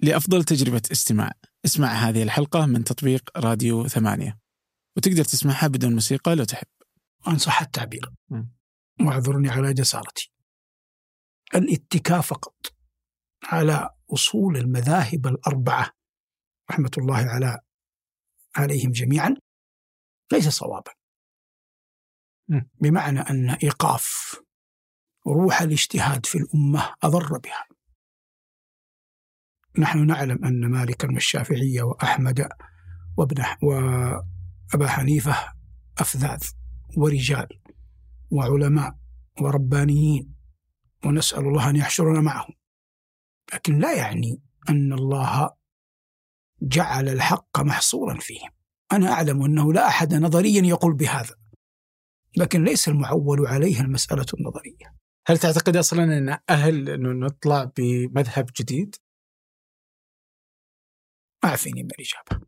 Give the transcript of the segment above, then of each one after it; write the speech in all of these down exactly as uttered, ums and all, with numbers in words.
لأفضل تجربة استماع. اسمع هذه الحلقة من تطبيق راديو ثمانية، وتقدر تسمعها بدون موسيقى لو تحب. أنصح التعبير، واعذرني على جسارتي، الاتكاء فقط على أصول المذاهب الأربعة رحمة الله على عليهم جميعا ليس صوابا، بمعنى أن إيقاف روح الاجتهاد في الأمة أضر بها. نحن نعلم أن مالكا والشافعية وأحمد وابن وأبا حنيفة أفذاذ ورجال وعلماء وربانيين، ونسأل الله أن يحشرنا معهم، لكن لا يعني أن الله جعل الحق محصورا فيهم. أنا أعلم أنه لا أحد نظريا يقول بهذا، لكن ليس المعول عليه المسألة النظرية. هل تعتقد أصلا أن أهل أنه نطلع بمذهب جديد؟ أعفيني من الإجابة.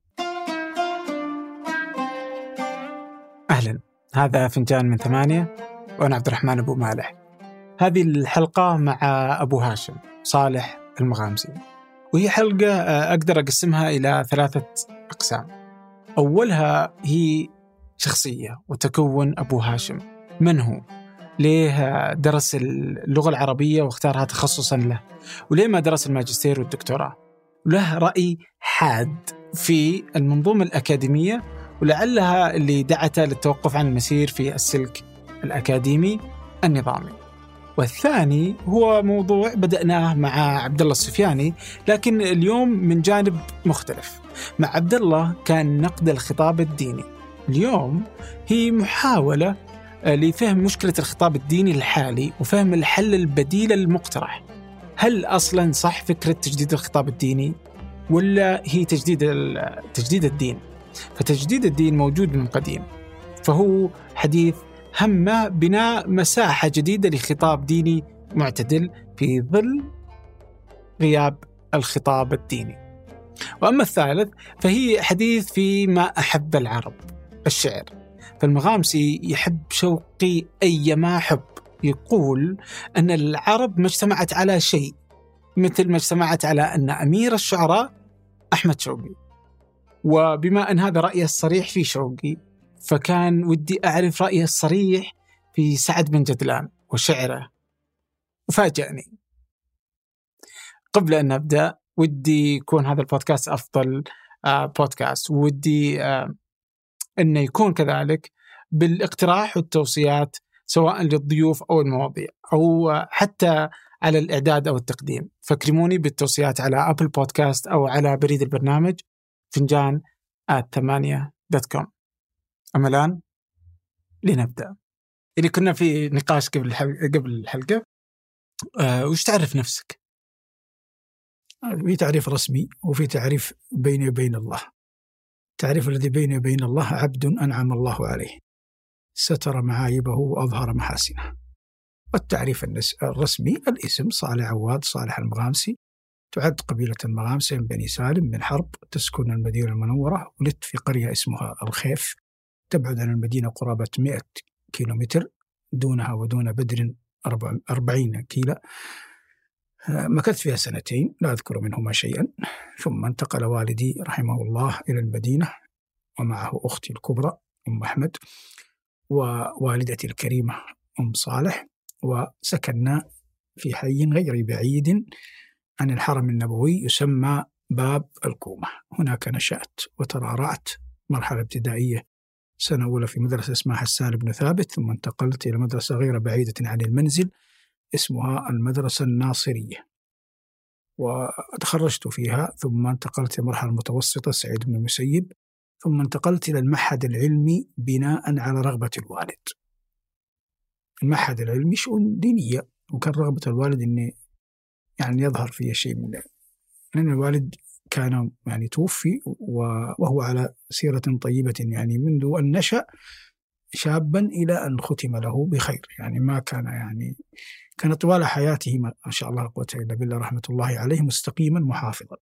أهلا، هذا فنجان من ثمانية وأنا عبد الرحمن أبو مالح. هذه الحلقة مع أبو هاشم صالح المغامسي، وهي حلقة أقدر أقسمها إلى ثلاثة أقسام. أولها هي شخصية وتكون أبو هاشم، من هو؟ ليه درس اللغة العربية واختارها تخصصا له؟ وليه ما درس الماجستير والدكتوراه؟ له رأي حاد في المنظومة الأكاديمية، ولعلها اللي دعته للتوقف عن المسير في السلك الأكاديمي النظامي. والثاني هو موضوع بدأناه مع عبد الله السفياني، لكن اليوم من جانب مختلف. مع عبد الله كان نقد الخطاب الديني، اليوم هي محاولة لفهم مشكلة الخطاب الديني الحالي وفهم الحل البديل المقترح. هل أصلا صح فكرة تجديد الخطاب الديني ولا هي تجديد تجديد الدين؟ فتجديد الدين موجود من قديم، فهو حديث هم بناء مساحة جديدة لخطاب ديني معتدل في ظل غياب الخطاب الديني. وأما الثالث فهي حديث فيما أحب العرب، الشعر. فالمغامسي يحب شوقي أيما حب، يقول أن العرب ما اجتمعت على شيء مثل ما اجتمعت على أن أمير الشعراء أحمد شوقي. وبما أن هذا رأيه الصريح في شوقي، فكان ودي أعرف رأيه الصريح في سعد بن جدلان وشعره، وفاجأني. قبل أن نبدأ ودي يكون هذا البودكاست أفضل بودكاست، ودي أنه يكون كذلك بالاقتراح والتوصيات سواء للضيوف أو المواضيع أو حتى على الإعداد أو التقديم. فكرموني بالتوصيات على أبل بودكاست أو على بريد البرنامج فنجان آت ثمانية دوت كوم. أما الآن لنبدأ. اللي كنا في نقاش قبل الحلقة, قبل الحلقة أه وش تعرف نفسك؟ في تعريف رسمي وفي تعريف بيني وبين الله. التعريف الذي بيني وبين الله: عبد أنعم الله عليه، ستر معايبه وأظهر محاسنه. والتعريف الرسمي: الاسم صالح عواد صالح المغامسي، تعد قبيلة المغامسة من بني سالم من حرب، تسكن المدينة المنورة، ولدت في قرية اسمها الخيف تبعد عن المدينة قرابة مئة كيلومتر، دونها ودون بدر أربعين كيلو. مكثت فيها سنتين لا أذكر منهما شيئا، ثم انتقل والدي رحمه الله إلى المدينة ومعه أختي الكبرى أم أحمد ووالدتي الكريمة أم صالح، وسكننا في حي غير بعيد عن الحرم النبوي يسمى باب الكومة. هناك نشأت وترعرعت مرحلة ابتدائية، سنة أولى في مدرسة اسمها حسان بن ثابت، ثم انتقلت إلى مدرسة غير بعيدة عن المنزل اسمها المدرسة الناصرية وتخرجت فيها، ثم انتقلت إلى مرحلة متوسطة سعيد بن المسيب، ثم انتقلت إلى المعهد العلمي بناء على رغبة الوالد. المعهد العلمي شؤون دينية، وكان رغبة الوالد أن يعني يظهر فيه شيء من ذلك، لأن الوالد كان يعني توفي وهو على سيرة طيبة، يعني منذ أن نشأ شابا إلى أن ختم له بخير، يعني ما كان يعني كان طوال حياته ما شاء الله قوة إلا بالله رحمة الله عليه مستقيما محافظا.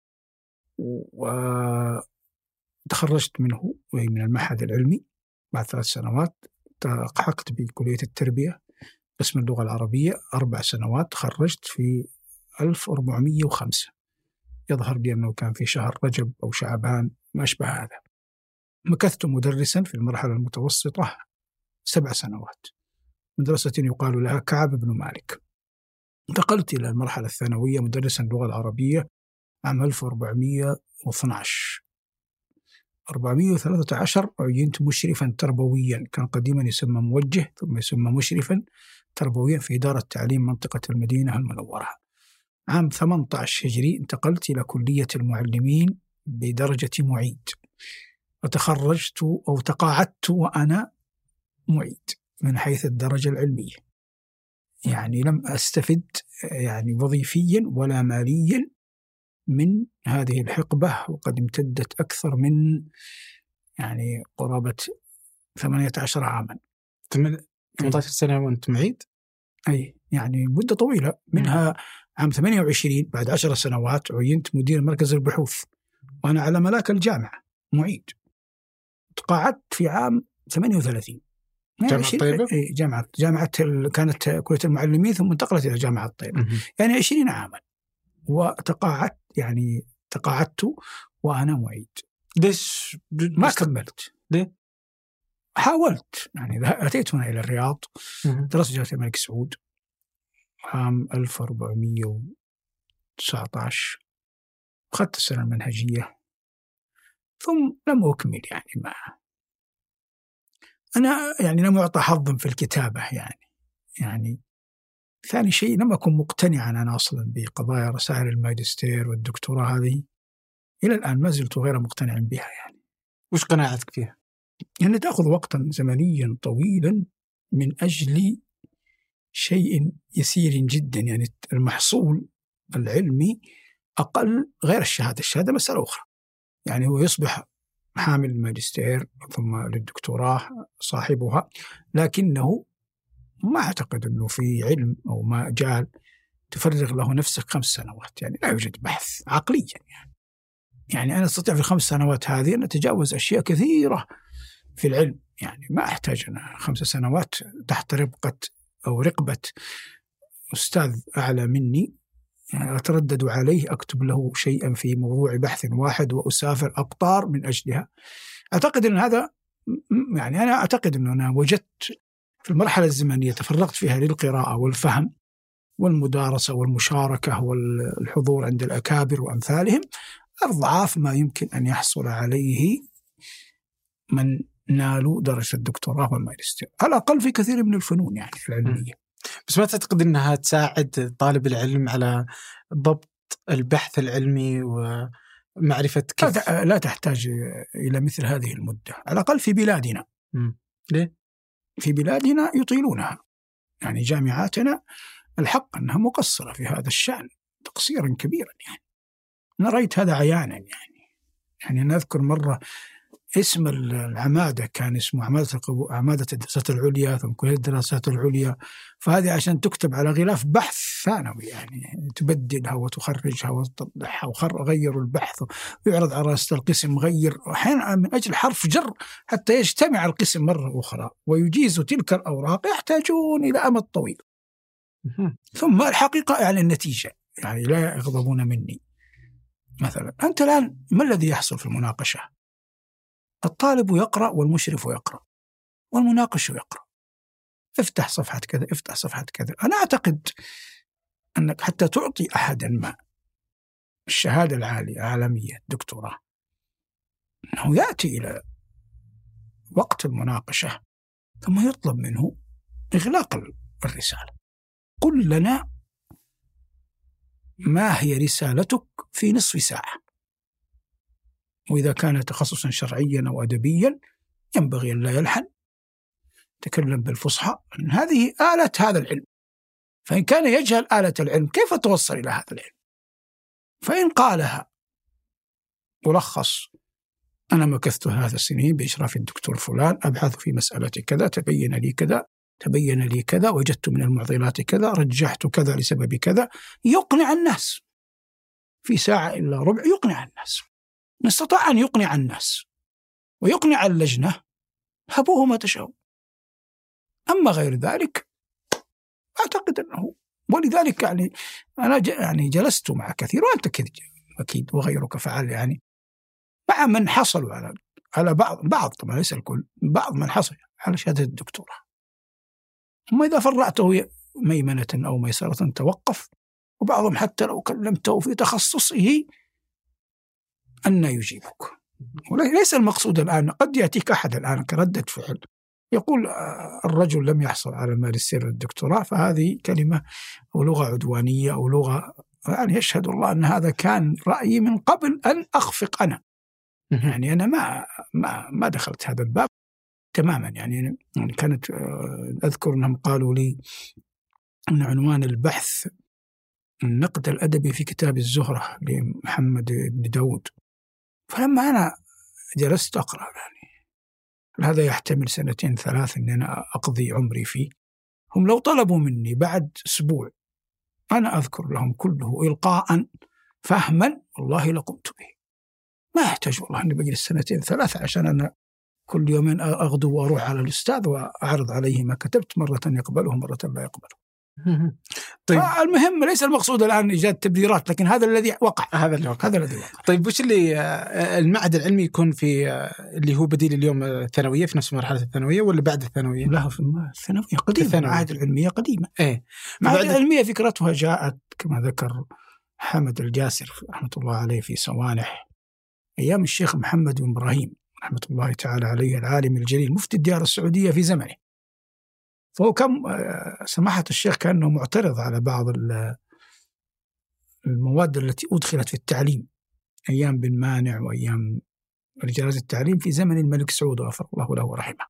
وتخرجت منه من المعهد العلمي بعد ثلاث سنوات، تلحقت بكلية التربية قسم اللغة العربية أربع سنوات، تخرجت في ألف وأربعمائة وخمسة يظهر لي أنه كان في شهر رجب أو شعبان ما أشبه هذا. مكثت مدرسا في المرحلة المتوسطة سبع سنوات، مدرسة يقال لها كعب بن مالك. انتقلت إلى المرحلة الثانوية مدرسا اللغة العربية عام ألف وأربعمائة واثني عشر. أربعمائة وثلاثة عشر عينت مشرفا تربويا، كان قديما يسمى موجه ثم يسمى مشرفا تربويا في إدارة تعليم منطقة المدينة المنورة. عام ثمانية عشر هجري انتقلت إلى كلية المعلمين بدرجة معيد، وتخرجت أو تقاعدت وأنا معيد من حيث الدرجة العلمية، يعني لم أستفد يعني وظيفيا ولا ماليا من هذه الحقبة، وقد امتدت أكثر من يعني قرابة ثمانية عشر عاما. ثمانية عشر سنة وأنت معيد؟ أي يعني مدة طويلة. منها عام ثمانية وعشرين بعد عشر سنوات عينت مدير مركز البحوث وأنا على ملاك الجامعة معيد. تقاعدت في عام ثمانية وثلاثين جامعة طيبة؟ أي جامعة جامعة كانت كلية المعلمين ثم انتقلت إلى جامعة طيبة. يعني عشرين عاما وتقاعدت، يعني تقاعدت وأنا معيد. ليش ما كملت؟ ليه؟ حاولت، يعني أتيت هنا إلى الرياض، درست جامعة الملك سعود عام ألف وأربعمائة وتسعة عشر، أخذت السنة المنهجية ثم لم أكمل. يعني ما أنا يعني لم أعطى حظا في الكتابة. يعني يعني ثاني شيء لم أكن مقتنعا أنا أصلا بقضايا رسائل الماجستير والدكتوراه هذه، إلى الآن ما زلت غير مقتنع بها. يعني وش قناعتك فيها؟ يعني تأخذ وقتا زمنيا طويلا من أجل شيء يسير جدا. يعني المحصول العلمي أقل، غير الشهادة. الشهادة مسألة أخرى، يعني هو يصبح حامل الماجستير ثم للدكتوراه صاحبها، لكنه ما أعتقد أنه في علم أو مجال تفرغ له نفسك خمس سنوات. يعني لا يوجد بحث عقليا. يعني يعني أنا أستطيع في الخمس سنوات هذه أن أتجاوز أشياء كثيرة في العلم. يعني ما أحتاج أنا خمس سنوات تحت رقبة أو رقبة أستاذ أعلى مني يعني أتردد عليه أكتب له شيئا في موضوع بحث واحد وأسافر أقطار من أجلها. أعتقد أن هذا، يعني أنا أعتقد أنه أنا وجدت في المرحلة الزمنية تفرغت فيها للقراءة والفهم والمدارسة والمشاركة والحضور عند الأكابر وأمثالهم أضعاف ما يمكن أن يحصل عليه من نالوا درجة الدكتوراه والماجستير، على الأقل في كثير من الفنون يعني العلمية. بس ما تعتقد أنها تساعد طالب العلم على ضبط البحث العلمي ومعرفة كيف؟ لا تحتاج إلى مثل هذه المدة، على الأقل في بلادنا. م. ليه؟ في بلادنا يطيلونها. يعني جامعاتنا الحق أنها مقصرة في هذا الشأن تقصيرا كبيرا. يعني أنا رأيت هذا عيانا. يعني يعني نذكر مرة اسم العمادة كان اسمه عمادة عمادة الدراسات العليا ثم كلية الدراسات العليا، فهذه عشان تكتب على غلاف بحث ثانوي، يعني تبدلها وتخرجها وتطبعها وغيروا البحث ويعرض على رئاسة القسم غير، أحيانا من أجل حرف جر حتى يجتمع القسم مرة أخرى ويجيز تلك الأوراق يحتاجون إلى أمد طويل. ثم الحقيقة يعني النتيجة يعني لا يغضبون مني. مثلا أنت الآن ما الذي يحصل في المناقشة؟ الطالب يقرأ والمشرف يقرأ والمناقش يقرأ، افتح صفحة كذا افتح صفحة كذا. أنا أعتقد أنك حتى تعطي أحدا ما الشهادة العالية عالمية الدكتوراه أنه يأتي إلى وقت المناقشة ثم يطلب منه إغلاق الرسالة. قل لنا ما هي رسالتك في نصف ساعة، وإذا كان تخصصا شرعيا أو أدبيا ينبغي أن لا يلحن، تكلم بالفصحى. هذه آلة هذا العلم، فإن كان يجهل آلة العلم كيف توصل إلى هذا العلم؟ فإن قالها ملخص أنا مكثت هذا السنين بإشراف الدكتور فلان أبحث في مسألة كذا، تبين لي كذا تبين لي كذا، وجدت من المعضلات كذا، رجحت كذا لسبب كذا، يقنع الناس في ساعة إلا ربع. يقنع الناس، نستطاع أن يقنع الناس ويقنع اللجنة، هبوه ما تشاء. أما غير ذلك أعتقد أنه، ولذلك يعني أنا يعني جلست مع كثير، وأنت كذا أكيد وغيرك فعل، يعني مع من حصلوا على على بعض بعض طبعا ليس الكل، بعض من حصل على شهادة الدكتوراه. ثم إذا فرعته ميمنة أو ميسرة توقف، وبعضهم حتى لو كلمته في تخصصه أن يجيبك. وليس المقصود الآن، قد يأتيك أحد الآن كردة فعل يقول الرجل لم يحصل على ماجستير الدكتوراه، فهذه كلمة أو لغة عدوانية أو لغة، يعني يشهد الله أن هذا كان رأيي من قبل أن أخفق أنا. يعني أنا ما ما ما دخلت هذا الباب تماما. يعني كانت أذكر أنهم قالوا لي أن عنوان البحث النقد الأدبي في كتاب الزهرة لمحمد بن داود، فلما أنا جلست أقرأ يعني هذا يحتمل سنتين ثلاث أن أنا أقضي عمري فيه، هم لو طلبوا مني بعد أسبوع أنا أذكر لهم كله إلقاء فهما والله لقمت به. ما أحتاج والله أني بجلس سنتين ثلاثة عشان أنا كل يومين أغدو وأروح على الأستاذ وأعرض عليه ما كتبت، مرة يقبله مرة لا يقبله. طيب المهم ليس المقصود الآن إيجاد تبريرات، لكن هذا الذي وقع. هذا اللي وقع. هذا الذي وقع. طيب وش اللي المعهد العلمي يكون في اللي هو بديل اليوم الثانوية في نفس مرحلة الثانوية ولا بعد الثانوية؟ لا في الثانوية قديمة، المعاهد العلمية قديمة. إيه. المعاهد العلمية فكرتها جاءت كما ذكر حمد الجاسر رحمة الله عليه في سوانح أيام الشيخ محمد بن إبراهيم رحمة الله تعالى عليه العالم الجليل مفتي الديار السعودية في زمنه. فهو كم سماحة الشيخ كأنه معترض على بعض المواد التي أدخلت في التعليم أيام بن مانع وأيام رجال التعليم في زمن الملك سعود غفر الله له ورحمه.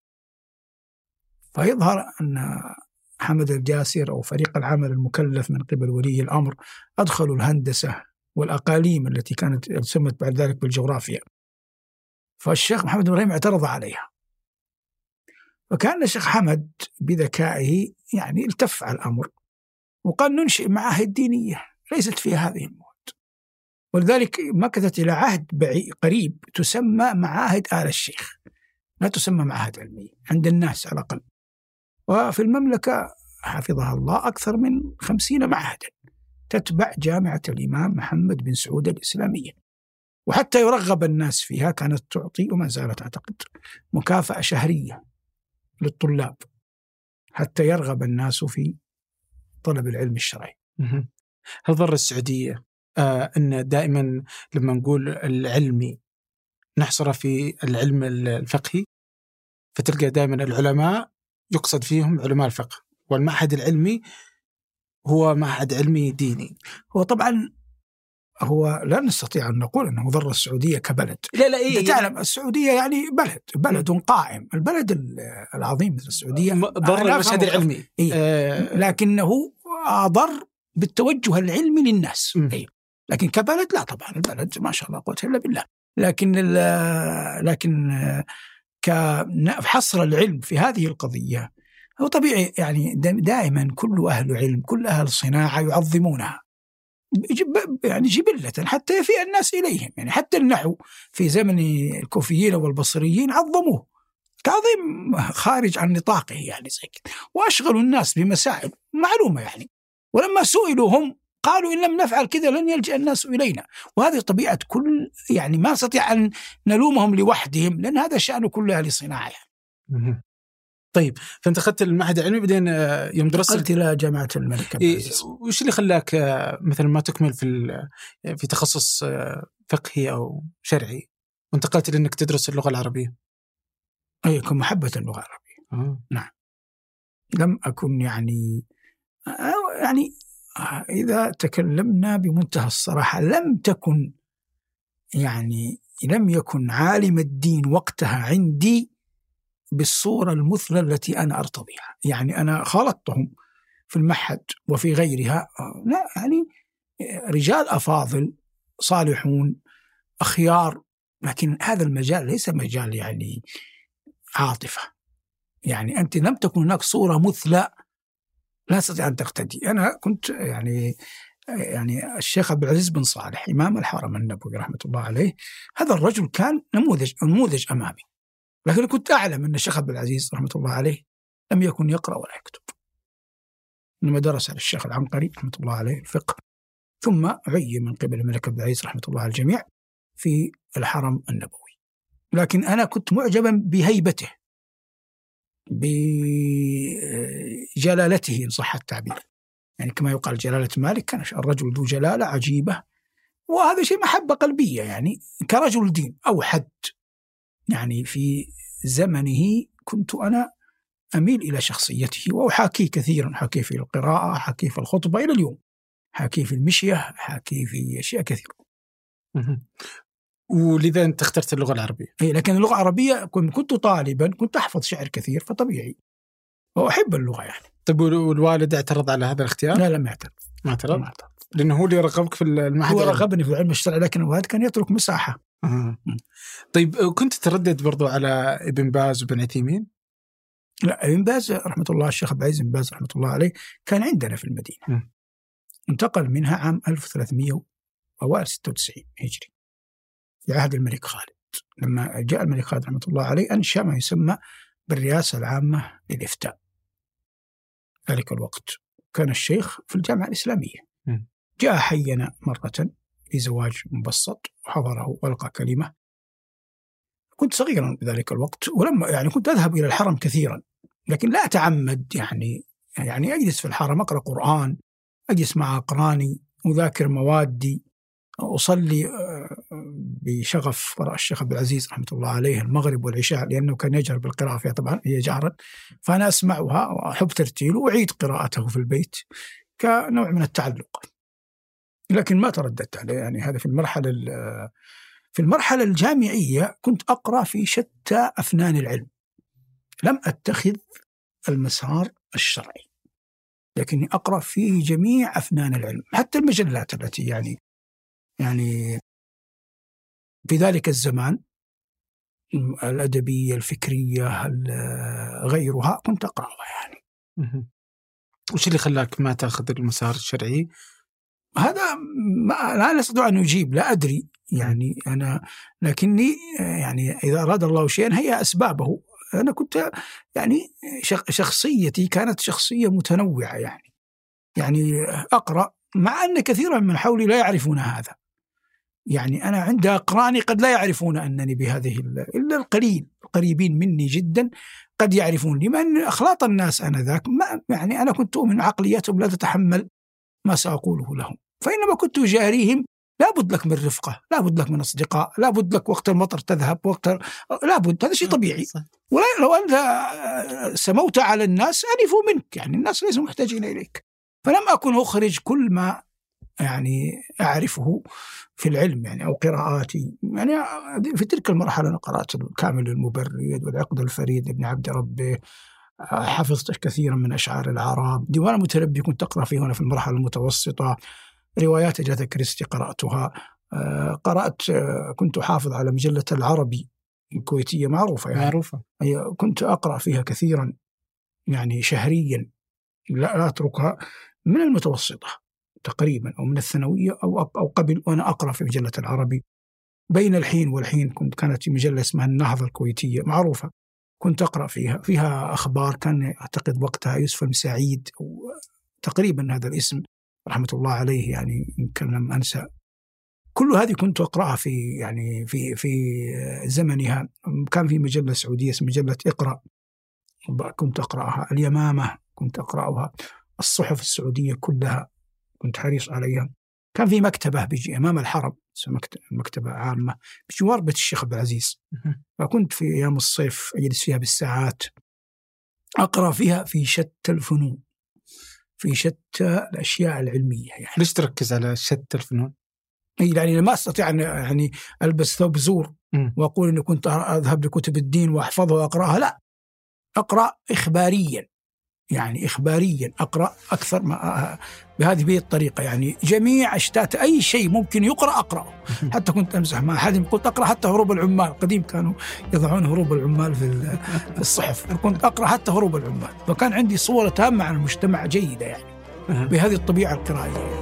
فيظهر أن حمد الجاسر أو فريق العمل المكلف من قبل ولي الأمر أدخلوا الهندسة والأقاليم التي كانت سمت بعد ذلك بالجغرافيا، فالشيخ محمد بن إبراهيم اعترض عليها. وكان الشيخ حمد بذكائه يعني التف على الأمر وقال ننشئ معاهد دينية ليست فيها هذه المواد، ولذلك مكثت إلى عهد قريب تسمى معاهد آل الشيخ، لا تسمى معاهد علمية عند الناس على الأقل. وفي المملكة حفظها الله أكثر من خمسين معهدا تتبع جامعة الإمام محمد بن سعود الإسلامية، وحتى يرغب الناس فيها كانت تعطي وما زالت أعتقد مكافأة شهرية للطلاب حتى يرغب الناس في طلب العلم الشرعي. هل ضر السعودية آه أن دائما لما نقول العلمي نحصر في العلم الفقهي، فتلقى دائما العلماء يقصد فيهم علماء الفقه، والمعهد العلمي هو معهد علمي ديني؟ هو طبعا هو لا نستطيع أن نقول أنه ضر السعودية كبلد. لا لا إيه تعلم السعودية يعني بلد بلد قائم، البلد العظيم مثل السعودية ضر المشهد العلمي إيه؟ آه لكنه أضر بالتوجه العلمي للناس. إيه؟ لكن كبلد لا طبعا البلد ما شاء الله قوة إلا بالله، لكن لكن كحصر العلم في هذه القضية هو طبيعي. يعني دائما كل أهل علم كل أهل صناعة يعظمونها يعني جبلة حتى يفيء الناس إليهم. يعني حتى النحو في زمن الكوفيين والبصريين عظموه كعظيم خارج عن نطاقه يعني زي كده، وأشغلوا الناس بمسائل معلومة يعني، ولما سئلوا هم قالوا إن لم نفعل كذا لن يلجأ الناس إلينا. وهذه طبيعة كل، يعني ما نستطيع أن نلومهم لوحدهم لأن هذا شأن كل أهل صناعة يعني. طيب فأنت أخذت المعهد العلمي بعدين يوم درست قلت إلى جامعة الملك عبد العزيز. وش اللي خلاك مثلا ما تكمل في في تخصص فقهي أو شرعي وانتقلت لأنك تدرس اللغة العربية؟ أي كم محبة اللغة العربية. آه. نعم لم أكن يعني يعني إذا تكلمنا بمنتهى الصراحة لم تكن يعني لم يكن عالم الدين وقتها عندي بالصورة المثلى التي أنا أرتضيها. يعني أنا خالطتهم في المعهد وفي غيرها، لا يعني رجال أفاضل صالحون أخيار، لكن هذا المجال ليس مجال يعني عاطفة. يعني أنت لم تكن هناك صورة مثلى لا تستطيع أن تقتدي. أنا كنت يعني يعني الشيخ عبد العزيز بن صالح إمام الحرم النبوي رحمة الله عليه، هذا الرجل كان نموذج نموذج أمامي، لكن كنت أعلم أن الشيخ عبد العزيز رحمة الله عليه لم يكن يقرأ ولا يكتب، إنما درس على الشيخ العنقري رحمة الله عليه الفقه، ثم عين من قبل الملك عبد العزيز رحمة الله على الجميع في الحرم النبوي. لكن أنا كنت معجبا بهيبته، بجلالته إن صح التعبير، يعني كما يقال جلالة مالك، كان الرجل ذو جلالة عجيبة، وهذا شيء محبة قلبية يعني كرجل دين أو حد. يعني في زمنه كنت أنا أميل إلى شخصيته وأحاكيه كثيرا، حكي في القراءة، حكي في الخطبة إلى اليوم، حكي في المشية، حكي في أشياء كثيرة. ولذا أنت اخترت اللغة العربية؟ إيه، لكن اللغة العربية كنت طالبا، كنت أحفظ شعر كثير فطبيعي وأحب اللغة يعني. طيب والوالد اعترض على هذا الاختيار؟ لا لم يعترض. ما اعترض؟ لأنه هو اللي رغبك في المعهد. هو رغبني في العلم الشرعي، لكن الوالد كان يترك مساحة. أه. طيب كنت تردد برضو على ابن باز وابن عثيمين؟ لا، ابن باز رحمة الله، الشيخ عبد العزيز بن باز رحمة الله عليه كان عندنا في المدينة. م. انتقل منها عام ألف وثلاثمائة أوائل ستة وتسعين هجري في عهد الملك خالد. لما جاء الملك خالد رحمة الله عليه أنشأ ما يسمى بالرئاسة العامة للإفتاء. ذلك الوقت كان الشيخ في الجامعة الإسلامية. م. جاء حينا مرة في زواج مبسط وحضره وألقى كلمة. كنت صغيرا بذلك الوقت، ولما يعني كنت أذهب إلى الحرم كثيرا، لكن لا أتعمد يعني يعني أجلس في الحرم أقرأ قرآن، أجلس مع أقراني، أذاكر موادي، أصلي بشغف وراء الشيخ عبد العزيز رحمة الله عليه المغرب والعشاء، لأنه كان يجهر بالقراءة فيها طبعا هي جهرا، فأنا أسمعها وأحب ترتيله وأعيد قراءته في البيت كنوع من التعلق. لكن ما ترددت عليه يعني. هذا في المرحلة في المرحلة الجامعية كنت أقرأ في شتى أفنان العلم، لم أتخذ المسار الشرعي، لكني أقرأ في جميع أفنان العلم، حتى المجلات التي يعني يعني في ذلك الزمان الأدبية الفكرية غيرها كنت أقرأها يعني. وش اللي خلاك ما تأخذ المسار الشرعي؟ هذا ما لا أستطيع أن أجيب، لا أدري يعني أنا، لكني يعني إذا أراد الله شيئا هي أسبابه. أنا كنت يعني شخصيتي كانت شخصية متنوعة يعني يعني أقرأ مع أن كثيرا من حولي لا يعرفون هذا. يعني أنا عند أقراني قد لا يعرفون أنني بهذه، إلا القليل القريبين مني جدا قد يعرفون، لما أن أخلاط الناس أنذاك يعني أنا كنت أؤمن عقلياتهم لا تتحمل ما سأقوله لهم، فإنما كنت جاريهم. لابد لك من رفقة، لابد لك من أصدقاء، لابد لك وقت المطر تذهب، وقت لابد، هذا شيء طبيعي. ولو أنت سموت على الناس ألفوا منك، يعني الناس ليسوا محتاجين إليك. فلم أكن أخرج كل ما يعني أعرفه في العلم يعني أو قراءاتي. يعني في تلك المرحلة أنا قرأت كامل المبرد والعقد الفريد لابن عبد ربه، حفظت كثيرا من أشعار العرب. ديوان المتنبي كنت أقرأ فيه هنا في المرحلة المتوسطة. روايات أجاثا كريستي قرأتها. قرأت كنت حافظ على مجلة العربي الكويتية معروفة يعني. معروفة. كنت أقرأ فيها كثيرا يعني شهريا، لا أتركها، من المتوسطة تقريبا أو من الثانوية أو أو قبل، وأنا أقرأ في مجلة العربي. بين الحين والحين كنت كانت مجلة اسمها النهضة الكويتية معروفة، كنت أقرأ فيها فيها أخبار. كان أعتقد وقتها يوسف المساعيد تقريبا هذا الاسم رحمة الله عليه يعني، يمكن لم أنسى. كل هذه كنت أقرأها في يعني في في زمنها. كان في مجلة سعودية اسمها مجلة اقرأ كنت أقرأها. اليمامة كنت أقرأها. الصحف السعودية كلها كنت حريص عليها. كان في مكتبة بيجي أمام الحرم، مكتبة عامة بجوار بيت الشيخ عبد العزيز، فكنت في أيام الصيف أجلس فيها بالساعات أقرأ فيها في شتى الفنون، في شتى الأشياء العلمية يعني. ليش تركز على شتى الفنون؟ يعني ما أستطيع أن يعني ألبس ثوب زور م. وأقول أني كنت أذهب لكتب الدين وأحفظها وأقرأها، لا، أقرأ إخباريا يعني إخباريا أقرأ أكثر ما بهذه بي الطريقة يعني. جميع أشتات أي شيء ممكن يقرأ أقرأه. حتى كنت أمزح مع أحد قلت أقرأ حتى هروب العمال. قديم كانوا يضعون هروب العمال في الصحف، كنت أقرأ حتى هروب العمال. وكان عندي صورة تامة عن المجتمع جيدة يعني بهذه الطبيعة القرائية.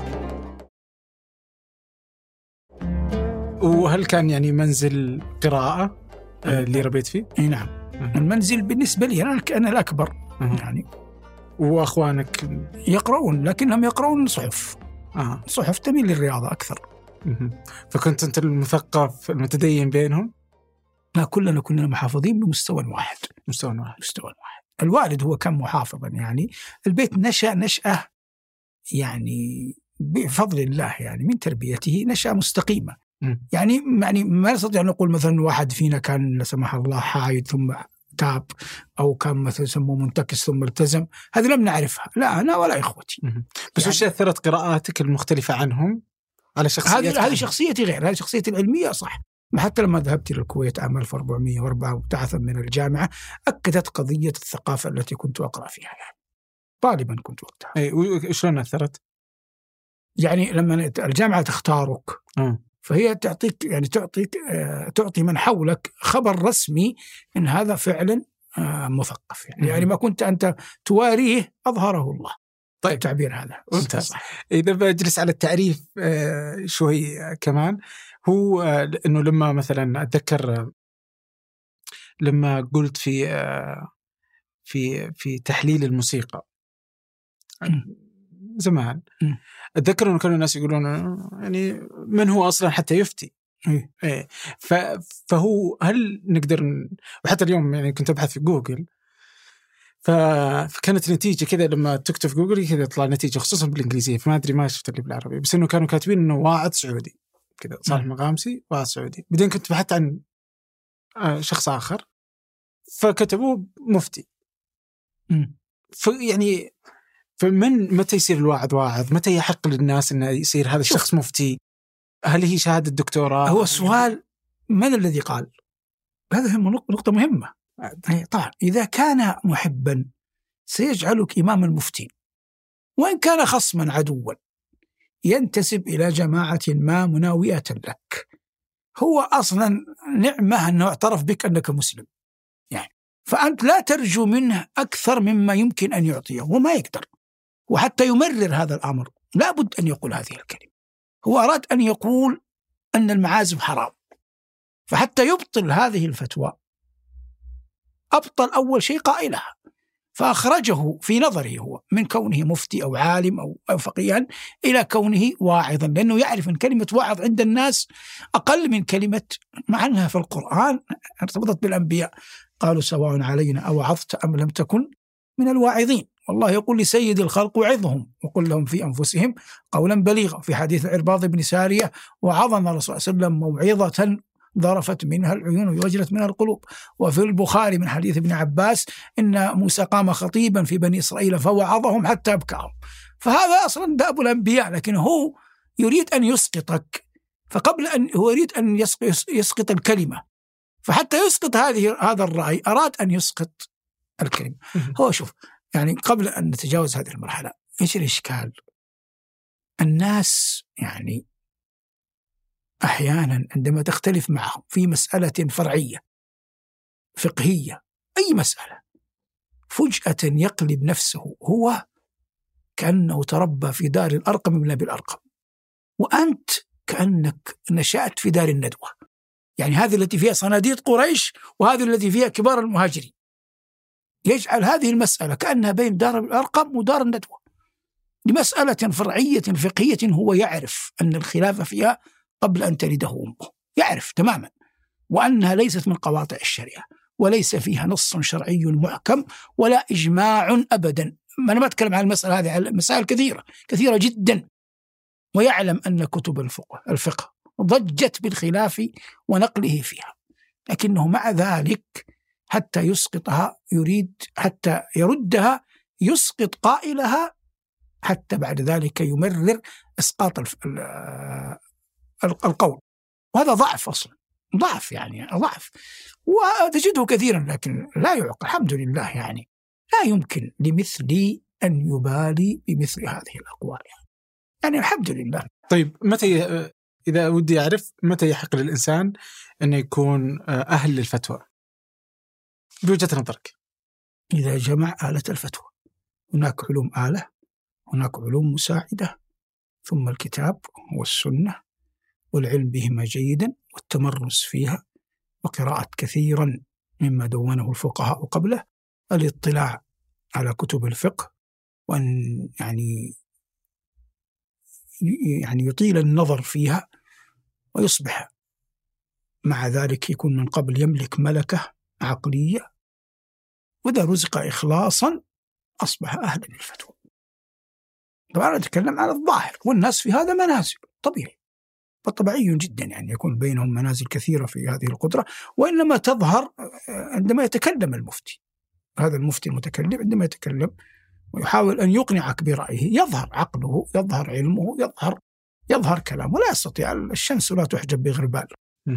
وهل كان يعني منزل قراءة اللي ربيت فيه؟ نعم، المنزل بالنسبة لي أنا أنا الأكبر يعني. وأخوانك يقرؤون لكنهم يقرؤون صحف آه. صحف تميل للرياضة أكثر. فكنت أنت المثقف المتدين بينهم؟ لا، كلنا كلنا محافظين بمستوى واحد. مستوى واحد. مستوى واحد. الوالد هو كان محافظا، يعني البيت نشأ نشأة يعني بفضل الله، يعني من تربيته نشأة مستقيمة. م. يعني يعني ما نستطيع أن نقول مثلا واحد فينا كان لا سمح الله حايد ثم تاب، أو كان مثلا يسموه منتكس ثم التزم، هذه لم نعرفها، لا أنا ولا إخوتي. م. بس يعني وش أثرت قراءاتك المختلفة عنهم على شخصيتك؟ هذه شخصيتي غير، هذه شخصيتي العلمية صح. حتى لما ذهبت إلى الكويت عام ألف وأربعمائة وأربعة مبتعثا من الجامعة، أكدت قضية الثقافة التي كنت أقرأ فيها، يعني طالبا كنت وقتها. أي وشلون أثرت؟ يعني لما الجامعة تختارك م. فهي تعطيك يعني تعطيك آه تعطي من حولك خبر رسمي إن هذا فعلا آه مثقف، يعني, يعني ما كنت أنت تواريه أظهره الله. طيب التعبير هذا ممتاز. إذا بجلس على التعريف آه شوي آه كمان، هو آه إنه لما مثلا أتذكر آه لما قلت في آه في في تحليل الموسيقى زمان، م. أتذكر إنه كانوا الناس يقولون يعني من هو أصلا حتى يفتي. إيه. إيه. فهو هل نقدر ن... وحتى اليوم يعني كنت أبحث في جوجل، فكانت نتيجة كذا لما تكتب في جوجل كذا يطلع نتيجة خصوصا بالإنجليزية، فما أدري ما شفت اللي بالعربي، بس إنه كانوا كاتبين إنه واعظ سعودي كذا، صالح المغامسي واعظ سعودي. بعدين كنت بحثت عن شخص آخر فكتبوه مفتي. فيعني فمن متى يصير الواعظ واعظ؟ متى يحق للناس إنه يصير هذا الشخص مفتي؟ هل هي شهادة دكتوراه؟ هو السؤال من الذي قال؟ هذا نقطة مهمة. طبعا إذا كان محبا سيجعلك إمام المفتين، وإن كان خصما عدوا ينتسب إلى جماعة ما مناوئة لك، هو أصلا نعمة أنه اعترف بك أنك مسلم، يعني فأنت لا ترجو منه أكثر مما يمكن أن يعطيه، وما يقدر. وحتى يمرر هذا الأمر لا بد أن يقول هذه الكلمة. هو أراد أن يقول أن المعازف حرام، فحتى يبطل هذه الفتوى أبطل أول شيء قائلها، فأخرجه في نظره هو من كونه مفتي أو عالم أو فقيها إلى كونه واعظا، لأنه يعرف أن كلمة واعظ عند الناس أقل من كلمة، مع أنها في القرآن ارتبطت بالأنبياء، قالوا سواء علينا أوعظت أم لم تكن من الواعظين. والله يقول لسيد الخلق وعظهم وقل لهم في أنفسهم قولا بليغا. في حديث العرباض بن سارية وعظنا الرسول صلى الله عليه وسلم موعظة ضرفت منها العيون ووجلت منها القلوب. وفي البخاري من حديث ابن عباس إن موسى قام خطيبا في بني إسرائيل فوعظهم حتى أبكاهم. فهذا أصلا دأب الأنبياء، لكن هو يريد أن يسقطك، فقبل أن هو يريد أن يسقط الكلمة، فحتى يسقط هذه هذا الرأي أراد أن يسقط الكلمة. هو شوف يعني قبل أن نتجاوز هذه المرحلة إيش الإشكال؟ الناس يعني أحيانا عندما تختلف معهم في مسألة فرعية فقهية أي مسألة، فجأة يقلب نفسه هو كأنه تربى في دار الأرقم من أبي الأرقم، وأنت كأنك نشأت في دار الندوة، يعني هذه التي فيها صناديد قريش وهذه التي فيها كبار المهاجرين، يجعل هذه المسألة كأنها بين دار الأرقم ودار الندوة لمسألة فرعية فقهية. هو يعرف أن الخلاف فيها قبل أن تلده أمه، يعرف تماما، وأنها ليست من قواطع الشريعة وليس فيها نص شرعي محكم ولا إجماع أبدا. أنا ما أتكلم عن المسألة هذه، على مسائل كثيرة كثيرة جدا، ويعلم أن كتب الفقه الفقه ضجت بالخلاف ونقله فيها، لكنه مع ذلك حتى يسقطها يريد، حتى يردها يسقط قائلها، حتى بعد ذلك يمرر إسقاط القول. وهذا ضعف أصلا، ضعف يعني ضعف، وتجده كثيرا لكن لا يعقل. الحمد لله يعني لا يمكن لمثلي أن يبالي بمثل هذه الأقوال، يعني الحمد لله. طيب متى إذا ودي أعرف متى يحق للإنسان أن يكون أهل للفتوى بوجهة نظرك؟ إذا جمع آلة الفتوى، هناك علوم آلة، هناك علوم مساعدة، ثم الكتاب والسنة والعلم بهما جيدا والتمرس فيها وقراءة كثيرا مما دونه الفقهاء قبله، الاطلاع على كتب الفقه، وأن يعني يعني يطيل النظر فيها ويصبح مع ذلك يكون من قبل يملك ملكة عقلية، وإذا رزق إخلاصا أصبح أهلا للفتوى. طبعا نتكلم على الظاهر، والناس في هذا منازل طبيعي، فطبيعي جدا يعني يكون بينهم منازل كثيرة في هذه القدرة، وإنما تظهر عندما يتكلم المفتي. هذا المفتي المتكلم عندما يتكلم ويحاول أن يقنعك برأيه يظهر عقله، يظهر علمه، يظهر يظهر كلامه، لا يستطيع الشمس لا تحجب بغربال.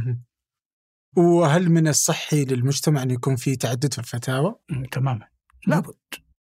وهل من الصحي للمجتمع أن يكون في تعدد في الفتاوى؟ تماما، لابد.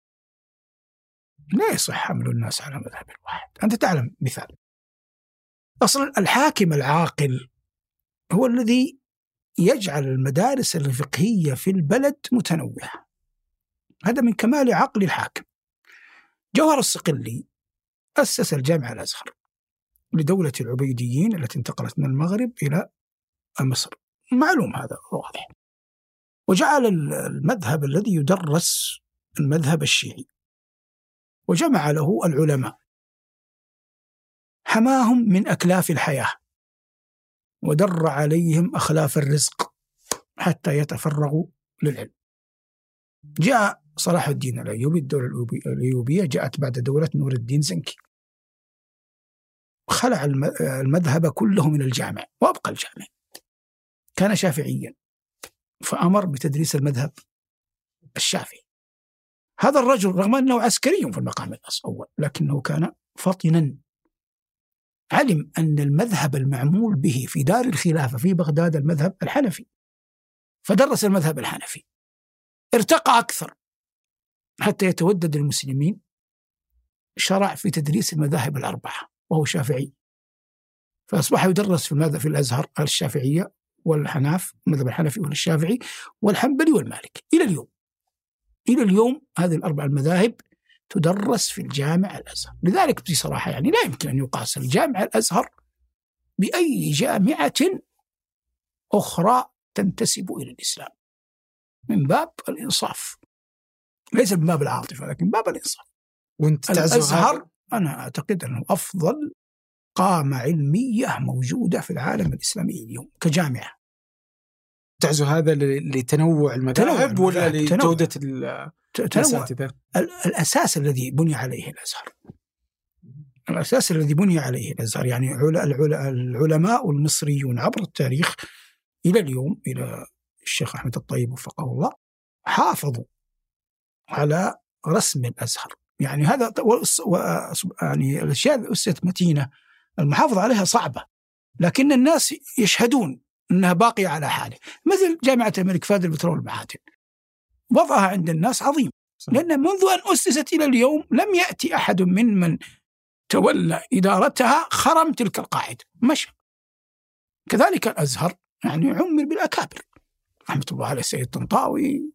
لا يصح حمل الناس على مذهب واحد. أنت تعلم مثال، أصلا الحاكم العاقل هو الذي يجعل المدارس الفقهية في البلد متنوعة، هذا من كمال عقل الحاكم. جوهر الصقلي أسس الجامع الأزهر لدولة العبيديين التي انتقلت من المغرب إلى مصر، معلوم هذا واضح، وجعل المذهب الذي يدرس المذهب الشيعي، وجمع له العلماء، حماهم من أكلاف الحياة ودر عليهم أخلاف الرزق حتى يتفرغوا للعلم. جاء صلاح الدين الأيوبي، الدولة الأيوبية جاءت بعد دولة نور الدين زنكي، خلع المذهب كله من الجامع وأبقى الجامع. كان شافعيا فأمر بتدريس المذهب الشافعي. هذا الرجل رغم أنه عسكري في المقام الأول لكنه كان فطنا، علم أن المذهب المعمول به في دار الخلافة في بغداد المذهب الحنفي، فدرس المذهب الحنفي، ارتقى أكثر حتى يتودد المسلمين، شرع في تدريس المذاهب الأربعة وهو شافعي، فأصبح يدرس في المذهب في الأزهر الشافعية والحناف، المذهب الحنفي والشافعي والحنبلي والمالكي إلى اليوم. إلى اليوم هذه الأربع المذاهب تدرس في الجامع الأزهر. لذلك بصراحة يعني لا يمكن أن يقاس الجامع الأزهر بأي جامعة أخرى تنتسب إلى الإسلام، من باب الإنصاف، ليس من باب العاطفة لكن باب الإنصاف. وانت الأزهر أنا أعتقد أنه أفضل قامة علمية موجودة في العالم الإسلامي اليوم كجامعة. تعزو هذا لتنوع المذاهب ولا لجودة الأساتذة؟ الأساس الذي بني عليه الأزهر، الأساس الذي بني عليه الأزهر يعني العلماء المصريون عبر التاريخ إلى اليوم، إلى الشيخ أحمد الطيب وفقه الله، حافظوا على رسم الأزهر. يعني هذا يعني الأشياء أسست متينة المحافظة عليها صعبة، لكن الناس يشهدون أنها باقية على حاله، مثل جامعة الملك فهد للبترول والمعادن، وضعها عند الناس عظيم، لأن منذ أن أسست إلى اليوم لم يأتي أحد من من تولى إدارتها خرم تلك القاعدة، مشى. كذلك الأزهر يعني عمر بالأكابر، رحمة الله عليه السيد طنطاوي،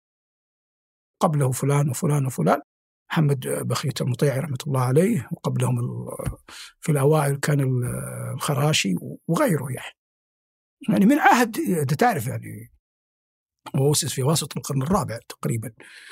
قبله فلان وفلان وفلان، محمد بخيت المطيعي رحمة الله عليه، وقبلهم في الأوائل كان الخراشي وغيره. يعني يعني من عهد تعرف يعني هو أسس في وسط القرن الرابع تقريبا،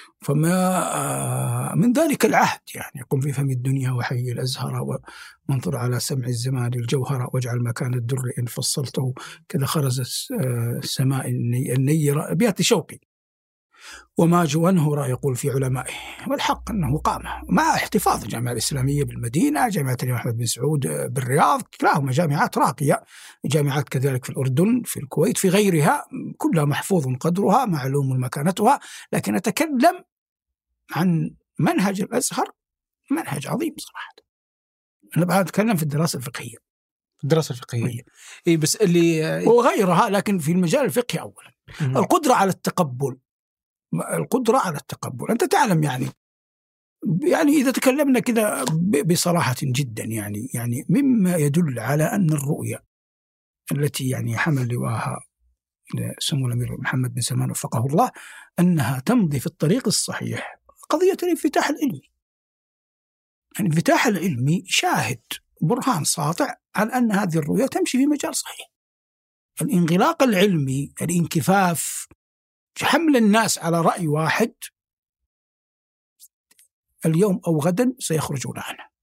فما من ذلك العهد يعني قم في فم الدنيا وحي الأزهر وانظر على سمع الزمان الجوهرة واجعل مكان الدر إن فصلته كذا خرز السماء النيرة، أبيات شوقي. وما جوانه يقول في علمائه، والحق أنه قام مع احتفاظ الجامعة الإسلامية بالمدينة، جامعة الإمام أحمد بن سعود بالرياض، كلاهما جامعات راقية، جامعات كذلك في الأردن في الكويت في غيرها، كلها محفوظ قدرها معلوم مكانتها. لكن أتكلم عن منهج الأزهر، منهج عظيم صراحة. أنا بعد أتكلم في الدراسة الفقهية، الدراسة الفقهية إيه بس اللي وغيرها، لكن في المجال الفقهي أولا م- القدرة على التقبل، القدرة على التقبل. أنت تعلم يعني يعني إذا تكلمنا كذا بصراحة جدا يعني يعني مما يدل على أن الرؤية التي يعني حمل لواها سمو الأمير محمد بن سلمان وفقه الله أنها تمضي في الطريق الصحيح قضية الانفتاح العلمي. الانفتاح العلمي شاهد برهان ساطع على أن هذه الرؤية تمشي في مجال صحيح. الانغلاق العلمي، الانكفاف، حمل الناس على رأي واحد اليوم أو غدا سيخرجون عنه.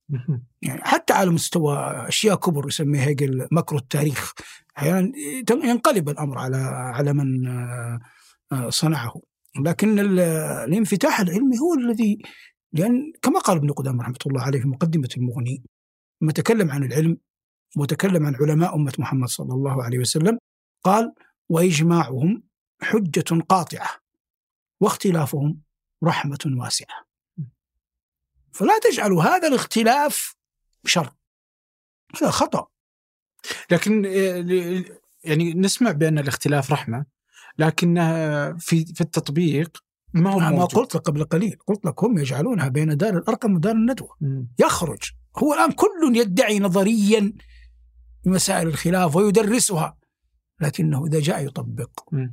يعني حتى على مستوى أشياء كبر يسميها هيجل مكر التاريخ، أحيانا ينقلب الأمر على على من صنعه. لكن الانفتاح العلمي هو الذي، لأن كما قال ابن قدامة رحمة الله عليه في مقدمة المغني لما تكلم عن العلم وتكلم عن علماء أمة محمد صلى الله عليه وسلم، قال: وإجماعهم حجة قاطعة واختلافهم رحمة واسعة. فلا تجعلوا هذا الاختلاف شر، هذا خطأ. لكن يعني نسمع بأن الاختلاف رحمة، لكن في في التطبيق ما هو ما قلت لك قبل قليل، قلت لك هم يجعلونها بين دار الأرقم ودار الندوة. م. يخرج هو الآن كل يدعي نظريا مسائل الخلاف ويدرسها، لكنه إذا جاء يطبق. م.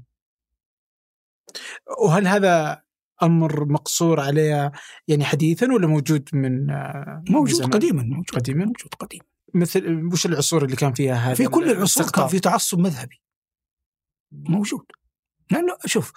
وهل هذا أمر مقصور عليه يعني حديثا ولا موجود من موجود قديما؟ موجود قديما موجود قديما. مثل وش العصور اللي كان فيها هذا؟ في كل العصور كان في تعصب مذهبي موجود. لأنه شوف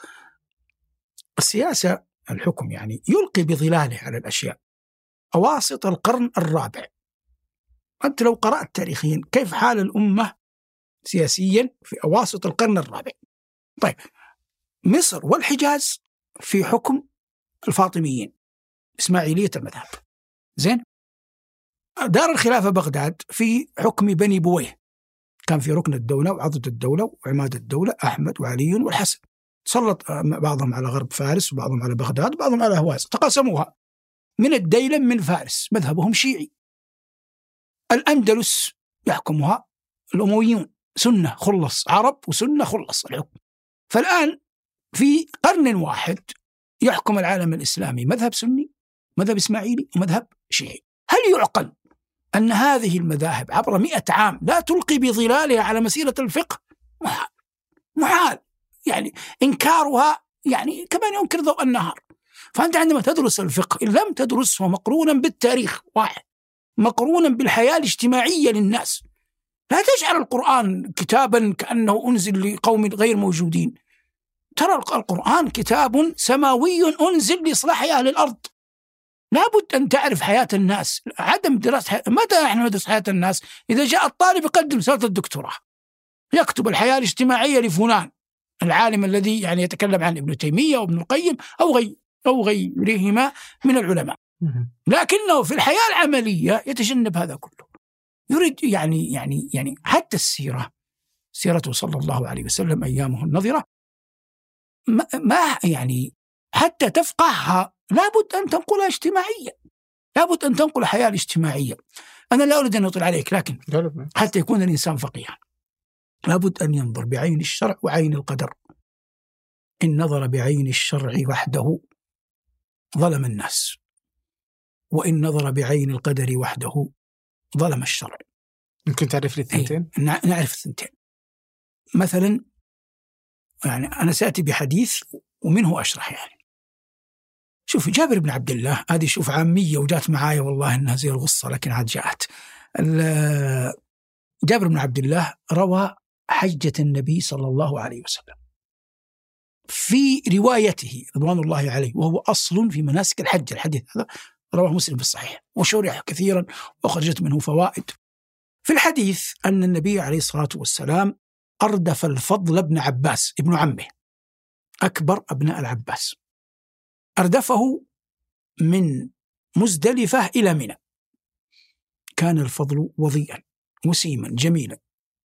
السياسة الحكم يعني يلقي بظلاله على الأشياء أواسط القرن الرابع. أنت لو قرأت تاريخيا كيف حال الأمة سياسيا في أواسط القرن الرابع. طيب مصر والحجاز في حكم الفاطميين إسماعيلية المذهب، زين. دار الخلافة بغداد في حكم بني بويه، كان في ركن الدولة وعضد الدولة وعماد الدولة أحمد وعلي والحسن. سلط بعضهم على غرب فارس وبعضهم على بغداد وبعضهم على هواز، تقاسموها. من الديلم من فارس مذهبهم شيعي. الأندلس يحكمها الأمويون، سنة خلص، عرب وسنة خلص الحكم. فالآن في قرن واحد يحكم العالم الإسلامي مذهب سني، مذهب إسماعيلي، ومذهب شيعي. هل يعقل أن هذه المذاهب عبر مئة عام لا تلقي بظلالها على مسيرة الفقه؟ محال محال. يعني إنكارها يعني كمان ينكر ضوء النهار. فأنت عندما تدرس الفقه إن لم تدرسه مقرونا بالتاريخ واحد، مقرونا بالحياة الاجتماعية للناس، لا تجعل القرآن كتابا كأنه أنزل لقوم غير موجودين. ترى القرآن كتاب سماوي أنزل لإصلاح أهل الأرض. لابد أن تعرف حياة الناس. عدم دراسة حي... متى نحن ندرس حياة الناس؟ إذا جاء الطالب يقدم رسالة الدكتوراه يكتب الحياة الاجتماعية لفلان العالم الذي يعني يتكلم عن ابن تيمية وابن القيم أو غير أو غيرهما من العلماء، لكنه في الحياة العملية يتجنب هذا كله. يريد يعني يعني يعني حتى السيرة، سيرته صلى الله عليه وسلم أيامه النظرة، ما, ما يعني حتى تفقهها لابد أن تنقلها اجتماعية، لابد أن تنقل الحياة الاجتماعية. أنا لا أريد أن أطل عليك، لكن حتى يكون الإنسان فقيها لابد أن ينظر بعين الشرع وعين القدر. إن نظر بعين الشرع وحده ظلم الناس، وإن نظر بعين القدر وحده ظلم الشرع. يمكن تعرف الاثنتين؟ نعرف الثنتين. مثلا يعني أنا سأتي بحديث ومنه أشرح. يعني شوف جابر بن عبد الله، هذه شوف عامية وجات معايا والله إنها زي الغصة لكن عاد جاءت. جابر بن عبد الله روى حجة النبي صلى الله عليه وسلم في روايته رضوان الله عليه، وهو أصل في مناسك الحج. الحديث هذا رواه مسلم في الصحيح وشرح كثيرا وخرجت منه فوائد. في الحديث أن النبي عليه الصلاة والسلام أردف الفضل بن عباس ابن عمه أكبر أبناء العباس، أردفه من مزدلفة إلى منى. كان الفضل وضيئا وسيما جميلا.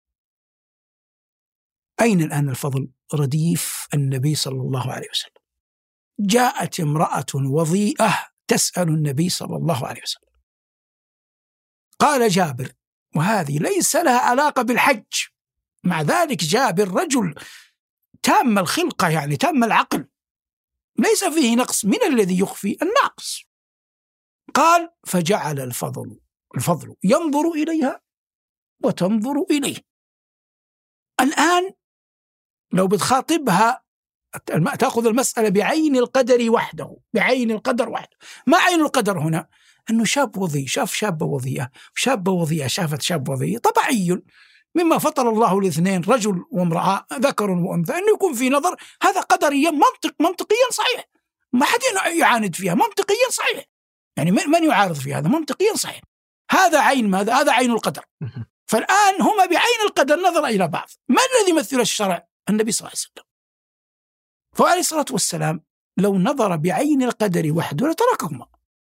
أين الآن الفضل؟ رديف النبي صلى الله عليه وسلم. جاءت امرأة وضيئة تسأل النبي صلى الله عليه وسلم. قال جابر وهذه ليس لها علاقة بالحج، مع ذلك جابر رجل تام الخلقة يعني تام العقل، ليس فيه نقص من الذي يخفي النقص. قال فجعل الفضل الفضل ينظر إليها وتنظر إليه. الآن لو بتخاطبها تأخذ المسألة بعين القدر وحده، بعين القدر وحده. ما عين القدر هنا؟ أنه شاب وضيء شاف شابة وضيئة، شابة وضيئة شافت شاب وضيء، طبيعي مما فطر الله الاثنين رجل وامرأة ذكر وأنثى أنه يكون في نظر. هذا قدريا منطق منطقيا صحيح، ما حد يعاند فيها، منطقيا صحيح. يعني من يعارض في هذا؟ منطقيا صحيح. هذا عين ماذا؟ هذا عين القدر. فالآن هما بعين القدر نظر إلى بعض. ما الذي يمثل الشرع؟ النبي صلى الله عليه وسلم. فعليه الصلاة والسلام لو نظر بعين القدر وحده لتركهما،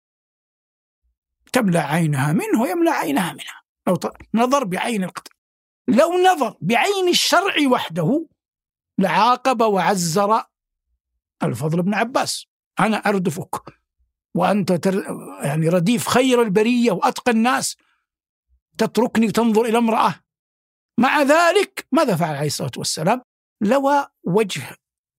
تملأ عينها منه ويملأ عينها منها. لو نظر بعين القدر، لو نظر بعين الشرع وحده لعاقب وعزر الفضل بن عباس: أنا أردفك وأنت تر... يعني رديف خير البرية وأتقى الناس، تتركني وتنظر إلى امرأة. مع ذلك ماذا فعل عليه الصلاة والسلام؟ لوى وجه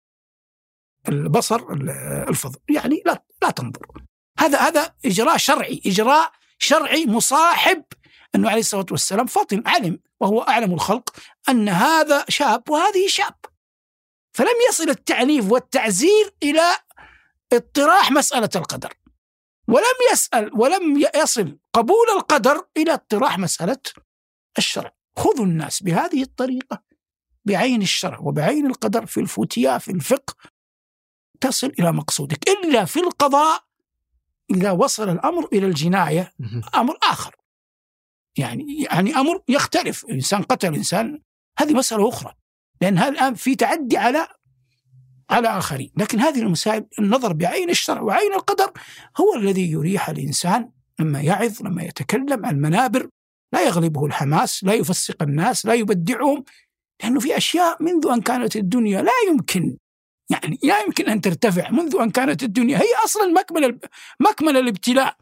البصر الفضل، يعني لا لا تنظر. هذا هذا إجراء شرعي، إجراء شرعي مصاحب أنه عليه الصلاة والسلام فطن، علم وهو أعلم الخلق أن هذا شاب وهذه شاب، فلم يصل التعنيف والتعزير إلى اطراح مسألة القدر، ولم يسأل ولم يصل قبول القدر إلى اطراح مسألة الشرع. خذوا الناس بهذه الطريقة بعين الشرع وبعين القدر في الفتيا في الفقه تصل إلى مقصودك، إلا في القضاء إذا وصل الأمر إلى الجناية أمر آخر، يعني يعني أمر يختلف. إنسان قتل إنسان هذه مسألة أخرى، لأن هذا الآن في تعدي على على آخرين. لكن هذه المسائل النظر بعين الشرع وعين القدر هو الذي يريح الإنسان لما يعظ، لما يتكلم عن المنابر، لا يغلبه الحماس، لا يفسق الناس، لا يبدعهم، لأنه في أشياء منذ أن كانت الدنيا لا يمكن يعني لا يمكن أن ترتفع. منذ أن كانت الدنيا هي أصلا مكمل مكمل الابتلاء،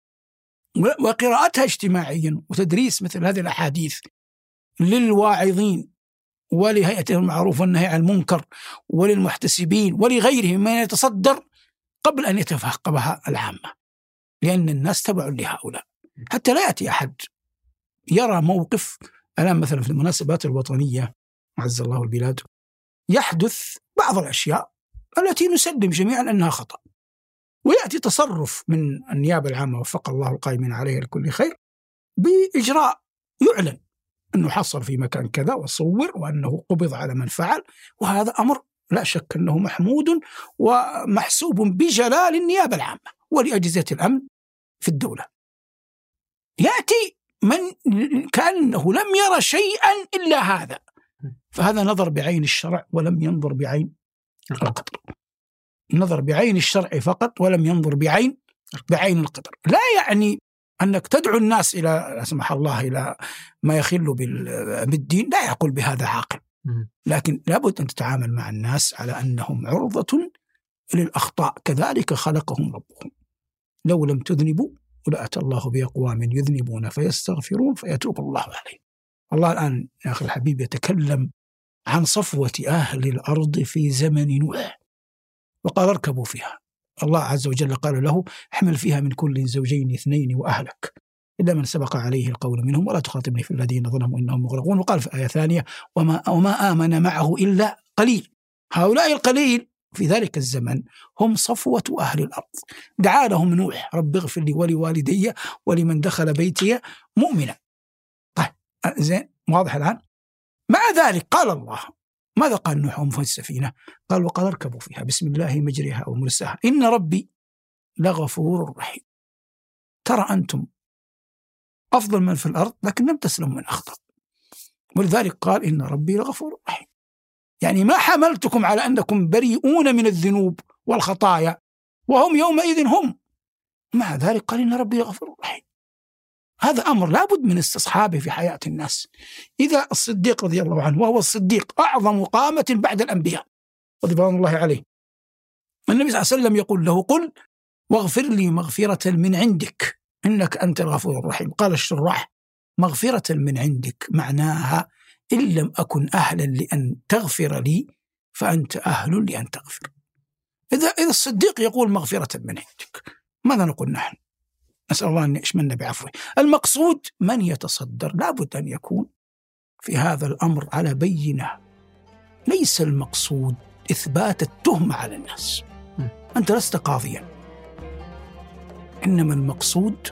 وقراءتها اجتماعيا وتدريس مثل هذه الأحاديث للواعظين ولهيئة المعروف والنهي عن المنكر وللمحتسبين ولغيرهم من يتصدر قبل أن يتفقهها العامة، لأن الناس تبع لهؤلاء. حتى لا يأتي أحد يرى موقف الآن مثلا في المناسبات الوطنية عز الله البلاد يحدث بعض الأشياء التي نسلم جميعا أنها خطأ، ويأتي تصرف من النيابة العامة وفق الله القائمين عليها لكل خير بإجراء يعلن أنه حصل في مكان كذا وصور وأنه قبض على من فعل، وهذا أمر لا شك أنه محمود ومحسوب بجلال النيابة العامة ولأجهزة الأمن في الدولة. يأتي من كأنه لم يرى شيئا إلا هذا، فهذا نظر بعين الشرع ولم ينظر بعين القدر، نظر بعين الشرع فقط ولم ينظر بعين بعين القدر. لا يعني أنك تدعو الناس إلى لا سمح الله إلى ما يخل بالدين، لا يقول بهذا عاقل، لكن لابد أن تتعامل مع الناس على أنهم عرضة للأخطاء، كذلك خلقهم ربهم. لو لم تذنبوا لأتى الله بأقوام يذنبون فيستغفرون فيتوب الله عليه. الله الآن يا أخي الحبيب يتكلم عن صفوة أهل الأرض في زمن نوح، وقال اركبوا فيها. الله عز وجل قال له احمل فيها من كل زوجين اثنين وأهلك إلا من سبق عليه القول منهم ولا تخاطبني في الذين ظلموا إنهم مغرقون. وقال في آية ثانية وما, وما آمن معه إلا قليل. هؤلاء القليل في ذلك الزمن هم صفوة أهل الأرض. دعا لهم نوح رب اغفر لي ولوالدي ولمن دخل بيتي مؤمنا. طيب زين واضح الآن. مع ذلك قال الله ماذا قال نوح وهم في السفينة؟ قال وقال اركبوا فيها بسم الله مجريها ومرساها إن ربي لغفور رحيم. ترى أنتم أفضل من في الأرض لكن لم تسلموا من أخطأ، ولذلك قال إن ربي لغفور رحيم. يعني ما حملتكم على أنكم بريئون من الذنوب والخطايا وهم يومئذ هم، مع ذلك قال إن ربي لغفور رحيم. هذا أمر لابد من استصحابه في حياة الناس. إذا الصديق رضي الله عنه وهو الصديق أعظم قامة بعد الأنبياء رضوان الله عليه، النبي صلى الله عليه وسلم يقول له قل واغفر لي مغفرة من عندك إنك أنت الغفور الرحيم. قال الشراح مغفرة من عندك معناها إن لم أكن أهلا لأن تغفر لي فأنت أهل لأن تغفر. إذا إذا الصديق يقول مغفرة من عندك ماذا نقول نحن؟ نسأل الله أن يشملنا بعفوه. المقصود من يتصدر لابد أن يكون في هذا الأمر على بينة. ليس المقصود إثبات التهمة على الناس، أنت لست قاضيا، إنما المقصود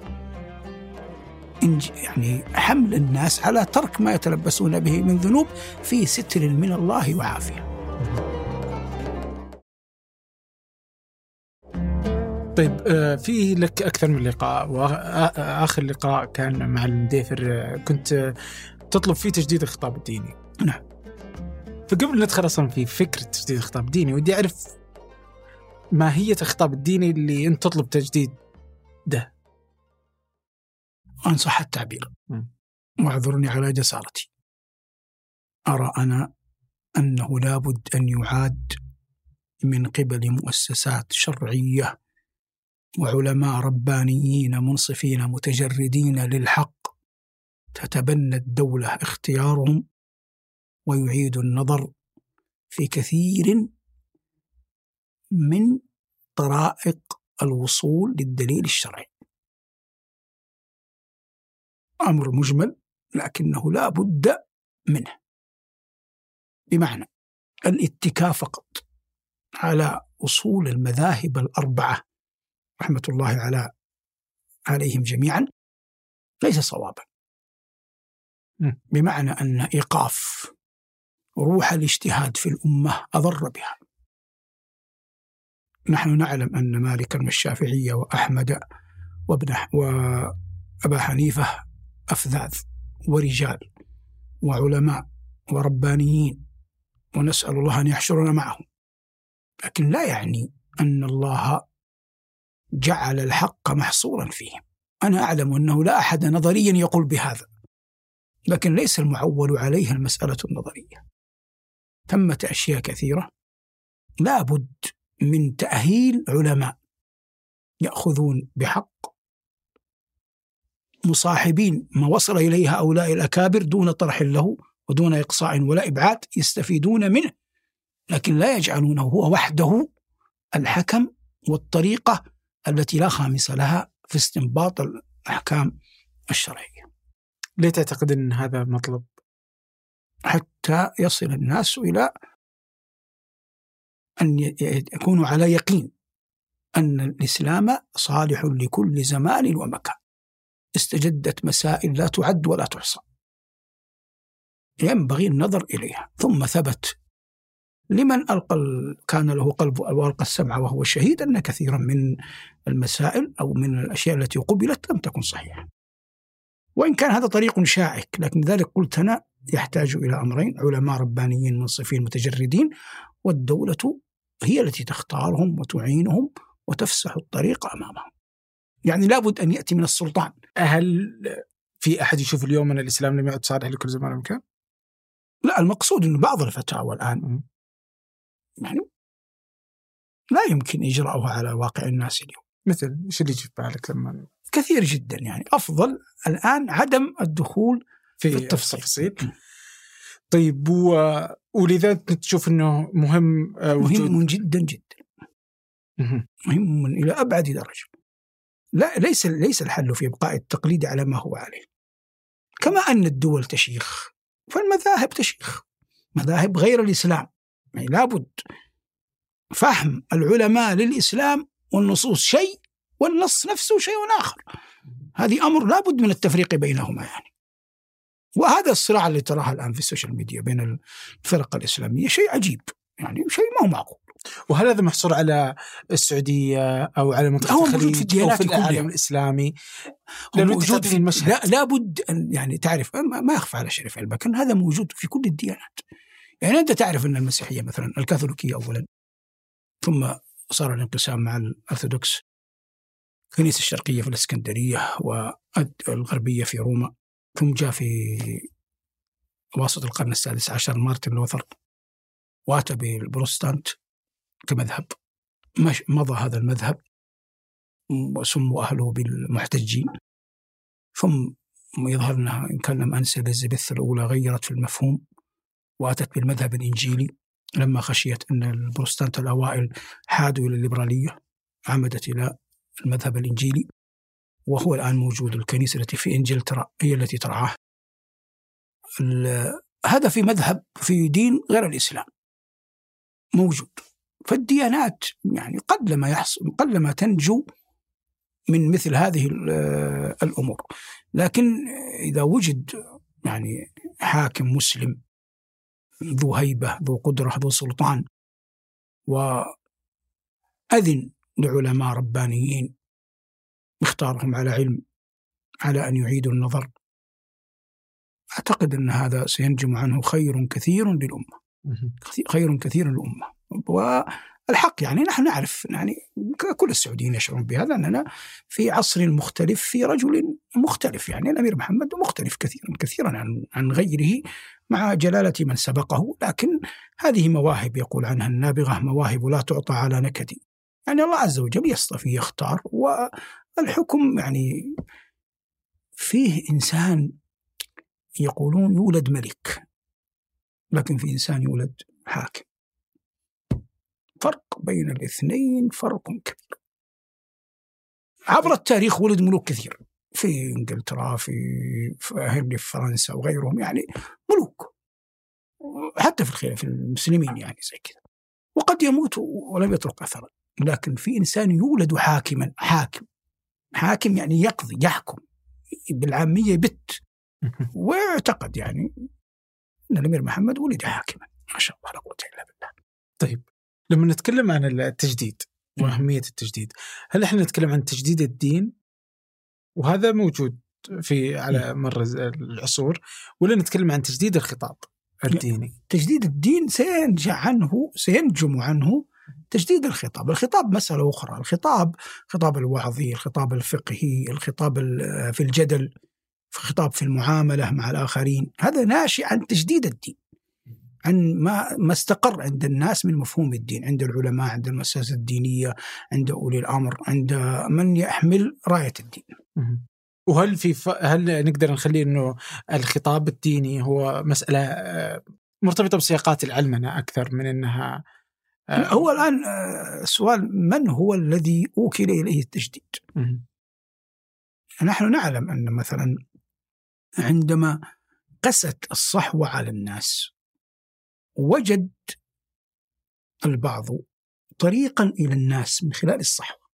يعني حمل الناس على ترك ما يتلبسون به من ذنوب في ستر من الله وعافية. طيب في لك أكثر من لقاء، وآخر لقاء كان مع المديفر كنت تطلب فيه تجديد الخطاب الديني. نعم. فقبل ندخل أصلا في فكرة تجديد الخطاب الديني، ودي أعرف ماهية الخطاب الديني اللي أنت تطلب تجديد ده. أن صح التعبير، واعذرني على جسارتي، أرى أنا أنه لابد أن يعاد من قبل مؤسسات شرعية وعلماء ربانيين منصفين متجردين للحق تتبنى الدولة اختيارهم، ويعيد النظر في كثير من طرائق الوصول للدليل الشرعي. أمر مجمل لكنه لا بد منه، بمعنى الاتكاء فقط على أصول المذاهب الأربعة رحمة الله على عليهم جميعا ليس صوابا، بمعنى أن إيقاف روح الاجتهاد في الأمة أضر بها. نحن نعلم أن مالكا والشافعية وأحمد وابن وأبا حنيفة أفذاذ ورجال وعلماء وربانيين، ونسأل الله أن يحشرنا معهم، لكن لا يعني أن الله جعل الحق محصورا فيهم. أنا أعلم أنه لا أحد نظريا يقول بهذا، لكن ليس المعول عليها المسألة النظرية. ثمة أشياء كثيرة لا بد من تأهيل علماء يأخذون بحق مصاحبين ما وصل إليها هؤلاء الأكابر دون طرح له ودون إقصاء ولا إبعاد، يستفيدون منه، لكن لا يجعلونه هو وحده الحكم والطريقة التي لا خامس لها في استنباط الأحكام الشرعية. ليه تعتقد أن هذا مطلب؟ حتى يصل الناس إلى أن يكونوا على يقين أن الإسلام صالح لكل زمان ومكان. استجدت مسائل لا تعد ولا تحصى، ينبغي النظر إليها. ثم ثبت لمن ألقى كان له قلب وألقى السمع وهو شهيد أن كثيرا من المسائل أو من الأشياء التي قبلت لم تكن صحيحة، وإن كان هذا طريق شائك، لكن ذلك قلت أنا يحتاج إلى أمرين: علماء ربانيين منصفين متجردين، والدولة هي التي تختارهم وتعينهم وتفسح الطريق أمامهم. يعني لابد أن يأتي من السلطان. هل في أحد يشوف اليوم أن الإسلام لم يعد صالح لكل زمان ومكان؟ لا، المقصود أن بعض الفتاوى الآن يعني لا يمكن إجراؤها على واقع الناس اليوم. مثل إيش اللي يجي في بالك؟ لما كثير جدا، يعني أفضل الآن عدم الدخول في, في التفصيل. طيب و... ولذلك تشوف أنه مهم مهم جدا جدا مهم إلى أبعد درجة. لا، ليس ليس الحل في إبقاء التقليد على ما هو عليه. كما أن الدول تشيخ فالمذاهب تشيخ، مذاهب غير الإسلام. يعني لابد فهم العلماء للإسلام والنصوص شيء والنص نفسه شيء آخر. هذه أمر لابد من التفريق بينهما يعني. وهذا الصراع اللي تراها الآن في السوشيال ميديا بين الفرق الإسلامية شيء عجيب، يعني شيء ما هو معقول. وهل هذا محصور على السعودية أو على منطقة الخليج أو في العالم الإسلامي؟ هو موجود في المشهد. لا لابد أن يعني تعرف، ما يخفى على شريف علمك أن هذا موجود في كل الديانات. يعني أنت تعرف أن المسيحية مثلا الكاثوليكية أولا، ثم صار الانقسام مع الأرثوذكس، الكنيسة الشرقية في الإسكندرية والغربية في روما، ثم جاء في وسط القرن السادس عشر مارتن لوثر واتى بالبروتستانت كمذهب، مضى هذا المذهب وسموا أهله بالمحتجين. ثم يظهر أنها إن كان لم أنسى إليزابيث الأولى غيرت في المفهوم وأتت بالمذهب الإنجيلي لما خشيت أن البروتستانت الأوائل حادوا إلى الليبرالية، عمدت إلى المذهب الإنجيلي، وهو الآن موجود. الكنيسة التي في إنجلترا هي التي ترعاه. هذا في مذهب في دين غير الإسلام موجود. فالديانات يعني قلما يحصل قلما تنجو من مثل هذه الأمور. لكن إذا وجد يعني حاكم مسلم ذو هيبة ذو قدرة ذو سلطان وأذن لعلماء ربانيين اختارهم على علم على أن يعيدوا النظر، أعتقد أن هذا سينجم عنه خير كثير للأمة، خير كثير للأمة. والحق يعني نحن نعرف، يعني كل السعوديين يشعرون بهذا، أننا في عصر مختلف في رجل مختلف. يعني الأمير محمد مختلف كثيرا كثيرا عن عن غيره مع جلالة من سبقه، لكن هذه مواهب يقول عنها النابغة: مواهب لا تعطى على نكد. يعني الله عز وجل يصطفي يختار، والحكم يعني فيه إنسان يقولون يولد ملك، لكن في إنسان يولد حاكم. فرق بين الاثنين فرق كبير. عبر التاريخ ولد ملوك كثير في إنجلترا، في في فرنسا وغيرهم، يعني ملوك، حتى في الخير في المسلمين يعني زي كذا، وقد يموت ولم يترك أثرا. لكن في إنسان يولد حاكما، حاكم حاكم يعني يقضي يحكم، بالعامية بت. واعتقد يعني أن الأمير محمد ولد حاكما، ما شاء الله لا قوة إلا بالله. طيب لما نتكلم عن التجديد وأهمية التجديد، هل احنا نتكلم عن تجديد الدين وهذا موجود في على مر العصور، ولا نتكلم عن تجديد الخطاب الديني؟ تجديد الدين سينجع عنه سينجم عنه تجديد الخطاب. الخطاب مسألة أخرى، الخطاب خطاب الوعظي، الخطاب الفقهي، الخطاب في الجدل، خطاب في المعاملة مع الآخرين، هذا ناشئ عن تجديد الدين، عن ما ما استقر عند الناس من مفهوم الدين، عند العلماء، عند المؤسسات الدينية، عند أولي الأمر، عند من يحمل راية الدين. وهل في ف... هل نقدر نخلي إنه الخطاب الديني هو مسألة مرتبطة بسياقات العلمنة أكثر من أنها هو الآن سؤال من هو الذي أوكل إليه التجديد؟ نحن نعلم أن مثلا عندما قست الصحوة على الناس، وجد البعض طريقا إلى الناس من خلال الصحوة،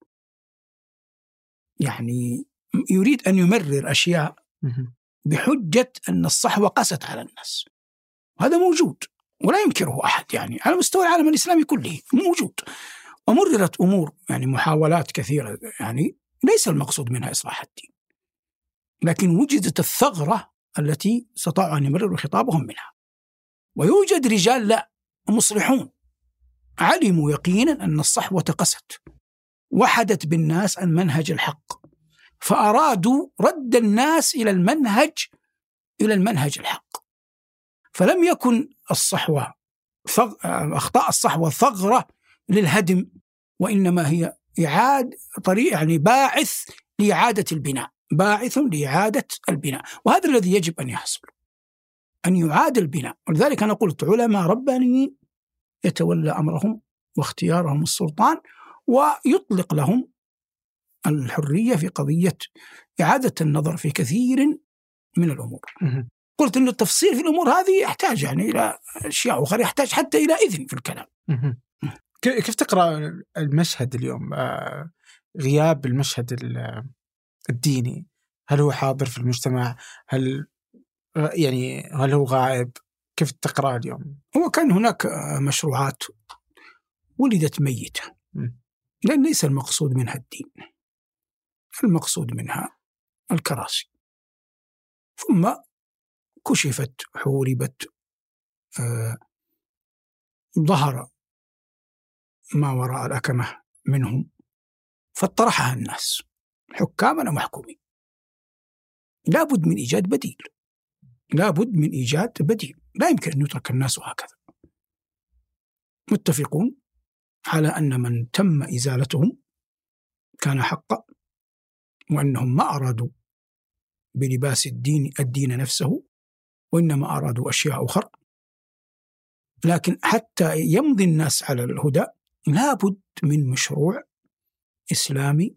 يعني يريد أن يمرر أشياء بحجة أن الصحوة قست على الناس. هذا موجود ولا ينكره أحد، يعني على مستوى العالم الإسلامي كله موجود، ومررت أمور يعني محاولات كثيرة، يعني ليس المقصود منها إصلاح الدين، لكن وجدت الثغرة التي استطاعوا أن يمرروا خطابهم منها. ويوجد رجال لا مصلحون علموا يقينا أن الصحوة قست وحدت بالناس عن منهج الحق، فأرادوا رد الناس إلى المنهج إلى المنهج الحق. فلم يكن الصحوة ثغ... أخطاء الصحوة ثغرة للهدم، وإنما هي إعادة طريق، يعني باعث لإعادة البناء، باعث لإعادة البناء. وهذا الذي يجب أن يحصل، أن يعاد البناء. ولذلك أنا قلت علماء ربانيين يتولى أمرهم واختيارهم السلطان، ويطلق لهم الحرية في قضية إعادة النظر في كثير من الأمور. قلت أن التفصيل في الأمور هذه يحتاج يعني إلى أشياء أخرى، يحتاج حتى إلى إذن في الكلام. كيف تقرأ المشهد اليوم؟ غياب المشهد الديني، هل هو حاضر في المجتمع؟ هل يعني هل هو غائب؟ كيف تقرأ اليوم؟ هو كان هناك مشروعات ولدت ميتة، لأن ليس المقصود منها الدين، المقصود منها الكراسي، ثم كشفت، حوربت، آه ظهر ما وراء الأكمة منهم، فاطرحها الناس حكاما ومحكومين. لابد من إيجاد بديل، لابد من إيجاد بديل، لا يمكن أن يترك الناس هكذا. متفقون على أن من تم إزالتهم كان حقا، وأنهم ما أرادوا بلباس الدين الدين نفسه، وإنما أرادوا أشياء أخرى. لكن حتى يمضي الناس على الهدى لابد من مشروع إسلامي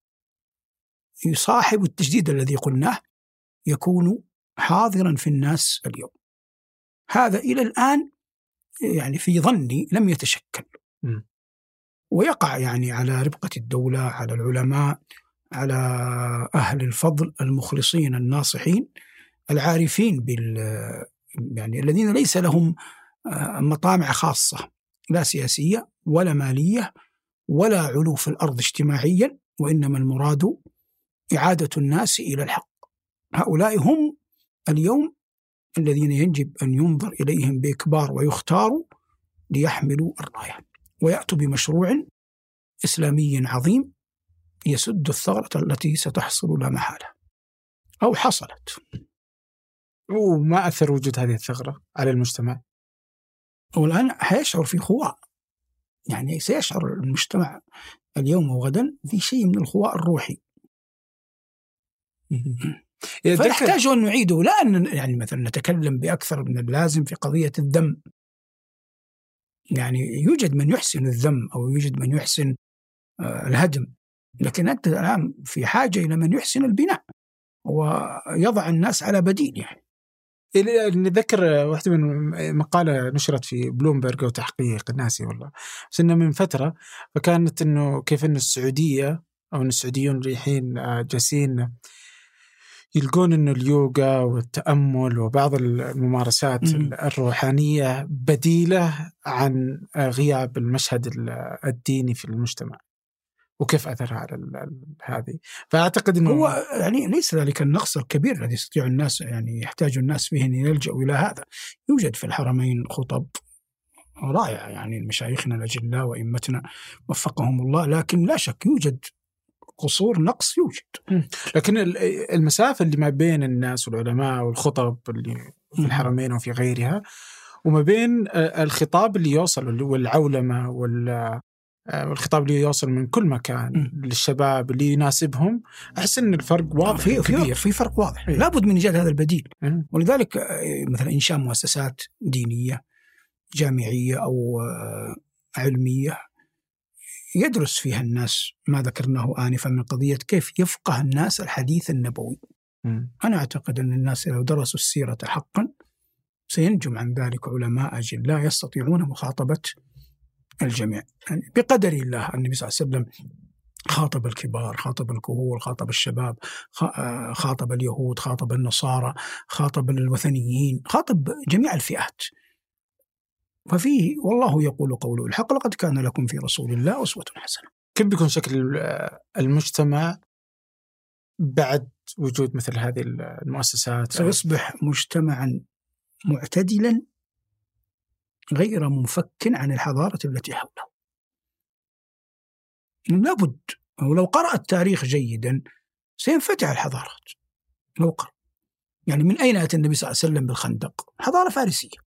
يصاحب التجديد الذي قلناه، يكون حاضرا في الناس اليوم. هذا إلى الآن يعني في ظني لم يتشكل، م. ويقع يعني على ربقة الدولة، على العلماء، على أهل الفضل المخلصين الناصحين العارفين بال يعني الذين ليس لهم مطامع خاصة لا سياسية ولا مالية ولا علو في الأرض اجتماعيا، وإنما المراد إعادة الناس إلى الحق. هؤلاء هم اليوم الذين يجب أن ينظر إليهم بإكبار ويختاروا ليحملوا الراية ويأتوا بمشروع إسلامي عظيم يسد الثغرة التي ستحصل لا محالة أو حصلت. وما أثر وجود هذه الثغرة على المجتمع؟ والآن حيشعر في خواء، يعني سيشعر المجتمع اليوم وغدا في شيء من الخواء الروحي فنحتاج أن نعيده، لا أن يعني مثلا نتكلم بأكثر من اللازم في قضية الذم. يعني يوجد من يحسن الذم أو يوجد من يحسن الهدم، لكن أنت الآن في حاجة إلى من يحسن البناء ويضع الناس على بديل. يعني نذكر واحدة من مقالة نشرت في بلومبرغ وتحقيق الناسي والله بس إنه من فترة، فكانت إنه كيف إنه السعودية أو إن السعوديون الحين جالسين يلقون إنه اليوغا والتأمل وبعض الممارسات م. الروحانية بديلة عن غياب المشهد الديني في المجتمع، وكيف أثرها على هذه. فأعتقد إنه هو يعني ليس ذلك النقص الكبير الذي يستطيع الناس يعني يحتاج الناس فيه أن يلجأوا إلى هذا. يوجد في الحرمين خطب رائعة يعني المشايخنا الأجلاء وإمتنا وفقهم الله، لكن لا شك يوجد قصور، نقص يوجد. لكن المسافة اللي ما بين الناس والعلماء والخطب اللي في الحرمين وفي غيرها وما بين الخطاب اللي يوصل والعولمة والخطاب اللي يوصل من كل مكان للشباب اللي يناسبهم، أحس أن الفرق واضح في كبير. في فرق واضح، إيه؟ لابد من إيجاد هذا البديل. م. ولذلك مثلا إنشاء مؤسسات دينية جامعية أو علمية يدرس فيها الناس ما ذكرناه آنفا من قضية كيف يفقه الناس الحديث النبوي. م. أنا أعتقد أن الناس لو درسوا السيرة حقا سينجم عن ذلك علماء أجلاء يستطيعون مخاطبة الجميع. يعني بقدر الله النبي صلى الله عليه وسلم خاطب الكبار، خاطب الكهول، خاطب الشباب، خاطب اليهود، خاطب النصارى، خاطب الوثنيين، خاطب جميع الفئات. ففيه والله يقول قوله الحق لقد كان لكم في رسول الله أسوة حسنة. كيف بيكون شكل المجتمع بعد وجود مثل هذه المؤسسات؟ سيصبح مجتمعا معتدلا غير منفك عن الحضارة التي حوله. لابد، ولو قرأ التاريخ جيدا سينفتح الحضارات. لو قرأ يعني من أين أتى النبي صلى الله عليه وسلم بالخندق؟ حضارة فارسية.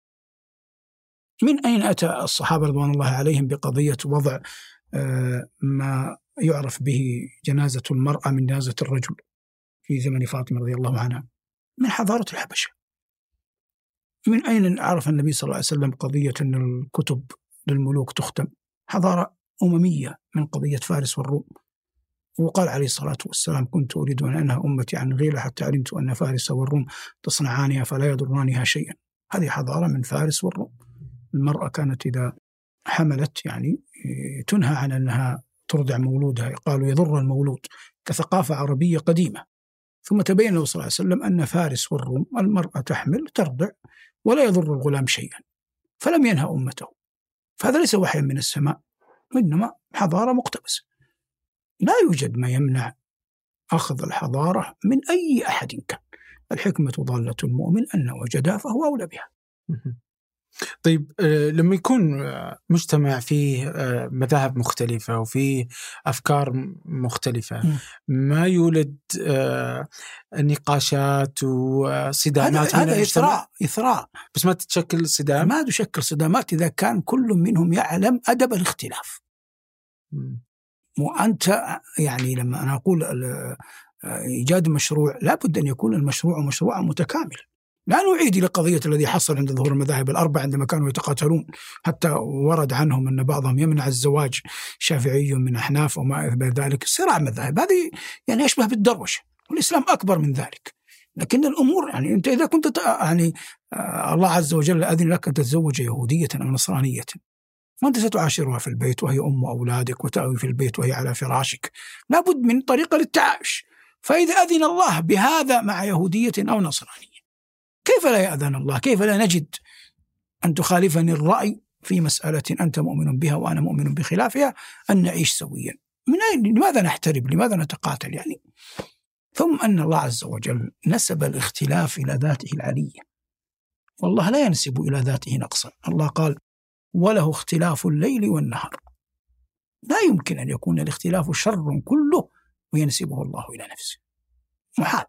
من أين أتى الصحابة رضوان الله عليهم بقضية وضع ما يعرف به جنازة المرأة من جنازة الرجل في زمن فاطمة رضي الله عنها؟ من حضارة الحبشة. من أين عرف النبي صلى الله عليه وسلم قضية أن الكتب للملوك تختم؟ حضارة أممية من قضية فارس والروم. وقال عليه الصلاة والسلام كنت أريد أن أنهى أمتي عن غيلة حتى علمت أن فارس والروم تصنعانها فلا يضرانها شيئا. هذه حضارة من فارس والروم. المرأة كانت إذا حملت يعني تنهى عن أنها ترضع مولودها، قالوا يضر المولود، كثقافة عربية قديمة. ثم تبين له صلى الله عليه وسلم أن فارس والروم المرأة تحمل ترضع ولا يضر الغلام شيئا، فلم ينهى أمته. فهذا ليس وحيا من السماء، وإنما حضارة مقتبسة. لا يوجد ما يمنع أخذ الحضارة من أي أحد كان. الحكمة ضالة المؤمن أن وجدها فهو أولى بها. طيب لما يكون مجتمع فيه مذاهب مختلفة وفيه أفكار مختلفة م. ما يولد نقاشات وصدامات؟ هذا إثراء إثراء بس ما تتشكل صدام. ما تشكل صدامات إذا كان كل منهم يعلم أدب الاختلاف. م. وأنت يعني لما أنا أقول إيجاد مشروع لابد أن يكون المشروع مشروعا متكامل. لا نعيد إلى قضية الذي حصل عند ظهور المذاهب الأربع عندما كانوا يتقاتلون، حتى ورد عنهم أن بعضهم يمنع الزواج، شافعي من أحناف وما إلى ذلك. صراع مذاهب هذه يعني أشبه بالدروشة، والإسلام أكبر من ذلك. لكن الأمور يعني أنت إذا كنت يعني الله عز وجل أذن لك أن تتزوج يهودية أو نصرانية وأنت ستعاشرها في البيت وهي أم أولادك وتأوي في البيت وهي على فراشك، لابد من طريقة للتعايش. فإذا أذن الله بهذا مع يهودية أو نصرانية كيف لا يأذن الله؟ كيف لا نجد أن تخالفني الرأي في مسألة أنت مؤمن بها وأنا مؤمن بخلافها أن نعيش سويا. من أين؟ لماذا نحترب؟ لماذا نتقاتل يعني؟ ثم أن الله عز وجل نسب الاختلاف إلى ذاته العلية، والله لا ينسب إلى ذاته نقصا. الله قال وله اختلاف الليل والنهار. لا يمكن أن يكون الاختلاف شر كله وينسبه الله إلى نفسه، محال.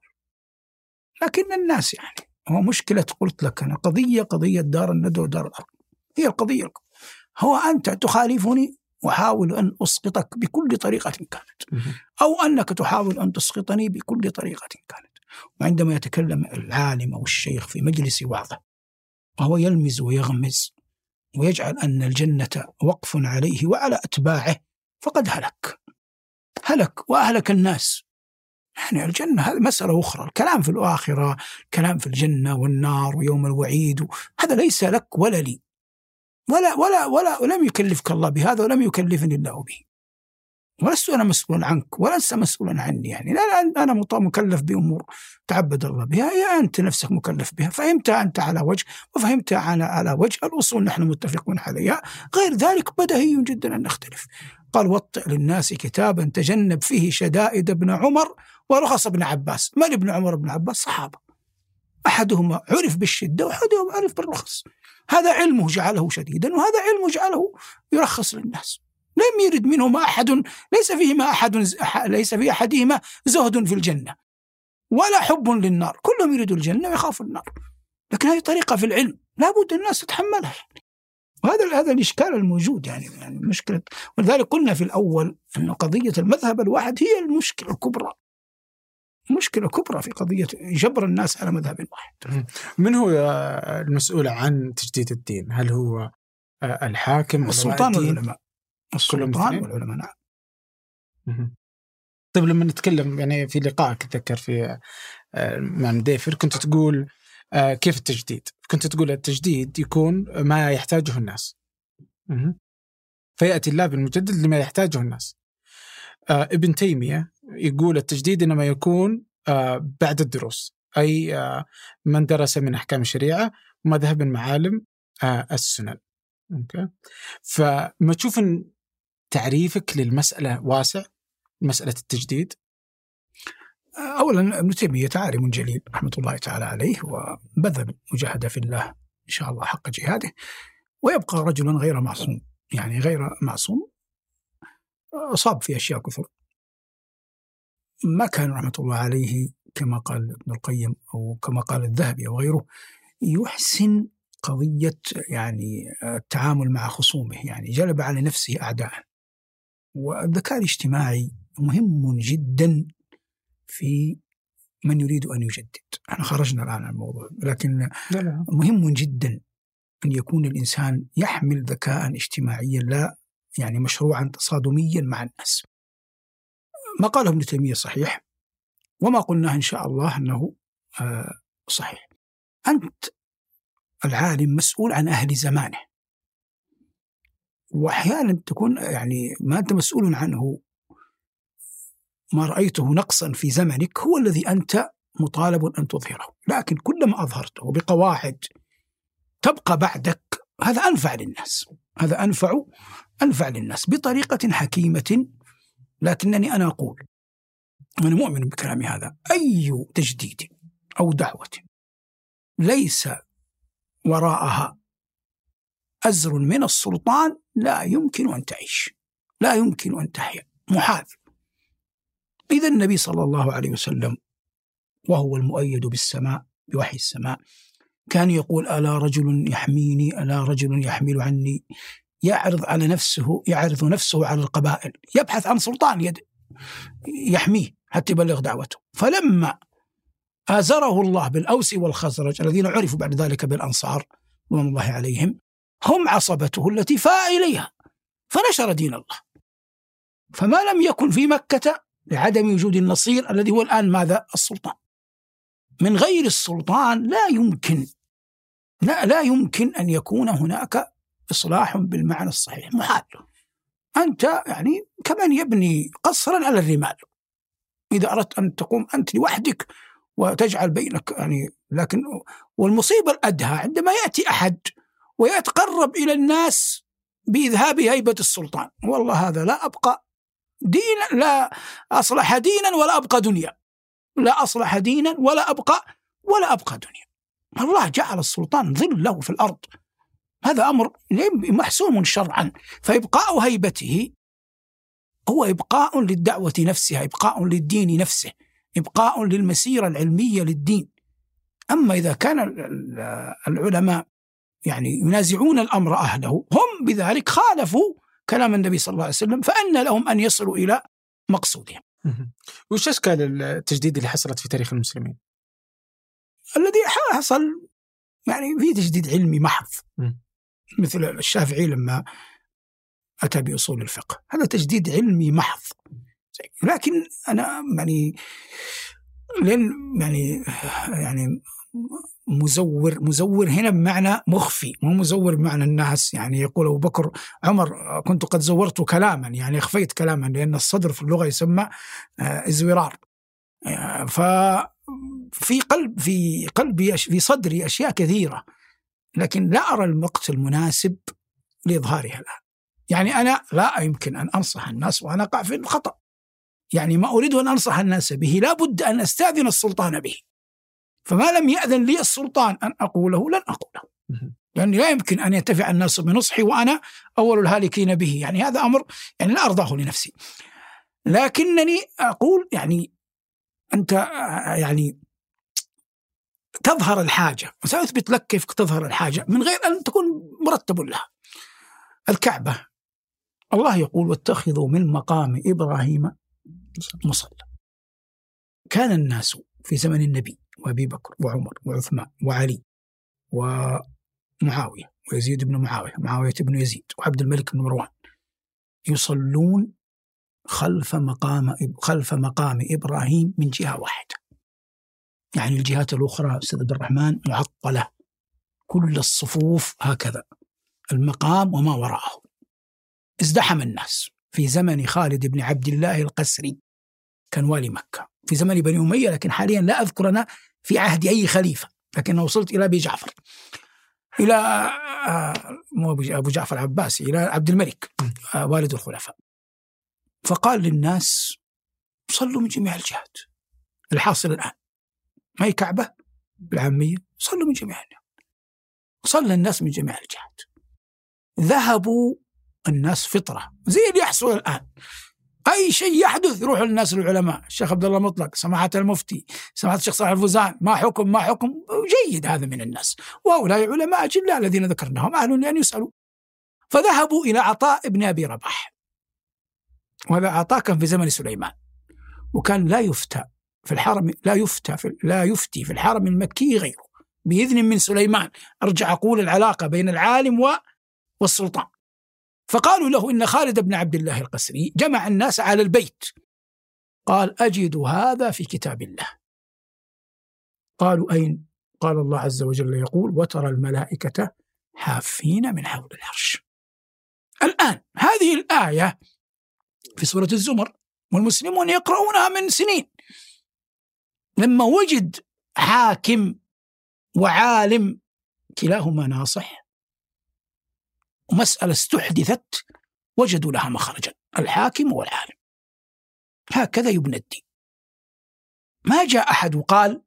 لكن الناس يعني هو مشكلة، قلت لك أنا قضية قضية دار الندوة ودار الأرض، هي القضية. هو أنت تخالفني وحاول أن أسقطك بكل طريقة كانت، أو أنك تحاول أن تسقطني بكل طريقة كانت. وعندما يتكلم العالم أو الشيخ في مجلس وعظه وهو يلمز ويغمز ويجعل أن الجنة وقف عليه وعلى أتباعه فقد هلك هلك وأهلك الناس. يعني الجنة هذه مسألة أخرى، الكلام في الآخرة، كلام في الجنة والنار ويوم الوعيد، هذا ليس لك ولا لي، ولا ولا ولا ولم يكلفك الله بهذا ولم يكلفني الله به، ولست أنا مسؤول عنك ولست مسؤولا عني. يعني لا, لا أنا مكلف بأمور تعبد الله بها، يا أنت نفسك مكلف بها، فهمتها أنت على وجه وفهمتها على على وجه، الأصول نحن متفقون عليها، غير ذلك بديهي جدا أن نختلف. قال وطئ للناس كتابا تجنب فيه شدائد ابن عمر ورخص ابن عباس. من ابن عمر ابن عباس؟ صحابة، أحدهما عرف بالشدة وأحدهما عرف بالرخص، هذا علمه جعله شديدا وهذا علمه جعله يرخص للناس. لم يرد منهما أحد، ليس فيهما أحد ليس في أحدهما زهد في الجنة ولا حب للنار، كلهم يريدوا الجنة ويخافوا النار، لكن هذه طريقة في العلم لابد الناس تتحملها. وهذا هذا الإشكال الموجود يعني, يعني مشكلة. ولذلك قلنا في الأول أن قضية المذهب الواحد هي المشكلة الكبرى، مشكلة كبرى في قضية جبر الناس على مذهب واحد. من هو المسؤول عن تجديد الدين؟ هل هو الحاكم السلطان والعلماء؟ السلطان والعلماء، نعم. طيب لما نتكلم يعني في لقائك تذكر في مع مديفر كنت تقول كيف التجديد؟ كنت تقول التجديد يكون ما يحتاجه الناس، فيأتي الله بالمجدد لما يحتاجه الناس. ابن تيمية يقول التجديد إنما يكون بعد الدروس، أي من درس من أحكام الشريعة ومذهب معالم السنن. أوكي. فما تشوف إن تعريفك للمسألة واسع، مسألة التجديد؟ أولا ابن تيمية عالم جليل رحمة الله تعالى عليه، وبذل مجاهدة في الله إن شاء الله حق جهاده، ويبقى رجلا غير معصوم، يعني غير معصوم، أصاب في أشياء كثر. ما كان رحمة الله عليه كما قال ابن القيم أو كما قال الذهبي أو غيره يحسن قضية يعني التعامل مع خصومه، يعني جلب على نفسه أعداء. والذكاء الاجتماعي مهم جدا في من يريد أن يجدد. احنا خرجنا الآن عن الموضوع، لكن مهم جدا أن يكون الإنسان يحمل ذكاء اجتماعيا لا يعني مشروعا تصادميا مع الناس. ما قاله ابن تيمية صحيح، وما قلناه إن شاء الله أنه آه صحيح. أنت العالم مسؤول عن أهل زمانه، وأحيانا تكون يعني ما أنت مسؤول عنه ما رأيته نقصا في زمنك هو الذي أنت مطالب أن تظهره، لكن كلما أظهرته بقواعد تبقى بعدك هذا أنفع للناس، هذا أنفع أنفع للناس بطريقة حكيمة. لكنني أنا أقول وأنا مؤمن بكلامي هذا، أي تجديد أو دعوة ليس وراءها أزر من السلطان لا يمكن أن تعيش، لا يمكن أن تحيا، محال. إذا النبي صلى الله عليه وسلم وهو المؤيد بالسماء بوحي السماء كان يقول ألا رجل يحميني، ألا رجل يحمل عني، يعرض على نفسه يعرض نفسه على القبائل، يبحث عن سلطان يد يحميه حتى يبلغ دعوته. فلما آزره الله بالأوس والخزرج الذين عرفوا بعد ذلك بالأنصار رضوان الله عليهم، هم عصبته التي فاء إليها فنشر دين الله. فما لم يكن في مكة لعدم وجود النصير الذي هو الآن ماذا؟ السلطان. من غير السلطان لا يمكن لا لا يمكن أن يكون هناك إصلاح بالمعنى الصحيح، محال. أنت يعني كمن يبني قصرا على الرمال، إذا أردت أن تقوم أنت لوحدك وتجعل بينك يعني. لكن والمصيبة الأدهى عندما يأتي أحد ويتقرب إلى الناس بإذهاب هيبة السلطان. والله هذا لا أبقى دينا، لا أصلح دينا ولا أبقى دنيا، لا أصلح دينا ولا أبقى ولا أبقى دنيا. الله جعل السلطان ظل له في الأرض، هذا أمر محسوم شرعا. فإبقاء هيبته هو إبقاء للدعوة نفسها، إبقاء للدين نفسه، إبقاء للمسيرة العلمية للدين. أما إذا كان العلماء يعني ينازعون الأمر أهله، هم بذلك خالفوا كلام النبي صلى الله عليه وسلم، فأن لهم أن يصلوا إلى مقصودهم. وش أشكال التجديد اللي حصلت في تاريخ المسلمين؟ الذي حصل يعني في تجديد علمي محض، مثل الشافعي لما أتى بأصول الفقه، هذا تجديد علمي محض. لكن أنا يعني لأن يعني يعني مزور مزور هنا بمعنى مخفي، مو مزور بمعنى الناس يعني يقول أبو بكر عمر كنت قد زورت كلاما، يعني أخفيت كلاما، لأن الصدر في اللغة يسمى ازورار. ففي قلب في قلبي في صدري أشياء كثيرة، لكن لا أرى الوقت المناسب لإظهارها الآن. يعني أنا لا يمكن أن أنصح الناس وأنا أقع في الخطأ، يعني ما أريد أن أنصح الناس به لا بد أن أستأذن السلطان به، فما لم يأذن لي السلطان أن أقوله لن أقوله، لأن لا يمكن أن ينتفع الناس بنصحي وأنا أول الهالكين به، يعني هذا أمر يعني لا أرضاه لنفسي. لكنني أقول يعني أنت يعني تظهر الحاجة، وسأثبت لك كيف تظهر الحاجة من غير أن تكون مرتب لها. الكعبة الله يقول واتخذوا من مقام إبراهيم مصلى. كان الناس في زمن النبي وأبي بكر وعمر وعثمان وعلي ومعاوية ويزيد بن معاوية معاوية بن يزيد وعبد الملك بن مروان يصلون خلف مقام خلف مقام إبراهيم من جهة واحدة، يعني الجهات الأخرى أستاذ عبد الرحمن معطلة، كل الصفوف هكذا، المقام وما وراءه. ازدحم الناس في زمن خالد بن عبد الله القسري، كان والي مكة في زمن بني أمية، لكن حاليا لا أذكر أنا في عهد أي خليفة، لكن وصلت إلى أبي جعفر، إلى مو أبو جعفر العباسي، إلى عبد الملك والد الخلفاء. فقال للناس صلوا من جميع الجهات. الحاصل الآن ما هي كعبة بالعامية، صلوا من جميع الجهات، صلى الناس من جميع الجهات. ذهبوا الناس فطرة زي اللي يحصل الآن، أي شيء يحدث يروح الناس للعلماء، الشيخ عبد الله مطلق، سماحة المفتي، سماحة الشيخ صالح الفوزان، ما حكم ما حكم جيد هذا من الناس، وهؤلاء علماء أجلاء الذين ذكرناهم أهل لأن يسألوا. فذهبوا إلى عطاء بن أبي رباح، وهذا عطاء كان في زمن سليمان، وكان لا يفتى في الحرم لا يفتى في لا يفتي في الحرم المكي غيره بإذن من سليمان. أرجع أقول العلاقة بين العالم والسلطان. فقالوا له إن خالد بن عبد الله القسري جمع الناس على البيت، قال أجد هذا في كتاب الله. قالوا أين؟ قال الله عز وجل يقول وترى الملائكة حافين من حول العرش. الآن هذه الآية في سورة الزمر والمسلمون يقرؤونها من سنين. لما وجد حاكم وعالم كلاهما ناصح ومسألة استحدثت وجدوا لها مخرجا، الحاكم والعالم. هكذا يبنى الدين. ما جاء أحد وقال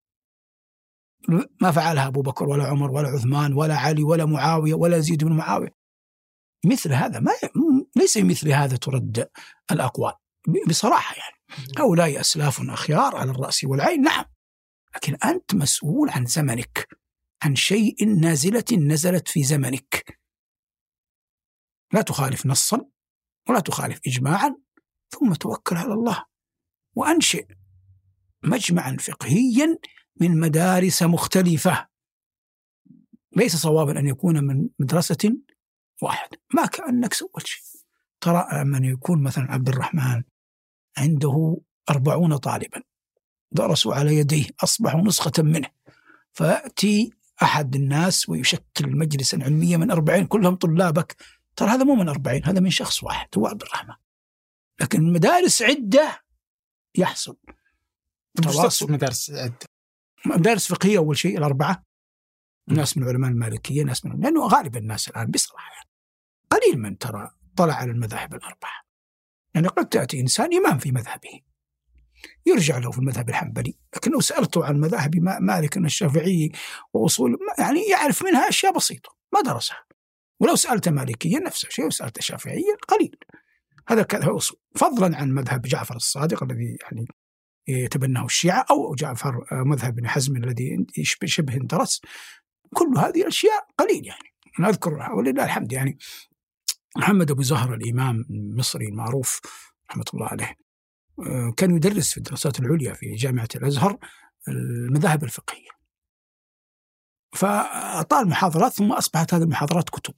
ما فعلها أبو بكر ولا عمر ولا عثمان ولا علي ولا معاوية ولا يزيد بن معاوية. مثل هذا ما ليس مثل هذا ترد الأقوال بصراحة، يعني هؤلاء أسلاف أخيار على الرأس والعين، نعم، لكن أنت مسؤول عن زمنك، عن شيء نازلة نزلت في زمنك، لا تخالف نصا ولا تخالف إجماعا، ثم توكل على الله وأنشئ مجمعا فقهيا من مدارس مختلفة. ليس صوابا أن يكون من مدرسة واحدة، ما كأنك سوت شيء. ترى من يكون مثلا عبد الرحمن عنده أربعون طالبا درسوا على يديه أصبحوا نسخة منه، فيأتي أحد الناس ويشكل مجلسا علميا من أربعين كلهم طلابك، ترى هذا مو من أربعين، هذا من شخص واحد هو عبد الرحمن. لكن مدارس عدة يحصل تواصل. مدارس عدة، مدارس فقهية أول شيء الأربعة، ناس من علماء المالكية، ناس من لأنه غالب الناس الآن بصراحة يعني قليل من ترى طلع على المذاهب الأربعة. يعني قد تأتي إنسان إمام في مذهبه يرجع له في المذهب الحنبلي، لكن لو سألته عن مذاهب مالك الشافعي وأصول يعني يعرف منها أشياء بسيطة ما درسها. ولو سألت مالكيا نفس الشيء، وسألت شافعيا قليل. هذا كذا أصول، فضلا عن مذهب جعفر الصادق الذي يعني يتبناه الشيعة، أو جعفر مذهب ابن حزم الذي شبه اندرس. كل هذه الأشياء قليل يعني نذكرها ولله الحمد. يعني محمد أبو زهر الإمام المصري المعروف رحمة الله عليه كان يدرس في الدراسات العليا في جامعة الأزهر المذاهب الفقهية، فأطال محاضرات ثم أصبحت هذه المحاضرات كتب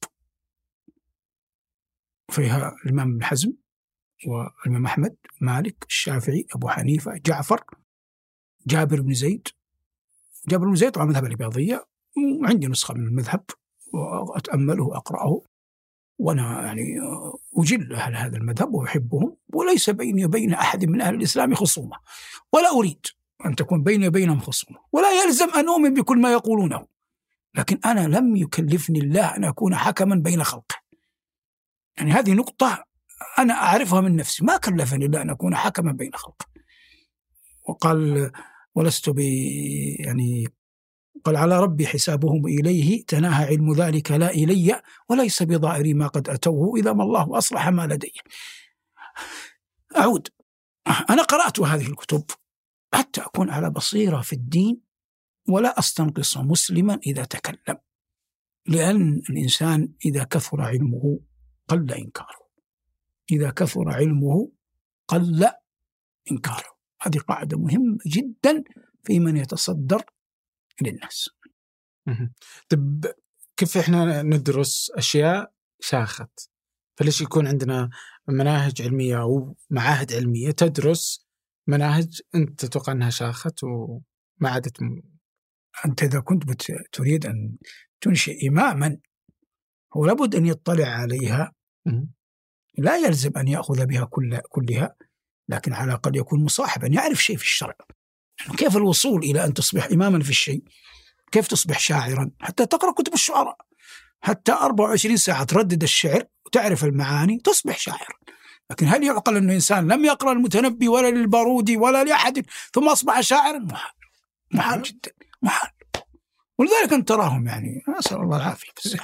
فيها الإمام ابن حزم والإمام أحمد، مالك، الشافعي، أبو حنيفة، جعفر، جابر بن زيد. جابر بن زيد طبعا مذهب الإباضية، وعندي نسخة من المذهب وأتأمله وأقرأه، وأنا يعني أجل أهل هذا المذهب وأحبهم، وليس بيني وبين أحد من أهل الإسلام خصومة، ولا أريد أن تكون بيني وبينهم خصومة، ولا يلزم أن أؤمن بكل ما يقولونه، لكن أنا لم يكلفني الله أن أكون حكما بين خلقه. يعني هذه نقطة أنا أعرفها من نفسي، ما كلفني الله أن أكون حكما بين خلقه. وقال ولست ب يعني قال على ربي حسابهم إليه تناهى علم ذلك لا إلي، وليس بضائر ما قد أتوه إذا ما الله أصلح ما لدي. أعود، أنا قرأت هذه الكتب حتى أكون على بصيرة في الدين، ولا أستنقص مسلما إذا تكلم، لأن الإنسان إذا كثر علمه قل إنكاره، إذا كثر علمه قل إنكاره. هذه قاعدة مهمة جدا في من يتصدر للناس. طب كيف إحنا ندرس أشياء شاخت؟ فليش يكون عندنا مناهج علمية أو معاهد علمية تدرس مناهج أنت تتوقع أنها شاخت وما عادت م... أنت إذا كنت بت... تريد أن تنشئ إماما هو لابد أن يطلع عليها، لا يلزم أن يأخذ بها كل... كلها، لكن على الأقل يكون مصاحبا يعرف شيء في الشرع. كيف الوصول إلى أن تصبح إماما في الشيء؟ كيف تصبح شاعرا؟ حتى تقرأ كتب الشعراء، حتى أربعة وعشرين ساعة تردد الشعر وتعرف المعاني تصبح شاعرا. لكن هل يعقل أن إنسان لم يقرأ المتنبي ولا للبارودي ولا لأحد ثم أصبح شاعرا؟ محال، محال جدا، محال. ولذلك أنت تراهم يعني أسأل الله العافية بس.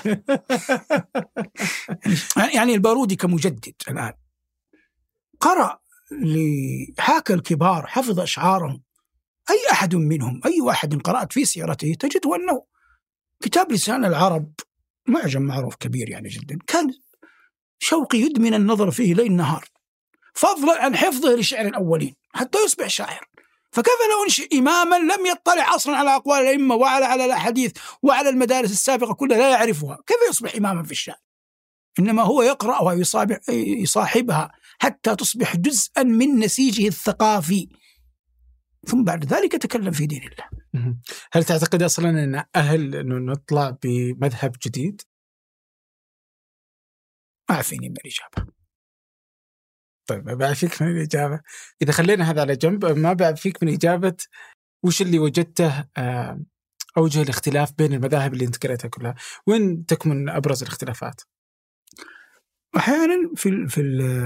يعني البارودي كمجدد الآن قرأ لحاكى الكبار، حفظ أشعارهم، أي أحد منهم، أي واحد قرأت في سيرته تجد أنه كتاب لسان العرب معجم معروف كبير يعني جدا، كان شوقي يدمن النظر فيه ليل نهار، فضلا عن حفظه لشعر الأولين حتى يصبح شاعر. فكيف لو أنشئ إماما لم يطلع أصلا على أقوال الأئمة وعلى على الأحاديث وعلى المدارس السابقة كلها لا يعرفها، كيف يصبح إماما في الشعر؟ إنما هو يقرأها ويصاحبها حتى تصبح جزءا من نسيجه الثقافي، ثم بعد ذلك تكلم في دين الله. هل تعتقد أصلا أن أهل أنه نطلع بمذهب جديد؟ أعفيني من الإجابة. طيب بعفيك من الإجابة. إذا خلينا هذا على جنب، ما بعفيك من إجابة وش اللي وجدته أوجه الاختلاف بين المذاهب اللي انت قريتها كلها، وين تكمن أبرز الاختلافات؟ أحيانا في في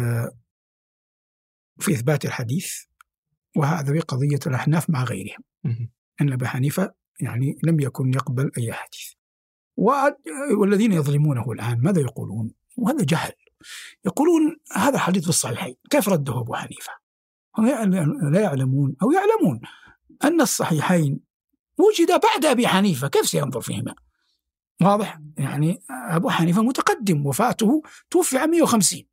في إثبات الحديث، وهذا قضية الأحناف مع غيرهم. أن أبا حنيفة يعني لم يكن يقبل أي حديث، والذين يظلمونه الآن ماذا يقولون؟ وهذا جهل. يقولون هذا حديث في الصحيحين، كيف رده أبو حنيفة؟ هم لا يعلمون أو يعلمون أن الصحيحين وجد بعد أبي حنيفة، كيف سينظر فيهما؟ واضح؟ يعني أبو حنيفة متقدم، وفاته توفي عام مئة وخمسين،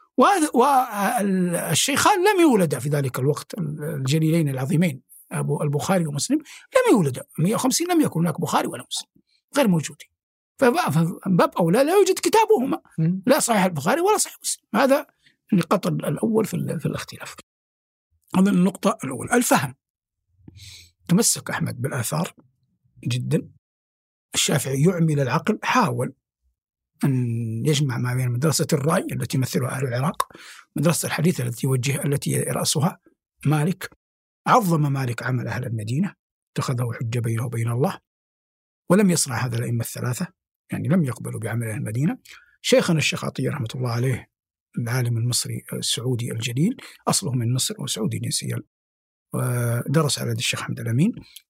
والشيخان لم يولدا في ذلك الوقت، الجليلين العظيمين أبو البخاري ومسلم لم يولدا مئة وخمسين، لم يكن هناك بخاري ولا مسلم، غير موجودين، فباب أولى لا يوجد كتابهما، لا صحيح البخاري ولا صحيح مسلم. هذا النقطة الأول في, في الاختلاف. هذا النقطة الأولى. الفهم، تمسك أحمد بالآثار جدا، الشافعي يعمل العقل، حاول أن يجمع ما بين مدرسة الرأي التي يمثلها أهل العراق، مدرسة الحديث التي يوجه التي رأسها مالك، عظم مالك عمل أهل المدينة، اتخذه حجة بينه وبين الله، ولم يصنع هذا الأئمة الثلاثة، يعني لم يقبلوا بعمل أهل المدينة. شيخنا الشيخ عطية رحمة الله عليه، العالم المصري السعودي الجليل، أصله من مصر وسعودي جنسيا، ودرس على يد الشيخ أحمد الأمين،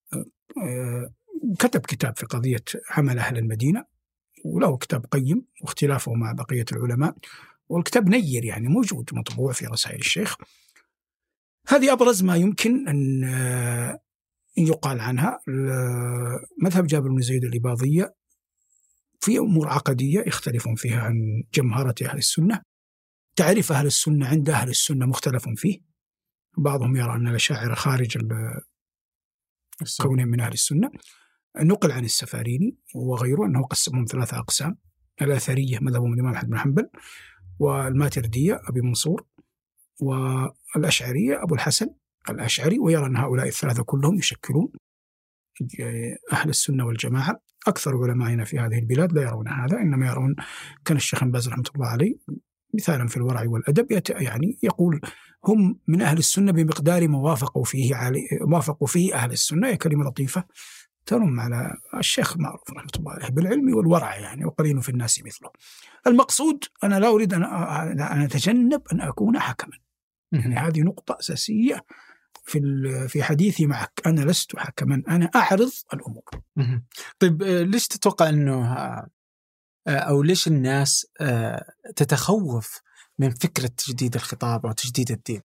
كتب كتاب في قضية عمل أهل المدينة، وله كتاب قيم واختلافه مع بقية العلماء، والكتاب نير يعني موجود مطبوع في رسائل الشيخ. هذه أبرز ما يمكن أن يقال عنها. مذهب جابر بن زيد الإباضية في أمور عقدية يختلفون فيها عن جمهرة أهل السنة. تعريف أهل السنة عند أهل السنة مختلف فيه، بعضهم يرى أن الأشاعرة خارج كونهم من أهل السنة. نقل عن السفاريني وغيره أنه قسمهم ثلاثة أقسام: الأثرية مذهبهم الإمام أحمد بن حنبل، والماتردية أبي منصور، والأشعرية أبو الحسن الأشعري، ويرى أن هؤلاء الثلاثة كلهم يشكلون أهل السنة والجماعة. أكثر علمائنا في هذه البلاد لا يرون هذا، إنما يرون، كان الشيخ بن باز رحمة الله عليه مثالا في الورع والأدب يعني يقول هم من أهل السنة بمقدار ما وافقوا فيه علي وافقوا فيه أهل السنة. هي كلمة لطيفة تنم على الشيخ معروف رحمة الله عليه بالعلم والورع يعني، وقليل في الناس مثله. المقصود أنا لا أريد أن أتجنب أن أكون حكما، يعني هذه نقطة أساسية في في حديثي معك. أنا لست حكما، أنا أعرض الأمور. طيب ليش تتوقع أنه أو ليش الناس تتخوف من فكرة تجديد الخطاب أو تجديد الدين؟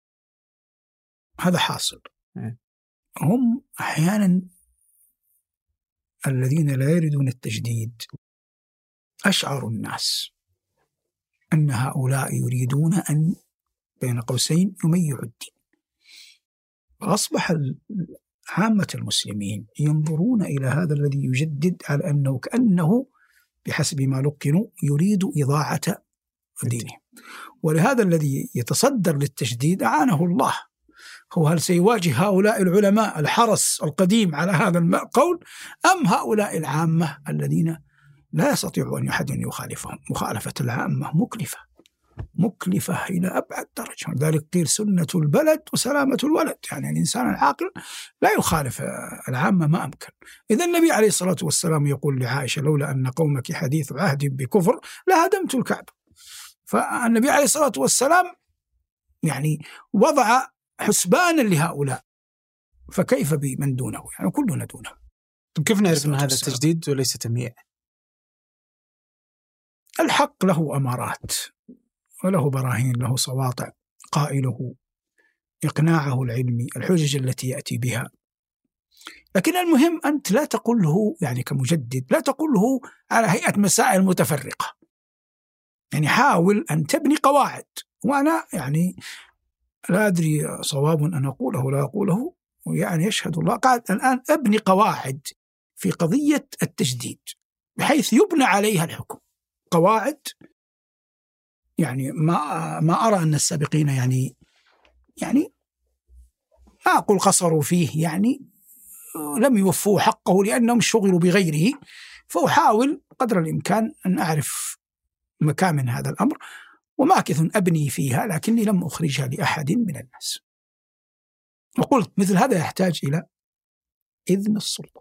هذا حاصل. هم أحيانا الذين لا يريدون التجديد أشعروا الناس أن هؤلاء يريدون أن بين قوسين يميعوا الدين، فأصبح عامة المسلمين ينظرون إلى هذا الذي يجدد على أنه كأنه بحسب ما لقنوا يريد إضاعة دينه. ولهذا الذي يتصدر للتجديد أعانه الله. هو هل سيواجه هؤلاء العلماء الحرس القديم على هذا القول، أم هؤلاء العامة الذين لا يستطيع أن أحد يخالفهم؟ مخالفة العامة مكلفة مكلفة إلى أبعد درجة، ذلك قيل سنة البلد وسلامة الولد، يعني الإنسان العاقل لا يخالف العامة ما أمكن. إذا النبي عليه الصلاة والسلام يقول لعائشة: لولا أن قومك حديث عهد بكفر لهدمت الكعبة. فالنبي عليه الصلاة والسلام يعني وضع حسبانا لهؤلاء، فكيف بمن دونه؟ يعني كلنا دونه. طيب كيف نعرف أن هذا التجديد وليس تمييع؟ الحق له أمارات وله براهين، له سواطع، قائله إقناعه العلمي، الحجج التي يأتي بها. لكن المهم أنت لا تقول له يعني كمجدد، لا تقول له على هيئة مسائل متفرقة، يعني حاول أن تبني قواعد. وأنا يعني لا أدري صواب أن أقوله لا أقوله، يعني يشهد الله قاعد الآن أبني قواعد في قضية التجديد بحيث يبنى عليها الحكم، قواعد يعني ما ما أرى أن السابقين يعني يعني ما أقول قصروا فيه، يعني لم يوفوا حقه لأنهم شغلوا بغيره. فأحاول قدر الإمكان أن أعرف مكامن هذا الأمر وماكث أبني فيها، لكني لم أخرجها لأحد من الناس. وقلت مثل هذا يحتاج إلى إذن السلطان.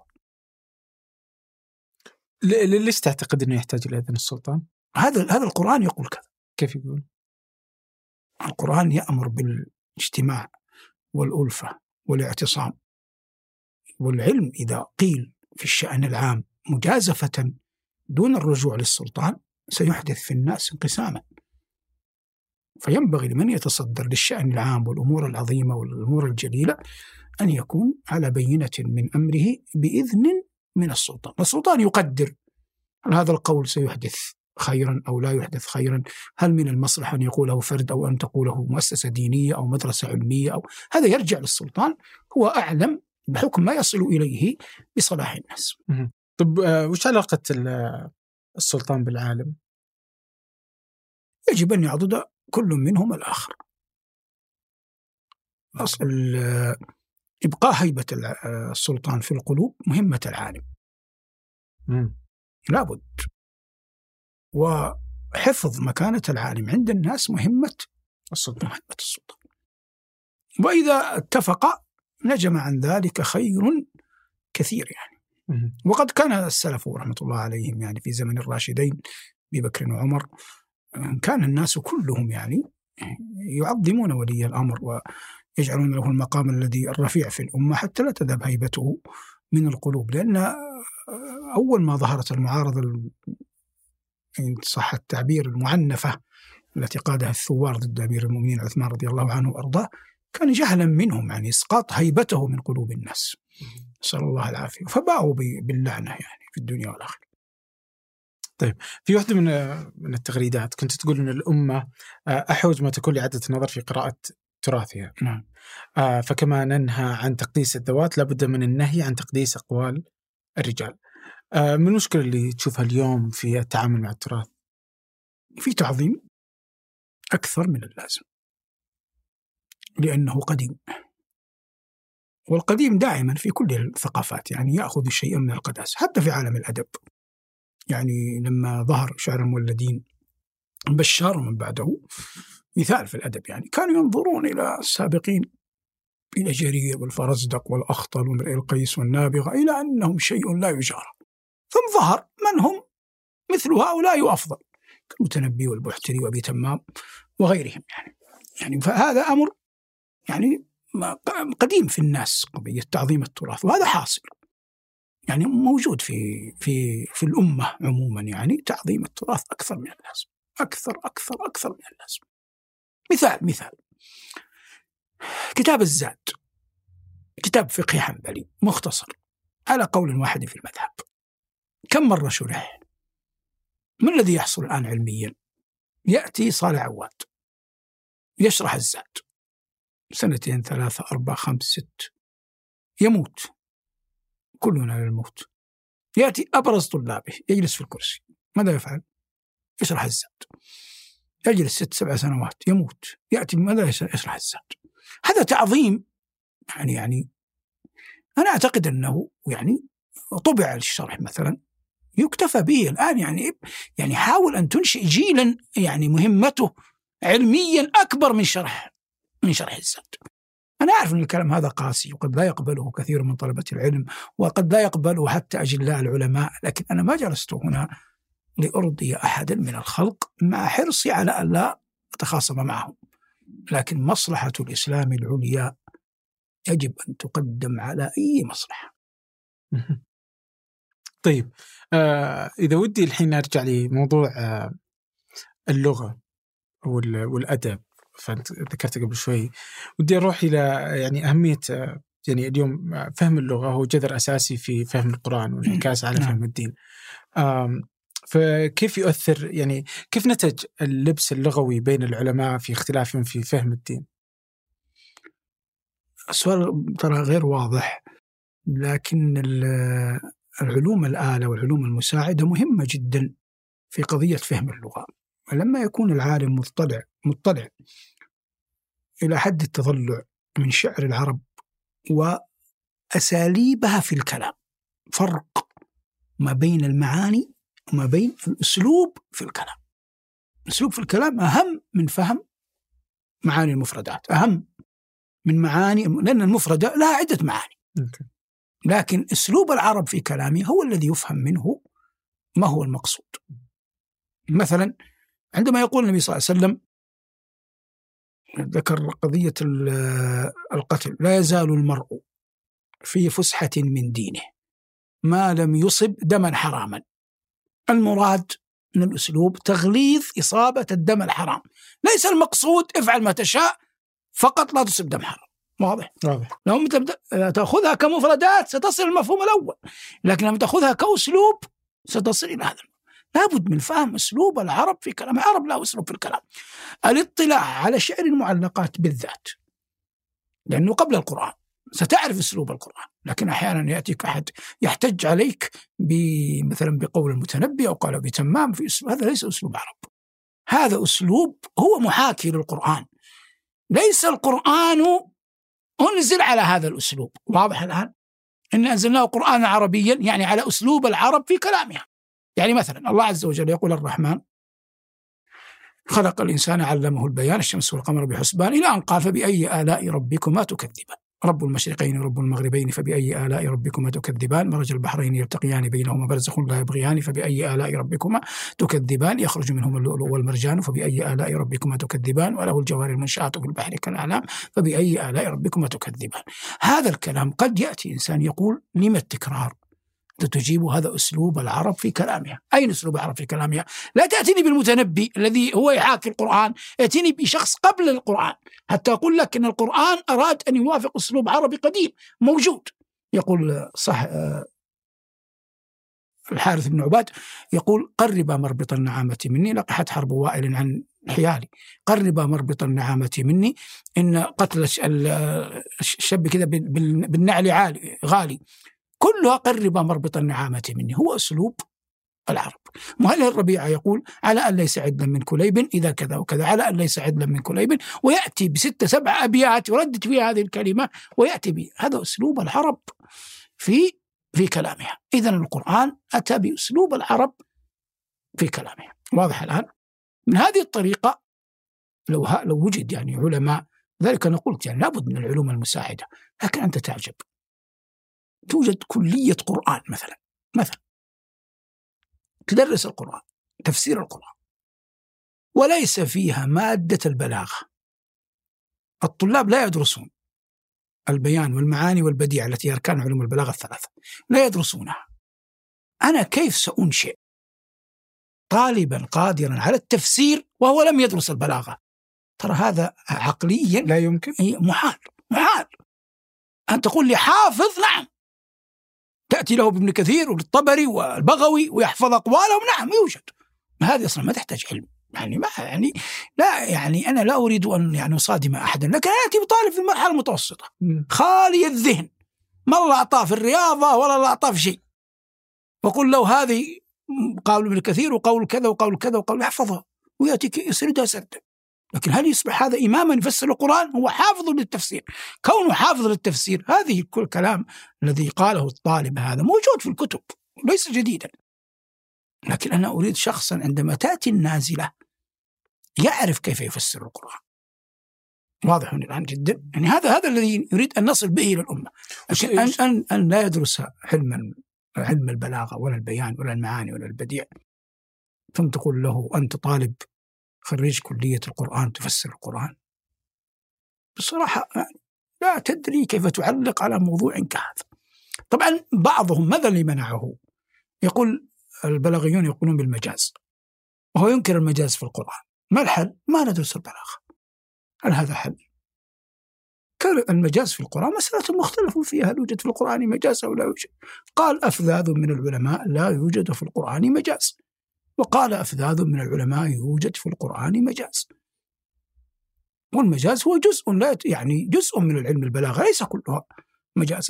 ليش تعتقد أنه يحتاج إلى إذن السلطان؟ هذا هذا القرآن يقول كذا. كيف يقول؟ القرآن يأمر بالاجتماع والألفة والاعتصام والعلم. إذا قيل في الشأن العام مجازفة دون الرجوع للسلطان سيحدث في الناس انقساما. فينبغي لمن يتصدر للشأن العام والأمور العظيمة والأمور الجليلة أن يكون على بينة من أمره بإذن من السلطان. السلطان يقدر هل هذا القول سيحدث خيرا أو لا يحدث خيرا، هل من المصلحة أن يقوله فرد أو أن تقوله مؤسسة دينية أو مدرسة علمية، أو هذا يرجع للسلطان، هو أعلم بحكم ما يصل إليه بصلاح الناس. طب وش علاقة السلطان بالعالم؟ يجب أن يعضد كل منهم الآخر. أصل إبقاء هيبة السلطان في القلوب مهمة العالم لابد، وحفظ مكانة العالم عند الناس مهمة السلطان. مهمة السلطان. وإذا اتفق نجم عن ذلك خير كثير يعني. وقد كان السلف رحمة الله عليهم يعني في زمن الراشدين أبي بكر وعمر كان الناس كلهم يعني يعظمون ولي الأمر ويجعلون له المقام الذي الرفيع في الأمة حتى لا تذهب هيبته من القلوب. لأن أول ما ظهرت المعارضة إن صح التعبير المعنفة التي قادها الثوار ضد أمير المؤمنين عثمان رضي الله عنه وأرضاه كان جهلا منهم يعني إسقاط هيبته من قلوب الناس، نسأل الله العافية، فباعوا باللعنة يعني في الدنيا والآخرة. طيب، في واحدة من من التغريدات كنت تقول أن الأمة أحوج ما تكون لإعادة النظر في قراءة تراثها. نعم. فكما ننهى عن تقديس الذوات لابد من النهي عن تقديس أقوال الرجال. من المشكلة اللي تشوفها اليوم في التعامل مع التراث؟ في تعظيم أكثر من اللازم لأنه قديم، والقديم دائما في كل الثقافات يعني يأخذ شيئا من القداسة حتى في عالم الأدب. يعني لما ظهر شعر المولدين بشار من بعده مثال في الأدب، يعني كانوا ينظرون إلى السابقين إلى جرير والفرزدق والأخطل وامرئ القيس والنابغة إلى أنهم شيء لا يجارى، ثم ظهر من هم مثل هؤلاء وأفضل كالمتنبي والبحتري وأبي تمام وغيرهم يعني. يعني فهذا أمر يعني قديم في الناس قضية تعظيم التراث، وهذا حاصل يعني موجود في في في الأمة عموما، يعني تعظيم التراث أكثر من اللازم، أكثر أكثر أكثر من اللازم. مثال مثال كتاب الزاد، كتاب فقهي حنبلي مختصر على قول واحد في المذهب، كم مرة شرح؟ ما الذي يحصل الآن علميا؟ يأتي صالح عواد يشرح الزاد سنتين ثلاثة أربعة خمس ست، يموت، كلنا للموت. يأتي أبرز طلابه يجلس في الكرسي، ماذا يفعل؟ يشرح الزاد، يجلس ست سبع سنوات، يموت، يأتي ماذا يشرح الزاد. هذا تعظيم يعني يعني أنا أعتقد أنه يعني طبع الشرح مثلا يكتفى به الآن. يعني يعني حاول أن تنشئ جيلا يعني مهمته علميا أكبر من شرح من شرح الزاد. أنا أعرف أن الكلام هذا قاسي وقد لا يقبله كثير من طلبة العلم وقد لا يقبله حتى أجلاء العلماء، لكن أنا ما جلست هنا لأرضي أحدا من الخلق مع حرصي على أن لا أتخاصم معهم، لكن مصلحة الإسلام العليا يجب أن تقدم على أي مصلحة. طيب، آه إذا ودي الحين أرجع لموضوع آه اللغة والأدب، فأنت ذكرت قبل شوي، ودي أروح إلى يعني أهمية آه يعني اليوم فهم اللغة هو جذر أساسي في فهم القرآن والانعكاس على فهم الدين. آه فكيف يؤثر يعني كيف نتج اللبس اللغوي بين العلماء في اختلافهم في فهم الدين؟ السؤال ترى غير واضح، لكن العلوم الآلة والعلوم المساعدة مهمة جدا في قضية فهم اللغة. ولما يكون العالم مطلع مطلع إلى حد التضلع من شعر العرب وأساليبها في الكلام، فرق ما بين المعاني وما بين الأسلوب في الكلام. الأسلوب في الكلام أهم من فهم معاني المفردات، أهم من معاني، لأن المفردة لها عدة معاني، لكن أسلوب العرب في كلامه هو الذي يفهم منه ما هو المقصود. مثلا عندما يقول النبي صلى الله عليه وسلم، ذكر قضية القتل، لا يزال المرء في فسحة من دينه ما لم يصب دما حراما. المراد من الأسلوب تغليظ إصابة الدم الحرام، ليس المقصود افعل ما تشاء فقط لا تصب دم حرام. واضح؟ واضح. لو تأخذها كمفردات ستصل المفهوم الأول، لكن لما تأخذها كأسلوب ستصل إلى هذا. لابد من فهم أسلوب العرب في كلام. العرب لا أسلوب في الكلام. الاطلاع على شعر المعلقات بالذات، لأنه قبل القرآن ستعرف أسلوب القرآن، لكن أحيانا يأتيك أحد يحتج عليك مثلا بقول المتنبي أو قال بتمام في أسلوب، هذا ليس أسلوب عرب، هذا أسلوب هو محاكي للقرآن، ليس القرآن أنزل على هذا الأسلوب. واضح الآن؟ إن أنزلناه قرآنا عربيا يعني على أسلوب العرب في كلامها. يعني مثلا الله عز وجل يقول الرحمن خلق الإنسان علمه البيان، الشمس والقمر بحسبان، إلى أن قال فبأي آلاء ربكما تكذبان. رب المشرقين ورب المغربين فبأي آلاء ربكما تكذبان مرج البحرين يلتقيان بينهما برزخ لا يبغيان فبأي آلاء ربكما تكذبان يخرج منهما اللؤلؤ والمرجان فبأي آلاء ربكما تكذبان وله الجوار المنشآت في البحر كالأعلام فبأي آلاء ربكما تكذبان. هذا الكلام قد يأتي إنسان يقول لما التكرار؟ تجيب هذا أسلوب العرب في كلامها. أين أسلوب العرب في كلامها؟ لا تأتيني بالمتنبي الذي هو يحاكي القرآن، يأتيني بشخص قبل القرآن حتى أقول لك أن القرآن أراد أن يوافق أسلوب عربي قديم موجود. يقول صح الحارث بن عباد يقول قرب مربط النعامة مني لقحت حرب وائل عن حيالي، قرب مربط النعامة مني إن قتل الشاب كذا بالنعل عالي غالي، كلها قرب مربط النعامة مني. هو أسلوب العرب. مهل الربيعة يقول على أن ليس عدلا من كليب إذا كذا وكذا، على أن ليس عدلا من كليب، ويأتي بستة سبع أبيات يردد فيها هذه الكلمة ويأتي به. هذا أسلوب العرب في في كلامها. إذن القرآن أتى بأسلوب العرب في كلامها. واضح الآن؟ من هذه الطريقة لو لو وجد يعني علماء، ذلك أنا قلت يعني لابد من العلوم المساعدة، لكن أنت تعجب توجد كلية قرآن مثلا مثلا تدرس القرآن تفسير القرآن وليس فيها مادة البلاغة. الطلاب لا يدرسون البيان والمعاني والبديع التي أركان علوم البلاغة الثلاثة، لا يدرسونها. أنا كيف سأنشئ طالبا قادرا على التفسير وهو لم يدرس البلاغة؟ ترى هذا عقليا لا يمكن، محال محال. أن تقول لي حافظ، نعم، تأتي له بابن كثير والطبري والبغوي ويحفظ أقوالهم، نعم يوجد. هذه أصلا ما تحتاج علم، يعني ما يعني لا يعني أنا لا أريد أن يعني أصادم أحدا، لكن أنا أتي بطالب في المرحلة المتوسطة خالي الذهن، ما الله أعطاه في الرياضة ولا الله أعطاه في شيء، وقل له هذه قول ابن كثير وقول كذا وقول كذا وقول، يحفظها ويأتيك يسردها سردا. لكن هل يصبح هذا إماما يفسر القرآن؟ هو حافظ للتفسير. كونه حافظ للتفسير هذه كل كلام الذي قاله الطالب هذا موجود في الكتب ليس جديدا، لكن أنا أريد شخصا عندما تأتي النازلة يعرف كيف يفسر القرآن. واضح الآن جدا، يعني هذا هذا الذي يريد أن نصل به إلى الأمة. لكن أن, أن, أن لا يدرس علم علم البلاغة ولا البيان ولا المعاني ولا البديع، ثم تقول له أنت طالب خريج كلية القرآن تفسر القرآن، بصراحة لا تدري كيف تعلق على موضوع كهذا. طبعا بعضهم ماذا اللي منعه؟ يقول البلاغيون يقولون بالمجاز، وهو ينكر المجاز في القرآن. ما الحل؟ ما ندرس البلاغة. هل هذا حل؟ كان المجاز في القرآن مسألة مختلف فيها، هل يوجد في القرآن مجاز أو لا يوجد؟ قال أفذاذ من العلماء لا يوجد في القرآن مجاز، وقال أفذاذ من العلماء يوجد في القرآن مجاز. والمجاز هو جزء لا يعني جزء من العلم البلاغة، ليس كلها مجازا.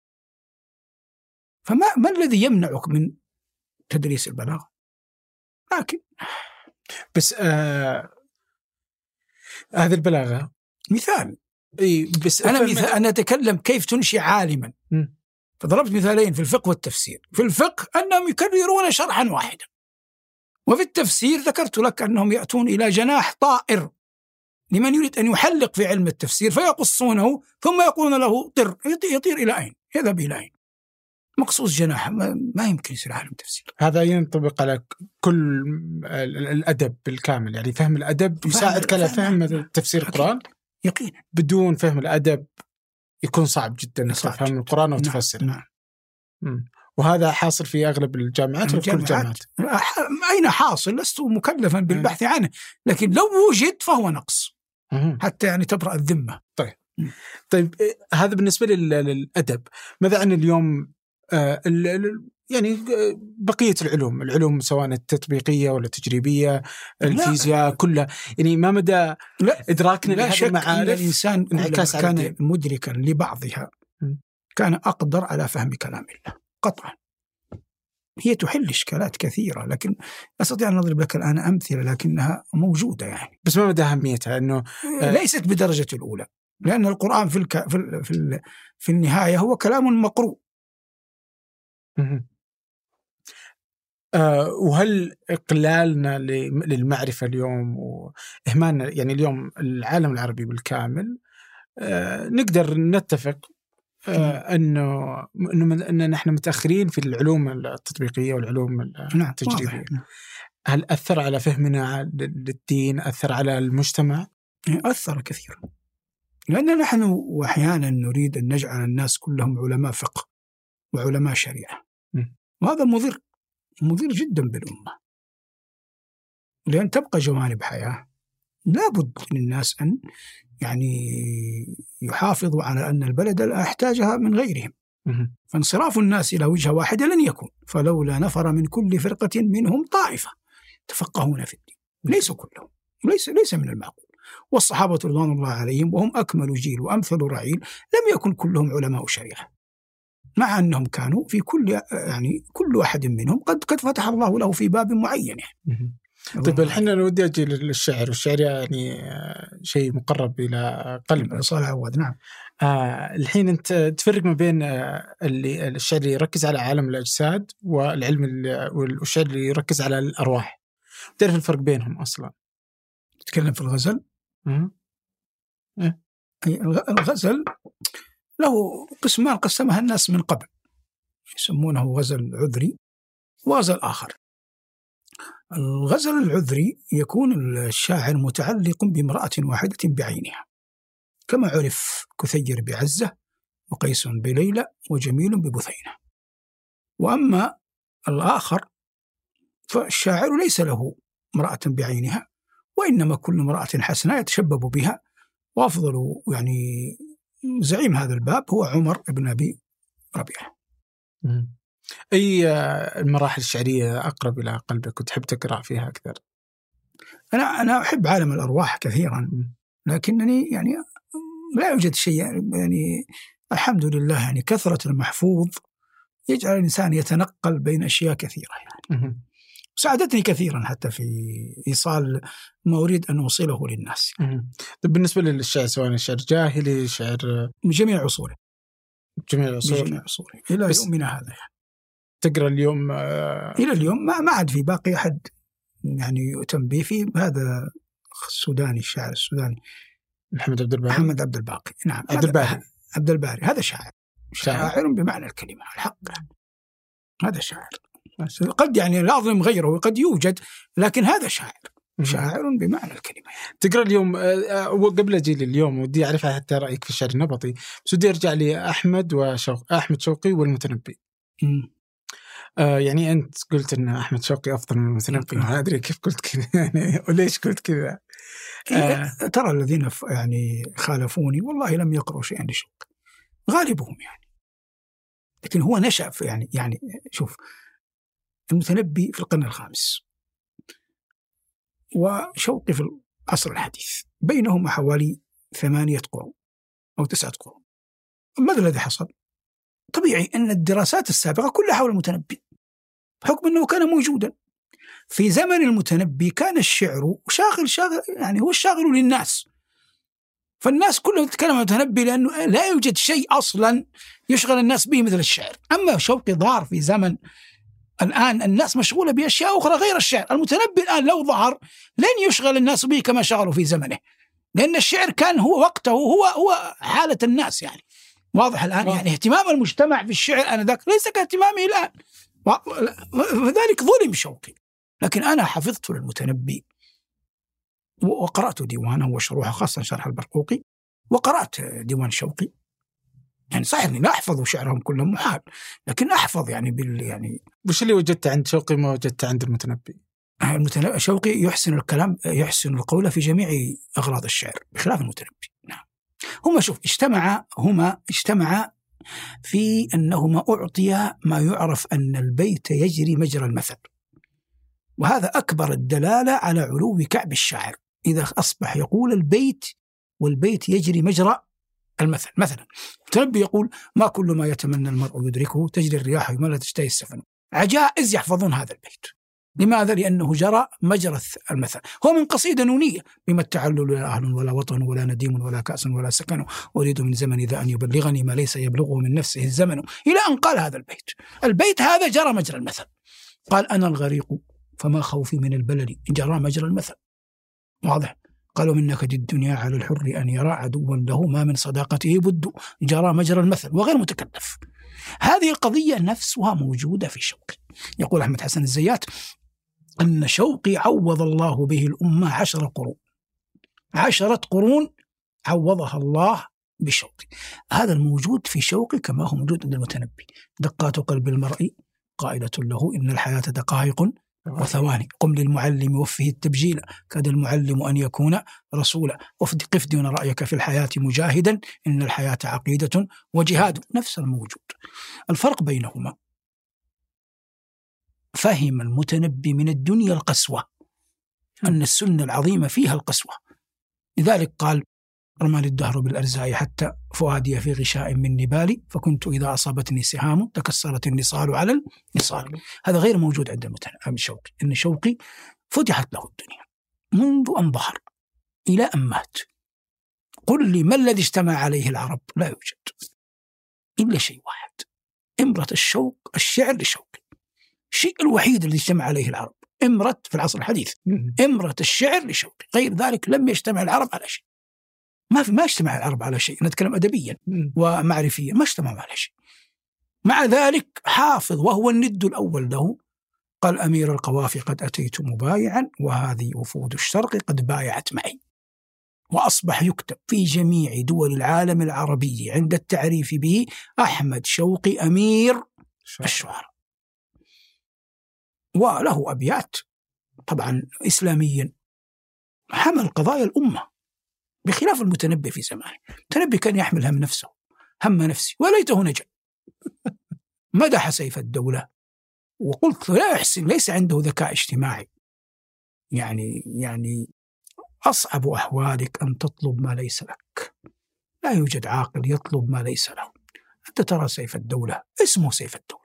فما ما الذي يمنعك من تدريس البلاغة؟ لكن بس آه هذه البلاغة مثال. إيه بس أنا مثال أنا أتكلم كيف تنشئ عالما. م. فضربت مثالين في الفقه والتفسير. في الفقه أنهم يكررون شرحا واحدا، وفي التفسير ذكرت لك أنهم يأتون إلى جناح طائر لمن يريد أن يحلق في علم التفسير، فيقصونه ثم يقولون له طر، يطير إلى أين؟ يذهب إلى أين؟ مقصوص جناح، ما يمكن يصير عالم تفسير. هذا ينطبق على كل الأدب بالكامل، يعني فهم الأدب يساعدك على فهم تفسير القرآن. يقينا بدون فهم الأدب يكون صعب جدا أنك تفهم القرآن وتفسر. نعم. نعم. وهذا حاصل في أغلب الجامعات وفي كل الجامعات. أين حاصل؟ لست مكلفا بالبحث عنه، لكن لو وجد فهو نقص حتى يعني تبرأ الذمة. طيب طيب هذا بالنسبة للأدب. ماذا عن اليوم آه يعني بقية العلوم العلوم سواء التطبيقية ولا التجريبية، الفيزياء كلها، يعني ما مدى إدراكنا لهذه المعارف؟ الإنسان كان مدركا لبعضها كان أقدر على فهم كلام الله قطعا. هي تحل إشكالات كثيرة، لكن أستطيع أن أضرب لك الآن أمثلة لكنها موجودة يعني. بس ما مدى أهميتها؟ أنه ليست بدرجة الأولى، لأن القرآن في الك... في ال... في, ال... في النهاية هو كلام مقروء. أه وهل إقلالنا للمعرفة اليوم وإهمالنا، يعني اليوم العالم العربي بالكامل آه نقدر نتفق آه أنه إنه أن نحن متأخرين في العلوم التطبيقية والعلوم التجريبية. نعم. هل أثر على فهمنا للدين؟ أثر على المجتمع؟ أثر كثيرا، لأن نحن وأحيانا نريد أن نجعل الناس كلهم علماء فقه وعلماء شريعة، م. وهذا مضر مضر جدا بالأمة، لأن تبقى جوانب حياة لابد من الناس أن يعني يحافظوا على أن البلد لا يحتاجها من غيرهم. م. فانصراف الناس إلى وجهة واحدة لن يكون، فلولا نفر من كل فرقة منهم طائفة تفقهون في الدين. ليس كلهم، ليس ليس من المعقول. والصحابة رضوان الله عليهم وهم أكمل جيل وأمثل رعيل لم يكن كلهم علماء شريعة، مع أنهم كانوا في كل يعني كل واحد منهم قد قد فتح الله له في باب معين يعني. طيب الحين أنا ودي أجي للشعر، والشعر يعني شيء مقرب إلى قلب صالح عواد. نعم. آه الحين أنت تفرق ما بين آه اللي الشعر اللي يركز على عالم الأجساد والعلم والشعر اللي يركز على الأرواح، تعرف الفرق بينهم أصلا؟ تتكلم في الغزل. إيه؟ الغزل له قسمان قسمها الناس من قبل، يسمونه غزل عذري وغزل آخر. الغزل العذري يكون الشاعر متعلق بامرأة واحدة بعينها، كما عرف كثير بعزة وقيس بليلى وجميل ببثينة. وأما الآخر فالشاعر ليس له امرأة بعينها، وإنما كل امرأة حسناء يتشبب بها، وأفضل يعني زعيم هذا الباب هو عمر بن أبي ربيعة. أي المراحل الشعرية أقرب إلى قلبك وتحب تقرأ فيها أكثر؟ أنا أنا أحب عالم الأرواح كثيرا، لكنني يعني لا يوجد شيء يعني الحمد لله يعني كثرة المحفوظ يجعل الإنسان يتنقل بين أشياء كثيرة يعني. ساعدتني كثيرا حتى في إيصال ما أريد أن أوصله للناس. طيب بالنسبة للشعر، سواء الشعر جاهلي، شعر من جميع عصوره، جميع عصوره جميع عصوره إلى يومنا هذا يعني. تقرأ اليوم آه إلى اليوم ما ما عاد في باقي أحد يعني يؤتم به في هذا السوداني، الشاعر السوداني محمد عبد الباقي. محمد عبد الباقي نعم. عبد الباري عبد الباري هذا شاعر شاعر, شاعر بمعنى الكلمة الحق، هذا شاعر. قد يعني لا أظلم غيره، قد يوجد، لكن هذا شاعر شاعر بمعنى الكلمة. تقرأ اليوم وقبل أجي اليوم ودي أعرف حتى رأيك في الشعر النبطي، بس ودي أرجع لي أحمد وشوقي، أحمد شوقي والمتنبي. آه يعني أنت قلت أن أحمد شوقي أفضل من المتنبي، ما أدري كيف قلت كذا يعني وليش قلت كذا. آه ترى الذين يعني خالفوني والله لم يقرأوا شيئا لشوقي غالبهم يعني، لكن هو نشأ في يعني يعني شوف المتنبي في القرن الخامس وشوقي في العصر الحديث، بينهما حوالي ثمانية قرون أو تسعة قرون. ماذا الذي حصل؟ طبيعي أن الدراسات السابقة كلها حول المتنبي بحكم أنه كان موجودا في زمن المتنبي. كان الشعر شاغل شاغل يعني هو الشاغل للناس، فالناس كلها تتكلم عن المتنبي لأنه لا يوجد شيء أصلا يشغل الناس به مثل الشعر. أما شوقي ظهر في زمن الآن الناس مشغولة بأشياء أخرى غير الشعر. المتنبي الآن لو ظهر لن يشغل الناس به كما شغلوا في زمنه، لأن الشعر كان هو وقته، هو هو حالة الناس يعني. واضح الآن يعني اهتمام المجتمع في الشعر آنذاك ليس كاهتمامه الآن، وذلك ظلم شوقي. لكن أنا حفظت للمتنبي وقرأت ديوانه وشروحه، خاصة شرح البرقوقي، وقرأت ديوان شوقي. يعني صحيح أني لا أحفظ شعرهم كلهم محال، لكن أحفظ يعني بال يعني. وش اللي وجدت عند شوقي ما وجدت عند المتنبي؟ المتنبي شوقي يحسن الكلام، يحسن القول في جميع أغراض الشعر بخلاف المتنبي. نعم. هما شوف اجتمعا هما اجتمعا في أنهما أعطيا ما يعرف أن البيت يجري مجرى المثل، وهذا أكبر الدلالة على علو كعب الشاعر إذا أصبح يقول البيت والبيت يجري مجرى المثل. مثلا المتنبي يقول ما كل ما يتمنى المرء يدركه، تجري الرياح وما لا تشتهي السفن. عجائز يحفظون هذا البيت. لماذا؟ لأنه جرى مجرى المثل. هو من قصيدة نونية: بما التعلل لا أهل ولا وطن ولا نديم ولا كأس ولا سكن، أريد من زمن إذا أن يبلغني ما ليس يبلغه من نفسه الزمن، إلى أن قال هذا البيت. البيت هذا جرى مجرى المثل. قال أنا الغريق فما خوفي من البلد إن جرى مجرى المثل. واضح؟ قالوا من نكد الدنيا على الحر أن يرى عدوا له ما من صداقته بد جرى مجرى المثل وغير متكلف. هذه القضية نفسها موجودة في شوقي. يقول أحمد حسن الزيات أن شوقي عوض الله به الأمة عشر قرون، عشرة قرون عوضها الله بشوقي. هذا الموجود في شوقي كما هو موجود عند المتنبي. دقات قلب المرء قائلة له إن الحياة دقائق وثواني، قم للمعلم وفه التبجيل كاد المعلم أن يكون رسولا، قف دون رأيك في الحياة مجاهدا إن الحياة عقيدة وجهاد. نفس الموجود. الفرق بينهما فهم المتنبي من الدنيا القسوة، أن السنة العظيمة فيها القسوة. لذلك قال رماني الدهر بالأرزاء حتى فؤادي في غشاء من نبالي فكنت إذا أصابتني سهام تكسرت النصال على النصال. هذا غير موجود عند المتنبي شوقي. إن شوقي فتحت له الدنيا منذ أن ظهر إلى أن مات. قل لي ما الذي اجتمع عليه العرب؟ لا يوجد إلا شيء واحد، إمرة الشوق، الشعر لشوقي. الشيء الوحيد الذي اجتمع عليه العرب إمرة في العصر الحديث، إمرة الشعر لشوقي. غير ذلك لم يجتمع العرب على شيء. ما في ما اجتمع العرب على شيء، نتكلم أدبيا ومعرفيا، ما اجتمعوا على شيء. مع ذلك حافظ وهو الند الأول له قال أمير القوافي قد أتيت مبايعا وهذه وفود الشرق قد بايعت معي. وأصبح يكتب في جميع دول العالم العربي عند التعريف به أحمد شوقي أمير الشعراء. وله أبيات طبعا إسلاميا حمل قضايا الأمة بخلاف المتنبي في زمانه. المتنبي كان يحمل هم نفسه، هم نفسي وليته نجا. مدح سيف الدولة وقلت لا يحسن، ليس عنده ذكاء اجتماعي. يعني يعني أصعب أحوالك أن تطلب ما ليس لك. لا يوجد عاقل يطلب ما ليس له. أنت ترى سيف الدولة اسمه سيف الدولة،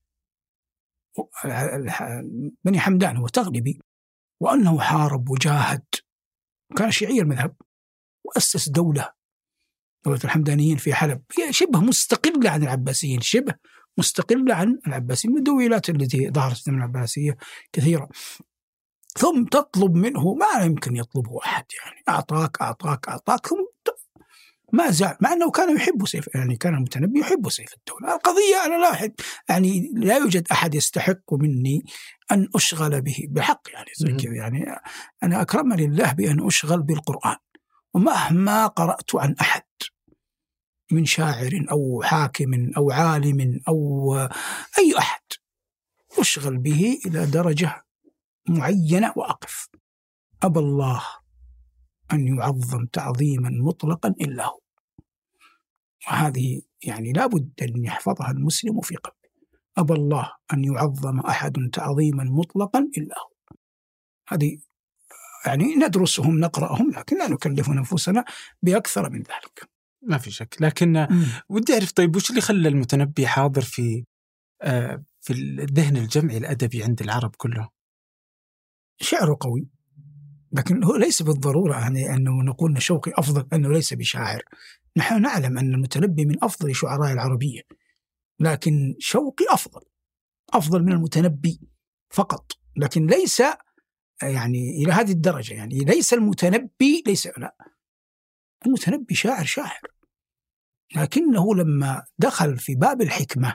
بني حمدان هو تغلبي، وأنه حارب وجاهد، كان شيعي المذهب وأسس دولة، دولة الحمدانيين في حلب، هي شبه مستقلة عن العباسيين، شبه مستقلة عن العباسيين. الدويلات التي ظهرت من العباسية كثيرة. ثم تطلب منه ما يمكن يطلبه أحد، يعني أعطاك أعطاك أعطاك ثم ما زال، مع أنه كان يحب سيف، يعني كان المتنبي يحب سيف الدولة. القضية أنا لا أحب، يعني لا يوجد أحد يستحق مني أن أشغل به بحق، يعني زي كذا. يعني أنا أكرمني الله بأن أشغل بالقرآن، ومهما قرأت عن أحد من شاعر أو حاكم أو عالم أو أي أحد أشغل به إلى درجة معينة وأقف. أبى الله أن يعظم تعظيما مطلقا إلا هو. وهذه يعني لا بد أن يحفظها المسلم في قلبه. أبى الله أن يعظم أحد تعظيما مطلقا إلا هو. هذه يعني ندرسهم نقرأهم، لكن لا نكلف أنفسنا بأكثر من ذلك. ما في شك. لكن م. ودي أعرف طيب وش اللي خلى المتنبي حاضر في آه في الذهن الجمعي الأدبي عند العرب كله؟ شعره قوي، لكن هو ليس بالضرورة يعني أنه نقول أن شوقي أفضل، أنه ليس بشاعر. نحن نعلم أن المتنبي من أفضل شعراء العربية، لكن شوقي أفضل أفضل من المتنبي فقط، لكن ليس يعني إلى هذه الدرجة. يعني ليس المتنبي ليس لا المتنبي شاعر شاعر، لكنه لما دخل في باب الحكمة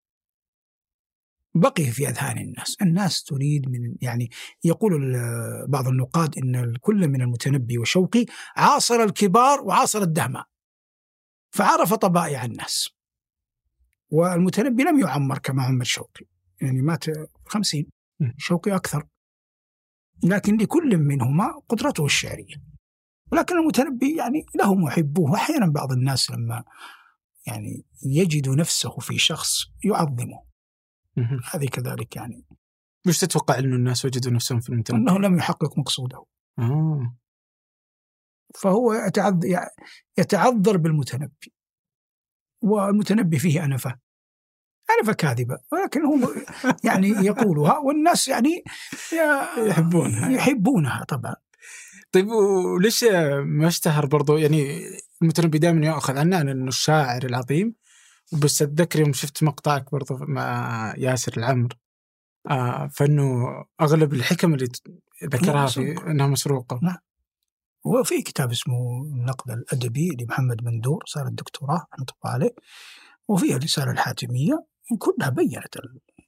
بقي في أذهان الناس. الناس تريد من يعني يقول بعض النقاد إن الكل من المتنبي وشوقي عاصر الكبار وعاصر الدهماء، فعرف طبائع الناس. والمتنبي لم يعمر كما عمر شوقي، يعني مات خمسين، شوقي أكثر، لكن لكل منهما قدرته الشعرية. ولكن المتنبي يعني له محبوه، وأحيانا بعض الناس لما يعني يجد نفسه في شخص يعظمه، هذه كذلك. يعني مش تتوقع أن الناس وجدوا نفسهم في المتنبي؟ أنه لم يحقق مقصوده. آه. فهو يتعذر, يتعذر بالمتنبي، والمتنبي فيه أنفة أنفة كاذبة، ولكن هو يعني يقولها والناس يعني يحبونها يحبونها طبعا. طيب وليش ما اشتهر برضو؟ يعني المتنبي دائما يأخذ عنه أنه الشاعر العظيم، بس أتذكر يوم شفت مقطعك برضو مع ياسر العمر آه فإنه أغلب الحكم اللي ذكرها في أنها مسروقة. نعم، وفي كتاب اسمه النقد الأدبي لمحمد مندور صار الدكتوراه رحمة الله عليه، وفيها الرسالة الحاتمية كلها بيّنت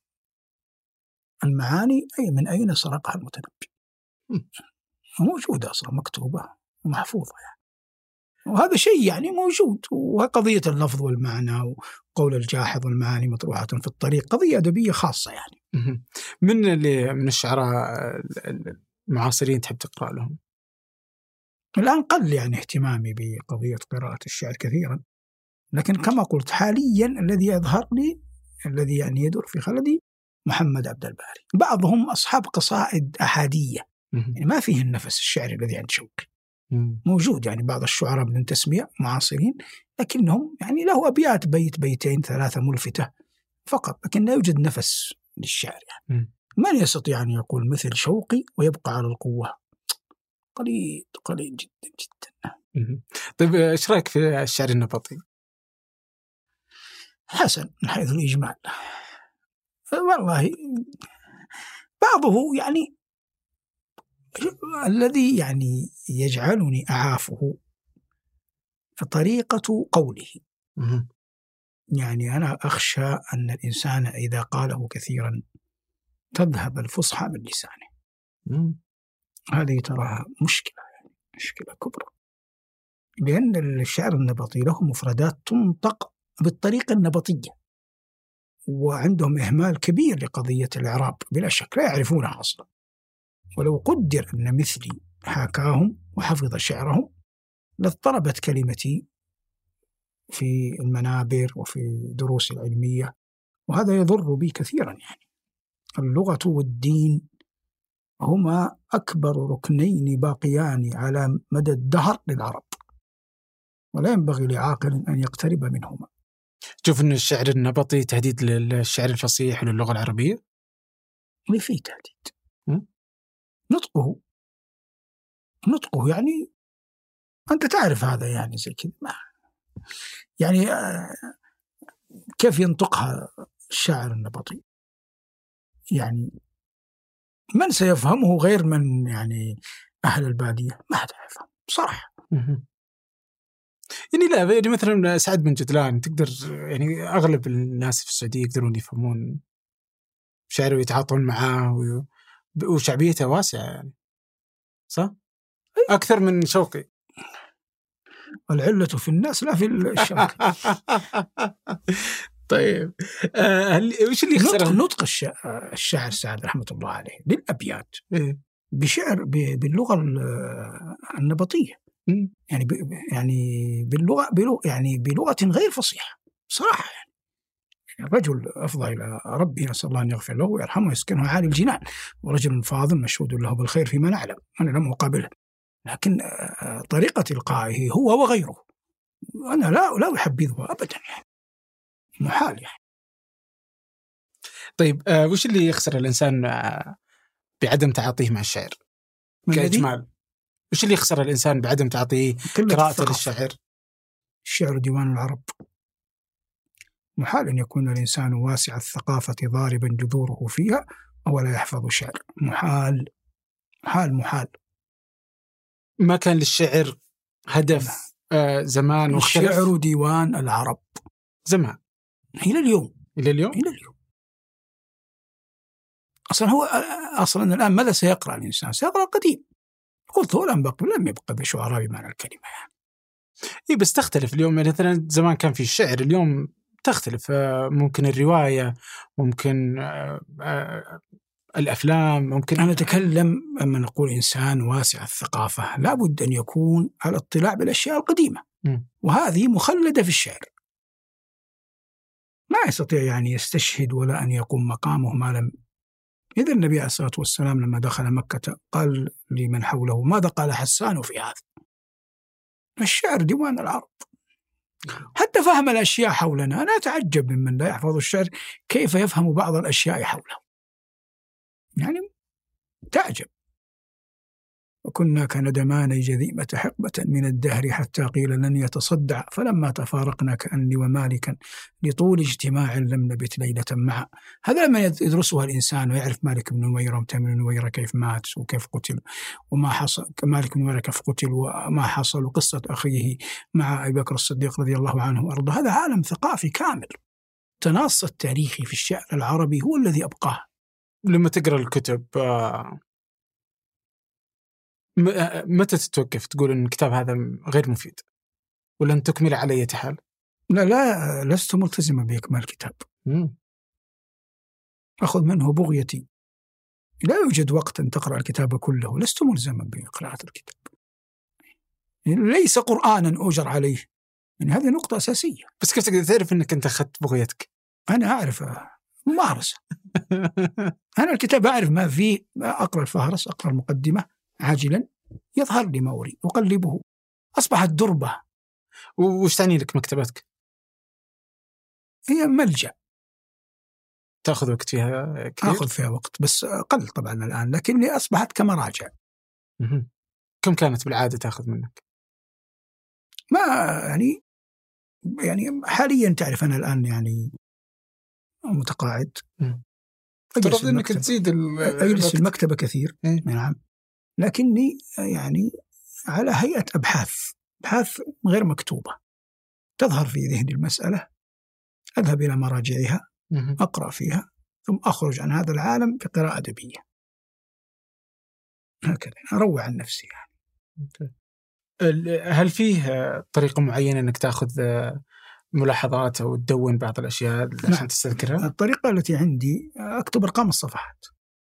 المعاني أي من أين سرقها المتنبي، موجودة أصلا مكتوبة ومحفوظة يعني. وهذا شيء يعني موجود. وقضية اللفظ والمعنى وقول الجاحظ والمعاني مطروحة في الطريق قضية أدبية خاصة يعني. من اللي من الشعراء المعاصرين تحب تقرأ لهم؟ الآن قل يعني اهتمامي بقضية قراءة الشعر كثيرا، لكن كما قلت حاليا الذي يظهر لي الذي يعني يدور في خلدي محمد عبد الباري. بعضهم أصحاب قصائد أحادية يعني ما فيه النفس الشعري الذي عند شوقي موجود، يعني بعض الشعراء من تسمية معاصرين لكنهم يعني له أبيات بيت بيتين ثلاثة ملفتة فقط، لكن لا يوجد نفس للشعر يعني. من يستطيع أن يقول مثل شوقي ويبقى على القوة؟ قليل قليل جدا جدا. طيب إيش رأيك في الشعر النبطي؟ حسن من حيث الإجمال والله. بعضه يعني الذي يعني يجعلني أعافه طريقة قوله. يعني أنا أخشى أن الإنسان إذا قاله كثيرا تذهب الفصحى من لسانه. هذه تراها مشكلة يعني مشكلة كبرى، لأن الشعر النبطي له مفردات تنطق بالطريقة النبطية، وعندهم إهمال كبير لقضية الإعراب بلا شك، لا يعرفونها أصلا. ولو قدر أن مثلي حاكاهم وحفظ شعرهم لاضطربت كلمتي في المنابر وفي دروس العلمية، وهذا يضر بي كثيرا. يعني اللغة والدين هما أكبر ركنين باقيان على مدى الدهر للعرب، ولا ينبغي لعاقل أن يقترب منهما. تشوف أن الشعر النبطي تهديد للشعر الفصيح وللغة العربية؟ فيه تهديد. نطقه نطقه يعني أنت تعرف هذا يعني زي كذا يعني كيف ينطقها الشاعر النبطي؟ يعني من سيفهمه غير من يعني أهل البادية؟ ما حدا يفهم بصراحة. يعني لا يعني مثلا سعد بن جدلان تقدر يعني أغلب الناس في السعودية يقدرون يفهمون شعره ويتعاطون معاه و... وشعبيته واسعة يعني صح؟ أكثر من شوقي. العلة في الناس لا في الشوقي. طيب آه وش اللي يخسر نطق, نطق الشاعر سعد رحمة الله عليه للأبيات إيه؟ بشعر باللغة النبطية يعني ب يعني باللغة بلغة يعني بلغة غير فصيحة صراحة. يعني الرجل أفضى إلى ربي نسأل الله أن يغفر له ويرحمه ويسكنه عالي الجنان، ورجل فاضل مشهود له بالخير فيما نعلم أنا لم أقابله، لكن طريقة إلقائه هو وغيره أنا لا لا أحبذها أبدا يعني محال يعني. طيب آه وش اللي يخسر الإنسان بعدم تعاطيه مع الشعر كإجمال؟ وش اللي يخسر الإنسان بعدم تعاطيه قراءته للشعر؟ الشعر ديوان العرب. محال أن يكون الإنسان واسع الثقافة ضاربا جذوره فيها ولا يحفظ الشعر. محال محال محال. ما كان للشعر هدف آه زمان واختلف. الشعر ديوان العرب زمان إلى اليوم إلى اليوم إلى اليوم. أصلا هو أصلا الآن ماذا سيقرأ الإنسان؟ سيقرأ القديم. قلت هو لم يبقى لم يبقى بشعراء بمعنى الكلمة يعني. إيه بس تختلف اليوم. مثلا زمان كان في الشعر، اليوم تختلف. ممكن الرواية، ممكن الأفلام، ممكن. أنا أتكلم أما نقول إنسان واسع الثقافة لابد أن يكون على اطلاع بالأشياء القديمة م. وهذه مخلدة في الشعر. ما يستطيع يعني يستشهد ولا أن يقوم مقامه ما لم. إذا النبي عليه الصلاة والسلام لما دخل مكة قال لمن حوله ماذا قال حسان في هذا؟ الشعر ديوان العرب. حتى فهم الأشياء حولنا أنا أتعجب ممن لا يحفظ الشعر كيف يفهم بعض الأشياء حوله، يعني تعجب. وكنا كندمان جذيمة حقبة من الدهر حتى قيل لن يتصدع فلما تفارقنا كأني ومالكا لطول اجتماع لم نبت ليلة معا. هذا لما يدرسها الإنسان ويعرف مالك بن نويرة ومتيم بن نويرة كيف مات وكيف قتل وما حصل، مالك بن نويرة كيف قتل وما حصل، وقصة أخيه مع أبي بكر الصديق رضي الله عنه وأرضاه. هذا عالم ثقافي كامل. التناص التاريخي في الشعر العربي هو الذي أبقاه. لما تقرأ الكتب متى تتوقف تقول أن الكتاب هذا غير مفيد ولا أن تكمل على أي حال؟ لا لا لست ملتزما بإكمال الكتاب. مم. أخذ منه بغيتي. لا يوجد وقت أن تقرأ الكتاب كله، لست ملزما بقراءة الكتاب. ليس قرآنا أجر عليه، يعني هذه نقطة أساسية. بس كيف تقدر تعرف أنك أنت أخذت بغيتك؟ أنا أعرف ممارسة. أنا الكتاب أعرف ما فيه، أقرأ الفهرس، أقرأ المقدمة عاجلا يظهر لي ما أريد، أقلبه، أصبحت دربة. وش تعني لك مكتبتك؟ هي ملجأ تأخذ وقت فيها كثير؟ أخذ فيها وقت بس قل طبعا الآن، لكني أصبحت كمراجع. كم كانت بالعادة تأخذ منك؟ ما يعني يعني حاليا تعرف أنا الآن يعني متقاعد. أجلس أنك تزيد أجلس في المكتبة كثير. إيه؟ نعم، لكني يعني على هيئة أبحاث أبحاث غير مكتوبة تظهر في ذهني المسألة، أذهب إلى مراجعها أقرأ فيها ثم أخرج عن هذا العالم بقراءة أدبية. هكذا أروع عن نفسي يعني. هل فيه طريقة معينة أنك تأخذ ملاحظات أو تدون بعض الأشياء عشان تستذكرها؟ الطريقة التي عندي أكتب أرقام الصفحات،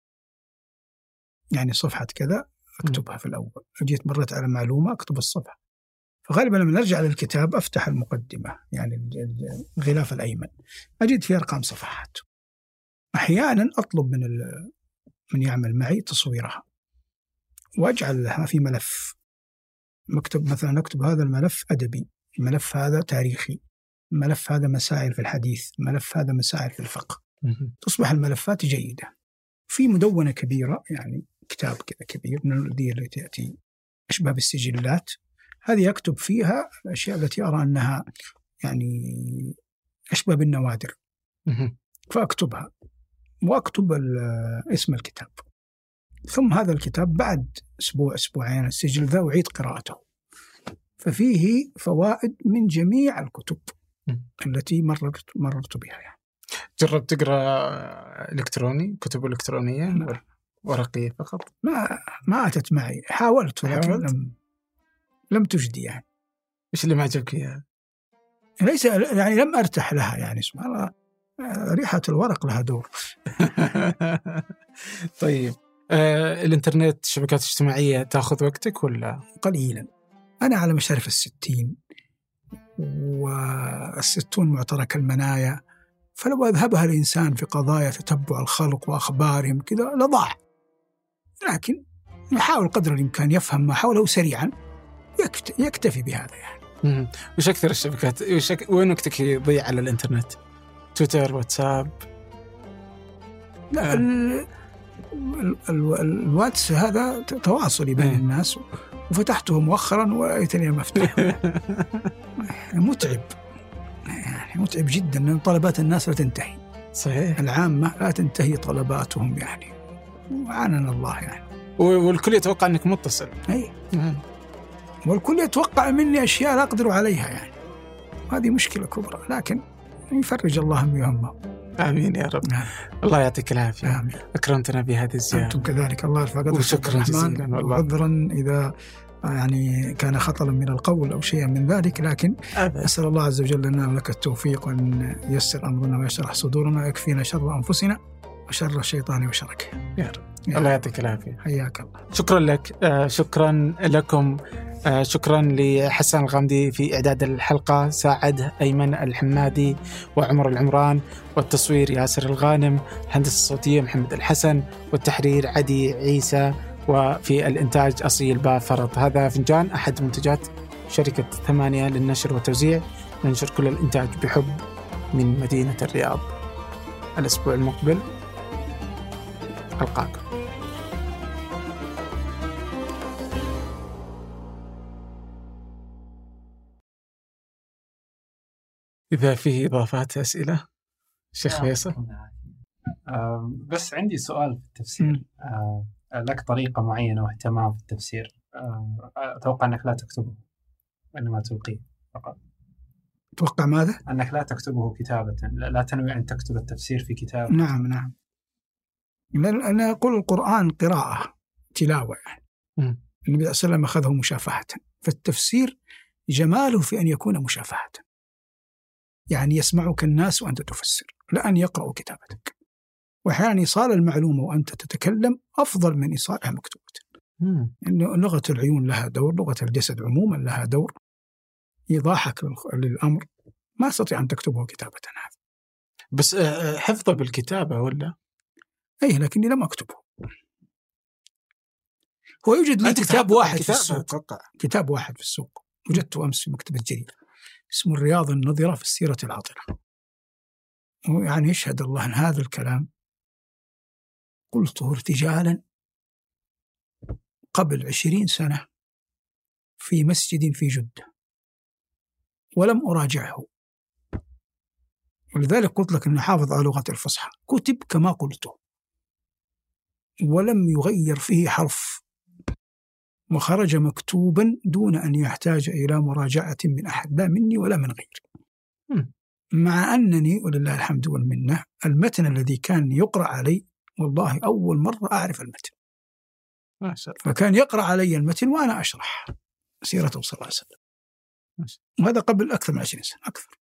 يعني صفحة كذا أكتبها في الأول، جيت مرت على معلومة أكتب الصفحة. فغالبا لما نرجع للكتاب أفتح المقدمة يعني الغلاف الأيمن أجد فيه أرقام صفحات. أحيانا أطلب من من يعمل معي تصويرها وأجعلها في ملف مكتب، مثلا نكتب هذا الملف أدبي، الملف هذا تاريخي، الملف هذا مسائل في الحديث، الملف هذا مسائل في الفقه. تصبح الملفات جيدة. في مدونة كبيرة يعني كتاب كذا كبير من الذي التي تأتي أشبه بالسجلات، هذه أكتب فيها الأشياء التي أرى أنها يعني أشبه بالنوادر فأكتبها وأكتب اسم الكتاب. ثم هذا الكتاب بعد أسبوع أسبوعين السجل ذا أعيد قراءته، ففيه فوائد من جميع الكتب التي مررت مررت بها يعني. جرب تقرأ إلكتروني، كتب إلكترونية ورقية فقط؟ ما ما أتت معي، حاولت ولكن لم لم تجدي يعني. إيش اللي ما عجبك يعني؟ ليس يعني لم أرتاح لها يعني، سبحان الله ريحة الورق لها دور. طيب آه، الإنترنت الشبكات الاجتماعية تأخذ وقتك ولا؟ قليلا. أنا على مشارف الستين والستون معترك المنايا، فلو أذهبها الإنسان في قضايا تتبع الخلق وأخبارهم كذا لضاع، لكن يحاول قدر الإمكان يفهم ما حوله سريعا يكتفي بهذا يعني. مم. وش أكثر الشبكات وش أك... وين وقتك يضيع على الإنترنت؟ تويتر، واتساب؟ لا آه. ال... ال... ال... الواتس هذا تواصلي بين الناس وفتحته مؤخرا وليتني مفتوح. متعب يعني، متعب جدا لأن طلبات الناس لا تنتهي. صحيح. العامة لا تنتهي طلباتهم يعني، وعاننا الله يعني. والكل يتوقع أنك متصل. أي. والكل يتوقع مني أشياء لا أقدر عليها يعني، هذه مشكلة كبرى، لكن يفرج الله هم يهمه. آمين يا رب. نعم. الله يعطيك العافية. آمين. أكرمتنا بهذه الزيارة. أنتم كذلك، الله يرفع قدرك. وشكرا جزيلا والله. وعذرا إذا يعني كان خطأ من القول أو شيئا من ذلك، لكن أبدا. أسأل الله عز وجل لنا لك التوفيق وأن ييسر أمرنا ويشرح صدورنا ويكفينا شر أنفسنا وشر الشيطان وشركه يا رب. يا الله يعطيك العافية. حياك الله. شكرا لك. آه شكرا لكم. آه شكرا لحسن الغامدي في إعداد الحلقة، ساعد أيمن الحمادي وعمر العمران، والتصوير ياسر الغانم، الهندسة الصوتية محمد الحسن، والتحرير عدي عيسى، وفي الإنتاج أصيل با فرط. هذا فنجان أحد منتجات شركة ثمانية للنشر والتوزيع، ننشر كل الإنتاج بحب من مدينة الرياض. الأسبوع المقبل ألقاكم. إذا فيه إضافات أسئلة شيخ فيصل. آه بس عندي سؤال في التفسير. آه لك طريقة معينة واهتمام في التفسير، آه أتوقع أنك لا تكتبه وإنما تلقيه فقط. أتوقع ماذا؟ أنك لا تكتبه كتابة، لا تنوي أن تكتب التفسير في كتاب. نعم نعم، أنا أقول القرآن قراءة تلاوة يعني. النبي صلى الله عليه وسلم أخذه مشافهة، فالتفسير جماله في أن يكون مشافهة، يعني يسمعك الناس وأنت تفسر، لا أن يقرأوا كتابتك. وأحيانا إيصال المعلومة وأنت تتكلم أفضل من إيصالها مكتوبة، إنه لغة العيون لها دور، لغة الجسد عموما لها دور، إيضاحك للأمر ما استطيع أن تكتبه كتابة هذا. بس حفظه بالكتابة ولا؟ أي لكني لم أكتبه. هو يوجد لي كتاب واحد في السوق، كتاب واحد في السوق وجدته أمس في مكتبة جرير، اسمه الرياض النظرة في السيرة العاطرة. يعني يشهد الله أن هذا الكلام قلته ارتجالا قبل عشرين سنة في مسجد في جدة ولم أراجعه، ولذلك قلت لك أنه حافظ على لغة الفصحى، كتب كما قلته ولم يغير فيه حرف، وخرج مكتوبا دون أن يحتاج إلى مراجعة من أحد، لا مني ولا من غيري. مع أنني ولله الحمد والمنة المتن الذي كان يقرأ علي والله أول مرة أعرف المتن، فكان يقرأ علي المتن وأنا أشرح سيرته صلى الله عليه وسلم، وهذا قبل أكثر من عشرين سنة أكثر.